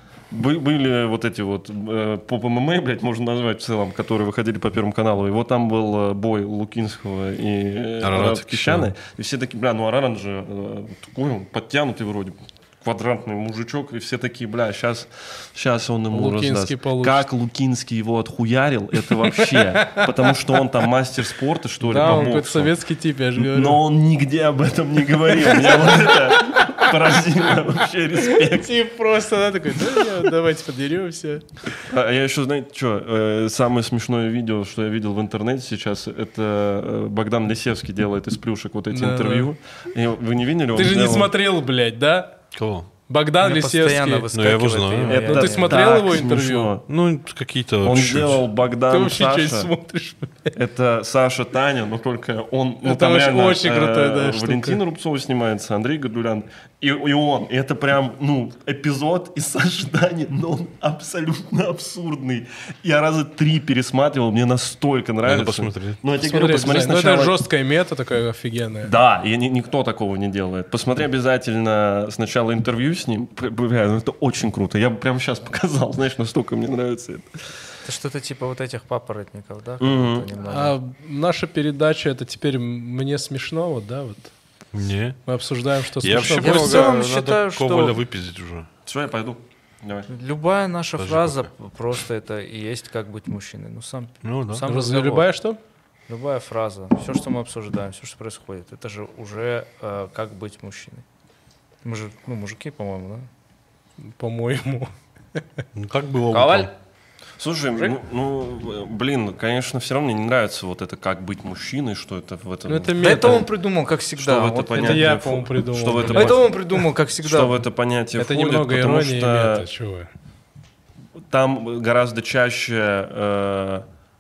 Бы- Были вот эти вот э, поп-ММА, блядь, можно назвать в целом, которые выходили по Первому каналу. И вот там был э, бой Лукинского и э,
Арарата
Арарата
Кичана.
Кичана. И все такие, бля, ну Арарат же э, такой, он подтянутый вроде, квадратный мужичок. И все такие, бля, сейчас, сейчас он ему
Лукинский
раздаст.
получит.
Как Лукинский его отхуярил, это вообще. Потому что он там мастер спорта, что ли,
Да,
по
он какой-то
боксу.
советский тип, я же говорю.
Но он нигде об этом не говорил. Меня вот это поразило. Вообще респект.
Тип просто, да, такой, да, не, давайте подеремся.
А я еще, знаете, что, самое смешное видео, что я видел в интернете сейчас, это э, Богдан Лисевский делает из плюшек вот эти
Да,
интервью. И вы не видели? Он
Ты же не
сделал-
смотрел, блядь, да?
Кого?
Богдан
Меня постоянно
Лисевский.
Ну, я его
выскакивает
знаю.
имя,
Это
я
Ну, ты
не-
смотрел
так
его интервью?
смешно.
Ну, какие-то
Он
чуть-чуть.
сделал
Ты
Богдан
вообще что
Саша.
смотришь?
Это Саша Таня, но только он, ну
Это
там
очень-
реально
очень крутой, да,
э,
штука.
Валентина Рубцова снимается, Андрей Гадулян и, и он. И это прям, ну, эпизод из Саши Тани, но он абсолютно абсурдный. Я раза три пересматривал, мне настолько нравится.
посмотреть.
Ну, я тебе говорю,
Смотри,
посмотри
обязательно. Ну,
сначала.
это жесткая мета такая офигенная.
Да, и ни- никто такого не делает. Посмотри обязательно сначала интервью с ним. П- Бля, ну это очень круто. Я бы прямо сейчас показал, знаешь, настолько мне нравится это.
Это что-то типа вот этих папоротников, да?
Мгм.
как-то немного.
А наша передача, это теперь м- мне смешно, вот, да, вот.
Не.
Мы обсуждаем, что
Я
смешно.
вообще
Я в
много
целом
надо
считаю, что-
Коваля выпиздить уже.
Все, я пойду. Давай.
Любая наша
Подожди,
фраза
пока.
просто это и есть как быть мужчиной. Ну сам,
Ну да.
сам
Разве
разговор.
любая что?
Любая фраза, все, что мы обсуждаем, все, что происходит, это же уже э, как быть мужчиной. Мы же, ну, мужики, по-моему, да?
По-моему.
Ну, как было
Коваль?
утром.
Слушай, ну, ну, блин, конечно, все равно мне не нравится вот это как быть мужчиной, что это в этом.
Ну, это
Да
мета.
это он придумал, как всегда.
Что в это
Вот
Это
понятие
я,
вход-
по-моему, придумал.
Что в это,
блядь.
это он придумал, как всегда.
что в это понятие
Это
входит,
немного
потому
иронии и
что
мета, чего вы.
там гораздо чаще э,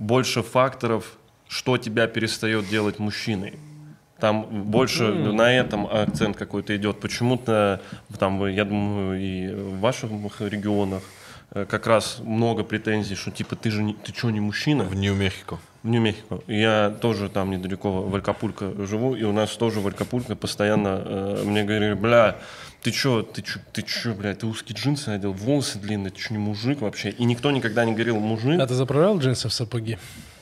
больше факторов, что тебя перестает делать мужчиной. Там больше mm. на этом акцент какой-то идет. Почему-то, там, я думаю, и в ваших регионах как раз много претензий, что типа ты же не, ты что, не мужчина?
В Нью-Мехико.
В Нью-Мехико. Я тоже там недалеко в Акапулько живу, и у нас тоже в Акапулько постоянно э, мне говорили, бля, ты чё, ты чё, ты чё, бля, ты узкие джинсы одел, волосы длинные, ты чё, не мужик вообще? И никто никогда не говорил мужик.
А ты заправлял джинсы в сапоги?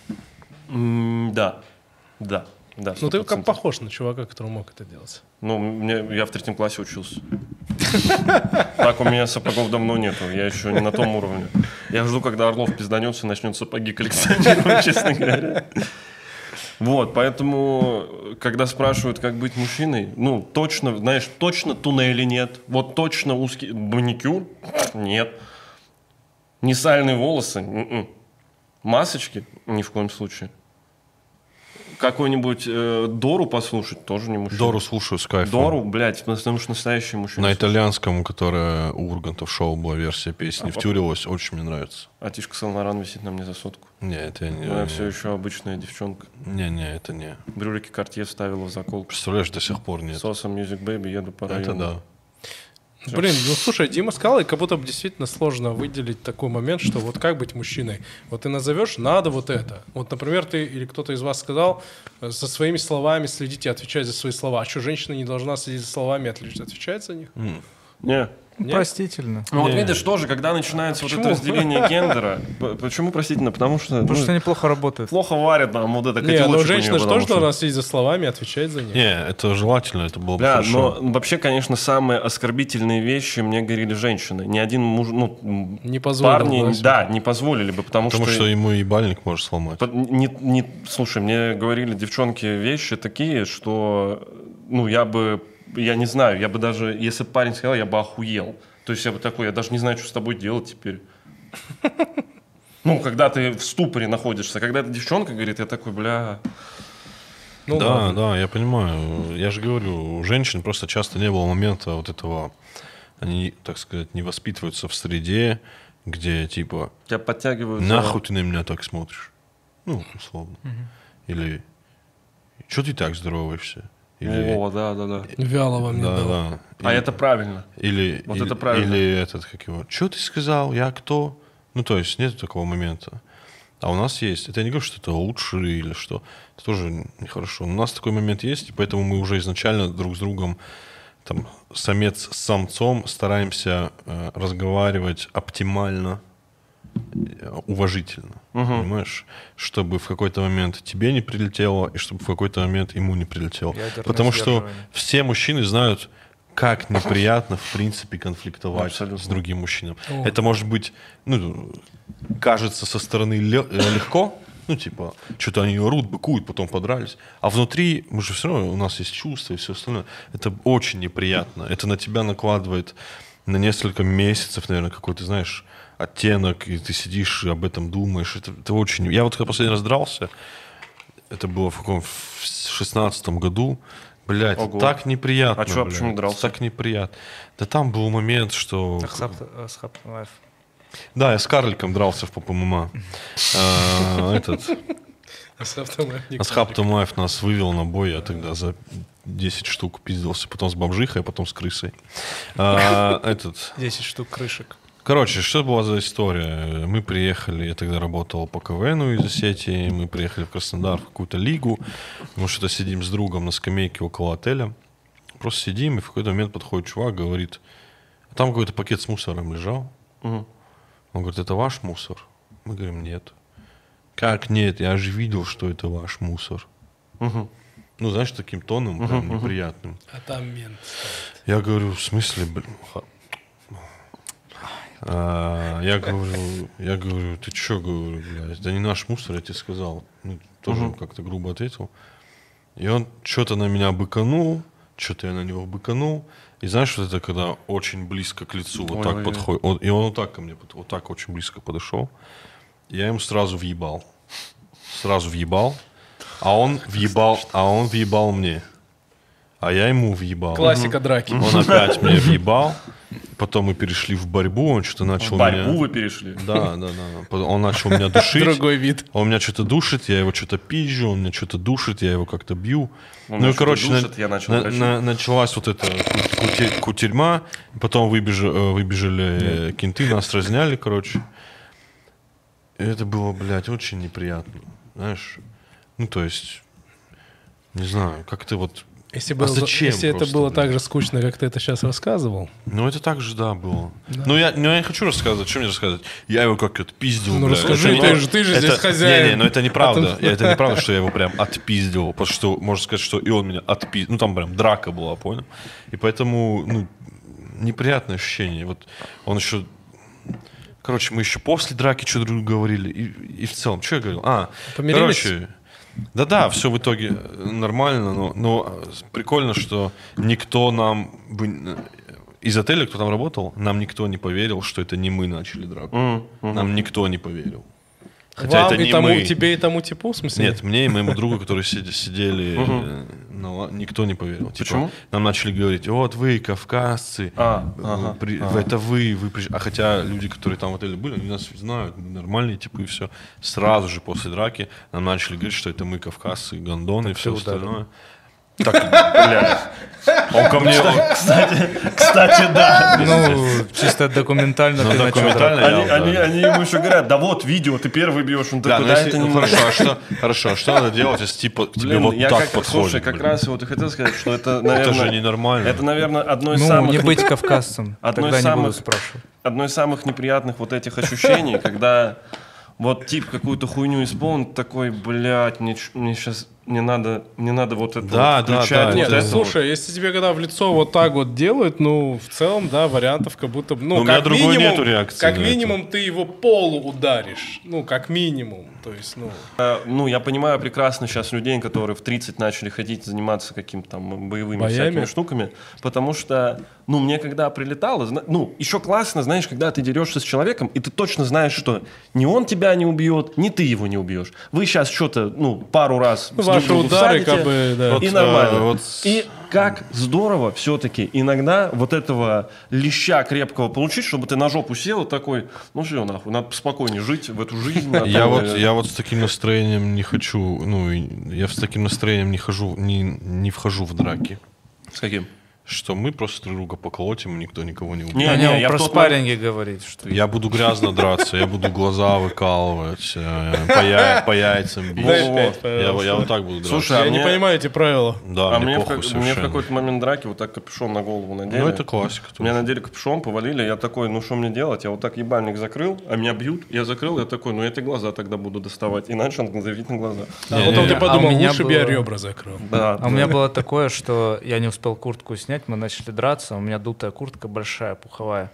М, да, да. Да,
ну ты как похож на чувака, который мог это делать.
Ну, мне, я в третьем классе учился. Так у меня сапогов давно нету, я еще не на том уровне. Я жду, когда Орлов пизданется и начнет сапоги коллекционировать, честно говоря. Вот, поэтому, когда спрашивают, как быть мужчиной, ну, точно, знаешь, точно туннели нет, вот точно узкий маникюр нет, не сальные волосы, н-н. Масочки ни в коем случае. Какой-нибудь э, Дору послушать, тоже не мужчина.
Дору слушаю с кайфом.
Дору, блядь, потому что настоящий мужчина.
На итальянском, которая у Ургантов шоу была версия песни, а втюрилась, по... очень мне нравится.
А Тишка Салмаран висит на мне за сотку.
Не, это я не...
Она все еще обычная девчонка.
Не-не, это не.
Брюлики Картье вставила в заколку.
Представляешь, до сих пор нет.
Соса Music Baby, еду по району.
Это да.
Все. Блин, ну слушай, Дима сказал, и как будто бы действительно сложно выделить такой момент, что вот как быть мужчиной. Вот ты назовешь, надо вот это. Вот, например, ты или кто-то из вас сказал, за своими словами следите, отвечать за свои слова. А что, женщина не должна следить за словами, отвечать за них?
Mm. Не.
Нет? Простительно.
Ну вот видишь, тоже, когда начинается
почему?
вот это разделение гендера, почему простительно? Потому что...
Потому
ну,
что они плохо работают.
Плохо варят там вот это
котелочек. Не, но женщина же тоже
что...
должна следить за словами, отвечать за них.
Не, это желательно, это было бы
да,
хорошо.
Но вообще, конечно, самые оскорбительные вещи мне говорили женщины. Ни один муж, ну,
не позволил
парни,
бы.
да, не позволили бы, потому,
потому
что...
что ему ебальник может сломать.
Не, не, слушай, мне говорили девчонки вещи такие, что, ну, я бы, я не знаю, я бы даже, если бы парень сказал, я бы охуел. То есть я бы такой, я даже не знаю, что с тобой делать теперь. Ну, когда ты в ступоре находишься. Когда эта девчонка говорит, я такой, бля...
Ну, да, ладно. Да, я понимаю. Я же говорю, у женщин просто часто не было момента вот этого... Они, так сказать, не воспитываются в среде, где типа...
Тебя подтягивают...
Нахуй ты на меня так смотришь? Ну, условно. Угу. Или... Что ты так здороваешься?
Или... О, да, да, да.
Вяло во мне
да,
было.
Да.
А
или,
это правильно.
Или,
вот
или,
это правильно.
Или этот, как его, что ты сказал, я кто? Ну, то есть нет такого момента. А у нас есть. Это я не говорю, что это лучше или что. Это тоже нехорошо. У нас такой момент есть, и поэтому мы уже изначально друг с другом, там, самец с самцом стараемся э, разговаривать оптимально, уважительно, угу. Понимаешь? Чтобы в какой-то момент тебе не прилетело, и чтобы в какой-то момент ему не прилетело. Ядерное Потому что все мужчины знают, как неприятно, в принципе, конфликтовать Абсолютно. С другим мужчиной. О. Это может быть, ну, кажется со стороны легко, ну, типа, что-то они орут, быкуют, потом подрались. А внутри, мы же все равно, у нас есть чувства и все остальное. Это очень неприятно. Это на тебя накладывает на несколько месяцев, наверное, какой-то, знаешь, оттенок, и ты сидишь и об этом думаешь. Это, это очень... Я вот когда последний раз дрался, это было в каком в шестнадцатом году, блядь, Ого. Так неприятно.
А что, почему дрался?
Так неприятно. Да там был момент, что...
Асхаб Тамаев.
Да, я с карликом дрался в ППММА. Этот... Асхаб Тамаев нас вывел на бой, я тогда за десять штук пиздился, потом с бомжихой, а потом с крысой. Этот...
десять штук крышек.
Короче, что была за история? Мы приехали, я тогда работал по КВНу из Осетии, мы приехали в Краснодар в какую-то лигу, мы что-то сидим с другом на скамейке около отеля, просто сидим, и в какой-то момент подходит чувак, говорит, там какой-то пакет с мусором лежал. Угу. Он говорит, это ваш мусор? Мы говорим, нет. Как нет? Я же видел, что это ваш мусор. Угу. Ну, знаешь, таким тоном, прям угу, неприятным.
А там мент.
Я говорю, в смысле, блин... А, я говорю, я говорю, ты что, говорю, блядь, да не наш мусор, я тебе сказал. Ну, тоже uh-huh. как-то грубо ответил. И он что-то на меня быканул, что-то я на него быканул. И знаешь, вот это когда очень близко к лицу, вот ой, так ой, подходит. Он, и он вот так ко мне, вот так очень близко подошел. Я ему сразу въебал. Сразу въебал. А он въебал, а он въебал мне. А я ему въебал.
Классика драки.
Он опять мне въебал. потом мы перешли в борьбу, он что-то начал
В борьбу
меня...
вы перешли?
Да, да, да. Он начал меня душить.
Другой вид.
Он меня что-то душит, я его что-то пизжу, он меня что-то душит, я его как-то бью.
Он
ну
меня
и, короче,
что-то душит,
на-
я начал
на-
дрочить.
на- началась вот эта ку- куте- кутерьма, потом выбежа- э, выбежали э, кенты, нас разняли, короче. И это было, блядь, очень неприятно, знаешь. Ну, то есть, не знаю, как ты вот...
Если,
А
было-
зачем
если это
просто,
было
блядь?
так же скучно, как ты это сейчас рассказывал,
Ну, это так же, да, было. Ну, я, ну, я не хочу рассказывать, что мне рассказывать. Я его как отпиздил,
Ну,
бля.
расскажи,
Это
ты
не-
же- ты же
это-
здесь хозяин.
Не, не, ну это неправда.
А ты-
Это неправда, что я его прям отпиздил. Потому что, можно сказать, что и он меня отпиздил. Ну, там прям драка была, понял? И поэтому, ну, неприятное ощущение. Вот он еще... Короче, мы еще после драки что друг другу говорили. И, и в целом, что я говорил? А,
Помирились?
короче... Да-да, все в итоге нормально, но, но прикольно, что никто нам бы, из отеля, кто там работал, нам никто не поверил, что это не мы начали драку.
М, мгм.
Нам никто не поверил. Хотя
вам
это
и
не
тому,
мы.
тебе и тому типу, в смысле?
Нет, мне и моему другу, которые сиди- сидели, э, ну, ла- никто не поверил. Типа,
Почему?
нам начали говорить, вот вы, кавказцы,
А,
э,
ага,
при-
ага.
это вы, вы приш-». А хотя люди, которые там в отеле были, они нас знают, нормальные типы, и все. Сразу же после драки нам начали говорить, что это мы, кавказцы, гондоны и все остальное. Так, бля, он ко мне... он-
Кстати, да.
Ну, чисто документально
Ну,
ты начал
документально
драться.
я
Они, они,
ударил.
они ему еще говорят, да вот видео, ты первый бьешь. Он
Да,
такой,
ну
да,
если-
это не
ну,
мы.
хорошо, а что, хорошо, а что надо делать, если типа к тебе
Блин,
вот
я
так
как,
подходит?
слушай, как
блин?
раз вот и хотел сказать, что это, наверное...
Это же ненормально.
Это, наверное, одно из
Ну,
самых...
не
непри-
быть кавказцем.
Одно
Тогда
из
не буду
самых-
спрашивать.
Одно из самых неприятных вот этих ощущений, когда вот тип какую-то хуйню исполнит, такой, блядь, мне, ч- мне сейчас не надо, не надо вот это
Да,
вот
да,
включать.
да,
вот
Нет,
это
это
ну,
вот.
слушай, если тебе когда в лицо вот так вот делают, ну, в целом, да, вариантов как будто... Ну,
Ну, у меня
как
другой
минимум,
нету реакции
Как
на
минимум ты его полу ударишь. Ну, как минимум. То есть, ну...
А, Ну, я понимаю прекрасно сейчас людей, которые в тридцать начали ходить заниматься какими-то там боевыми
Боями?
всякими штуками, потому что, ну, мне когда прилетало, зна- ну, еще классно, знаешь, когда ты дерешься с человеком, и ты точно знаешь, что ни он тебя не убьет, ни ты его не убьешь. Вы сейчас что-то, ну, пару раз
Ну,
с друг
ваши
другу
удары,
всадите,
как бы, да.
и
Вот,
нормально.
э, вот
И как здорово все-таки иногда вот этого леща крепкого получить, чтобы ты на жопу сел и такой, ну все, нахуй, надо спокойнее жить в эту жизнь. а
Я
то,
вот,
э,
я вот с таким настроением не хочу, ну, и я с таким настроением не хожу, не, не вхожу в драки.
С каким?
Что мы просто друг друга поколотим, и никто никого не убьет.
Не,
А
не,
не,
я
он
в
про
тот момент-
спарринги говорит, что
Я буду грязно драться, я буду глаза выкалывать, э, по, я- по яйцам бить.
Дай
Во-во.
пять,
Я,
пожалуйста.
я вот так буду драться.
Слушай, а
Я не
мне-
понимаю эти правила.
Да,
А
мне,
мне, в,
похуй
как- мне в
совершенно.
какой-то момент драки вот так капюшон на голову надели.
Ну, это классика.
Меня
тоже.
надели капюшон, повалили, я такой, ну что мне делать? Я вот так ебальник закрыл, а меня бьют, я закрыл, я такой, ну я эти глаза тогда буду доставать. И начал давить на глаза.
А
Не,
потом
не,
ты
не.
подумал,
А у меня
лучше бы я
было-
ребра закрыл.
Да,
А у меня было такое, что я не успел куртку снять, мы начали драться, у меня дутая куртка большая, пуховая.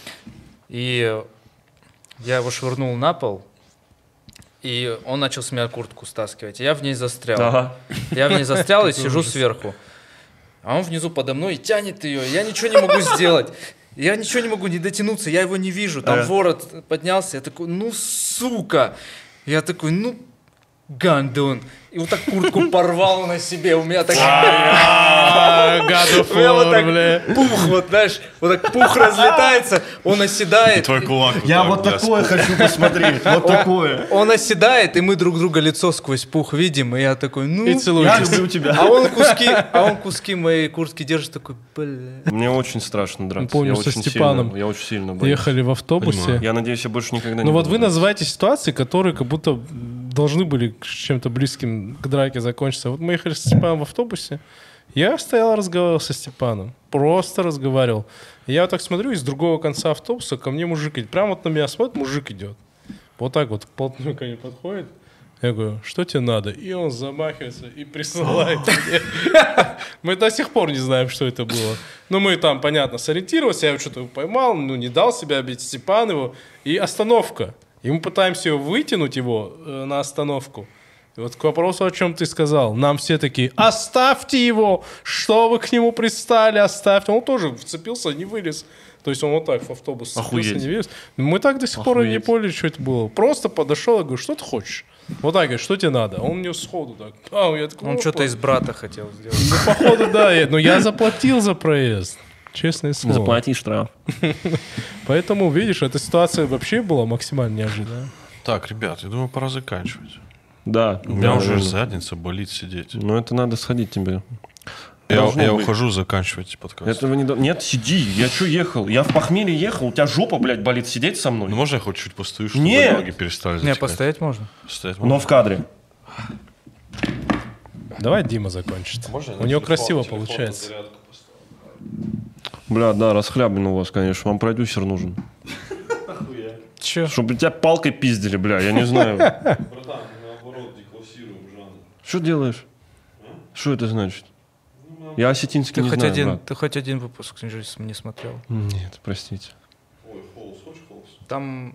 И я его швырнул на пол, и он начал с меня куртку стаскивать. И я в ней застрял.
Ага.
Я в ней застрял и сижу сверху. А он внизу подо мной и тянет ее, и я ничего не могу сделать. Я ничего не могу не дотянуться, я его не вижу. Там
Ага.
ворот поднялся, я такой, ну сука. Я такой, ну гандон. И вот так куртку порвал на себе. У меня так...
А, God of
У меня вот
War,
так
бля.
пух, вот знаешь, вот так пух разлетается, он оседает.
Твой кулак.
Я
так,
вот
да,
такое хочу посмотреть, вот такое.
Он оседает, и мы друг друга лицо сквозь пух видим, и я такой, ну...
И
Я
целуйтесь.
люблю тебя.
А он куски, а он куски моей куртки держит, такой, бля.
Мне очень страшно драться.
Помню,
я
со
очень
Степаном
сильно, я очень сильно боюсь.
Ехали в автобусе.
Понимаю.
Я надеюсь, я больше никогда не
Ну вот
буду
вы
драться.
называете ситуации, которые как будто должны были к чем-то близким к драке закончиться. Вот мы ехали с Степаном в автобусе. Я стоял, разговаривал со Степаном. Просто разговаривал. И я вот так смотрю, из другого конца автобуса ко мне мужик идет. Прямо вот на меня смотрит, мужик идет. Вот так вот вплотную ко мне подходит. Я говорю, что тебе надо? И он замахивается и присылает мне. Мы до сих пор не знаем, что это было. Ну, мы там, понятно, сориентировались. Я его что-то поймал, ну, не дал себя бить. Степан его. И остановка. И мы пытаемся его вытянуть его э, на остановку. И вот к вопросу, о чем ты сказал. Нам все такие, оставьте его! Что вы к нему пристали? Оставьте. Он тоже вцепился, не вылез. То есть он вот так в автобус вцепился,
Охуеть.
не вылез. Мы так до сих пор и не
Охуеть.
поняли, что это было. Просто подошел и говорю, что ты хочешь? Вот так, говорит, что тебе надо? Он мне сходу так. А, я такой,
Он
«Ну,
что-то
по-
из брата хотел сделать.
Ну, походу, да. я- Но я заплатил за проезд. Честное слово.
Заплати штраф.
Поэтому, видишь, эта ситуация вообще была максимально неожиданная.
Так, ребят, я думаю, пора заканчивать.
Да.
У меня
да,
уже
да.
задница болит сидеть.
Ну, это надо сходить тебе.
Я,
Должно
я
быть.
ухожу, заканчивайте подкаст.
Этого не... до- Нет, сиди. Я что ехал? Я в похмелье ехал. У тебя жопа, блядь, болит сидеть со мной?
Ну, можно я хоть чуть постою, чтобы
Нет.
ноги перестали
Не,
затекать?
постоять можно.
Постоять
Но
можно?
в кадре.
Давай Дима закончит. У него красиво получается.
Бля, да, расхлябен у вас, конечно. Вам продюсер нужен.
Че?
Чтобы тебя палкой пиздили, бля, я не знаю.
Братан, мы наоборот деклассируем жанр.
Что делаешь? Что это значит? Я осетинский
Ты
не
хоть,
знаю,
один,
брат.
ты хоть один выпуск не не смотрел.
Нет, простите.
Ой, холос, хочешь холос?
Там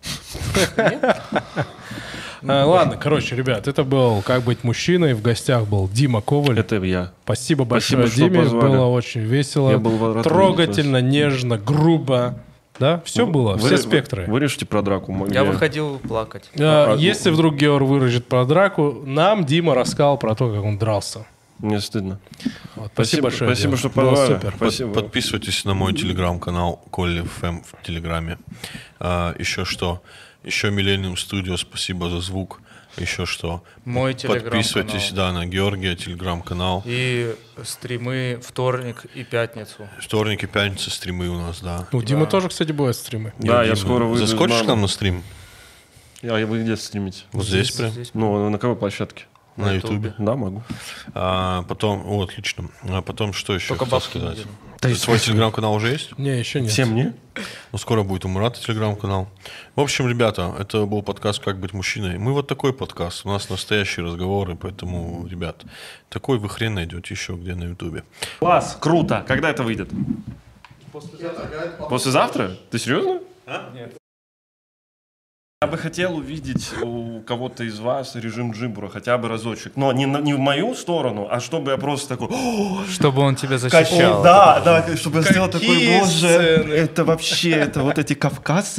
А, ладно, короче, ребят, это был «Как быть мужчиной». В гостях был Дима Коваль.
Это я.
Спасибо большое,
Спасибо, что
Диме.
позвали.
Было очень весело,
Я был рад
трогательно,
увидеть
нежно, грубо. Да, все было,
Вы-
все
вы-
спектры.
Вырежьте про драку. м-
я
где-
выходил плакать.
А,
а,
Если вдруг Геор выразит про драку, нам Дима рассказал про то, как он дрался.
Мне стыдно.
Вот, спасибо,
Спасибо,
большое.
спасибо,
Дима.
что
Было
позвали.
супер.
Спасибо.
Подписывайтесь на мой телеграм-канал Колли эф эм в телеграме. А, еще что? Еще Millennium Studio, спасибо за звук. Еще что?
Мой телеграм-канал.
Подписывайтесь, да, на Георгия телеграм-канал.
И стримы вторник и пятницу.
Вторник и пятница стримы у нас, да.
У Димы тоже, кстати, будут стримы.
Да, я
Дима,
скоро выйду. из
Заскочишь
мамы.
к нам на стрим?
А я вы где стримите?
Вот здесь, прям?
Здесь.
Ну, на какой площадке?
На
на
ютубе.
Ютубе.
Да, могу.
А, потом, о, отлично. А потом что еще
Только
хотел
бабки не
сказать?
делаю.
Ты свой телеграм-канал уже есть?
Не, еще нет.
Всем мне?
Ну, скоро будет у Мурата телеграм-канал. В общем, ребята, это был подкаст «Как быть мужчиной». Мы вот такой подкаст. У нас настоящие разговоры, поэтому, ребят, такой вы хрен найдете еще где на ютубе.
Класс, круто. Когда это выйдет? Послезавтра. Послезавтра? Ты серьезно?
Нет.
Я бы хотел увидеть у кого-то из вас режим Джимбура хотя бы разочек. Но не, на- не в мою сторону, а чтобы я просто такой... «О,
Чтобы он тебя
какие-
защищал.
Да, да, чтобы я сделал такой,
Какие
боже,
сцены?»
это вообще, это вот эти кавказцы,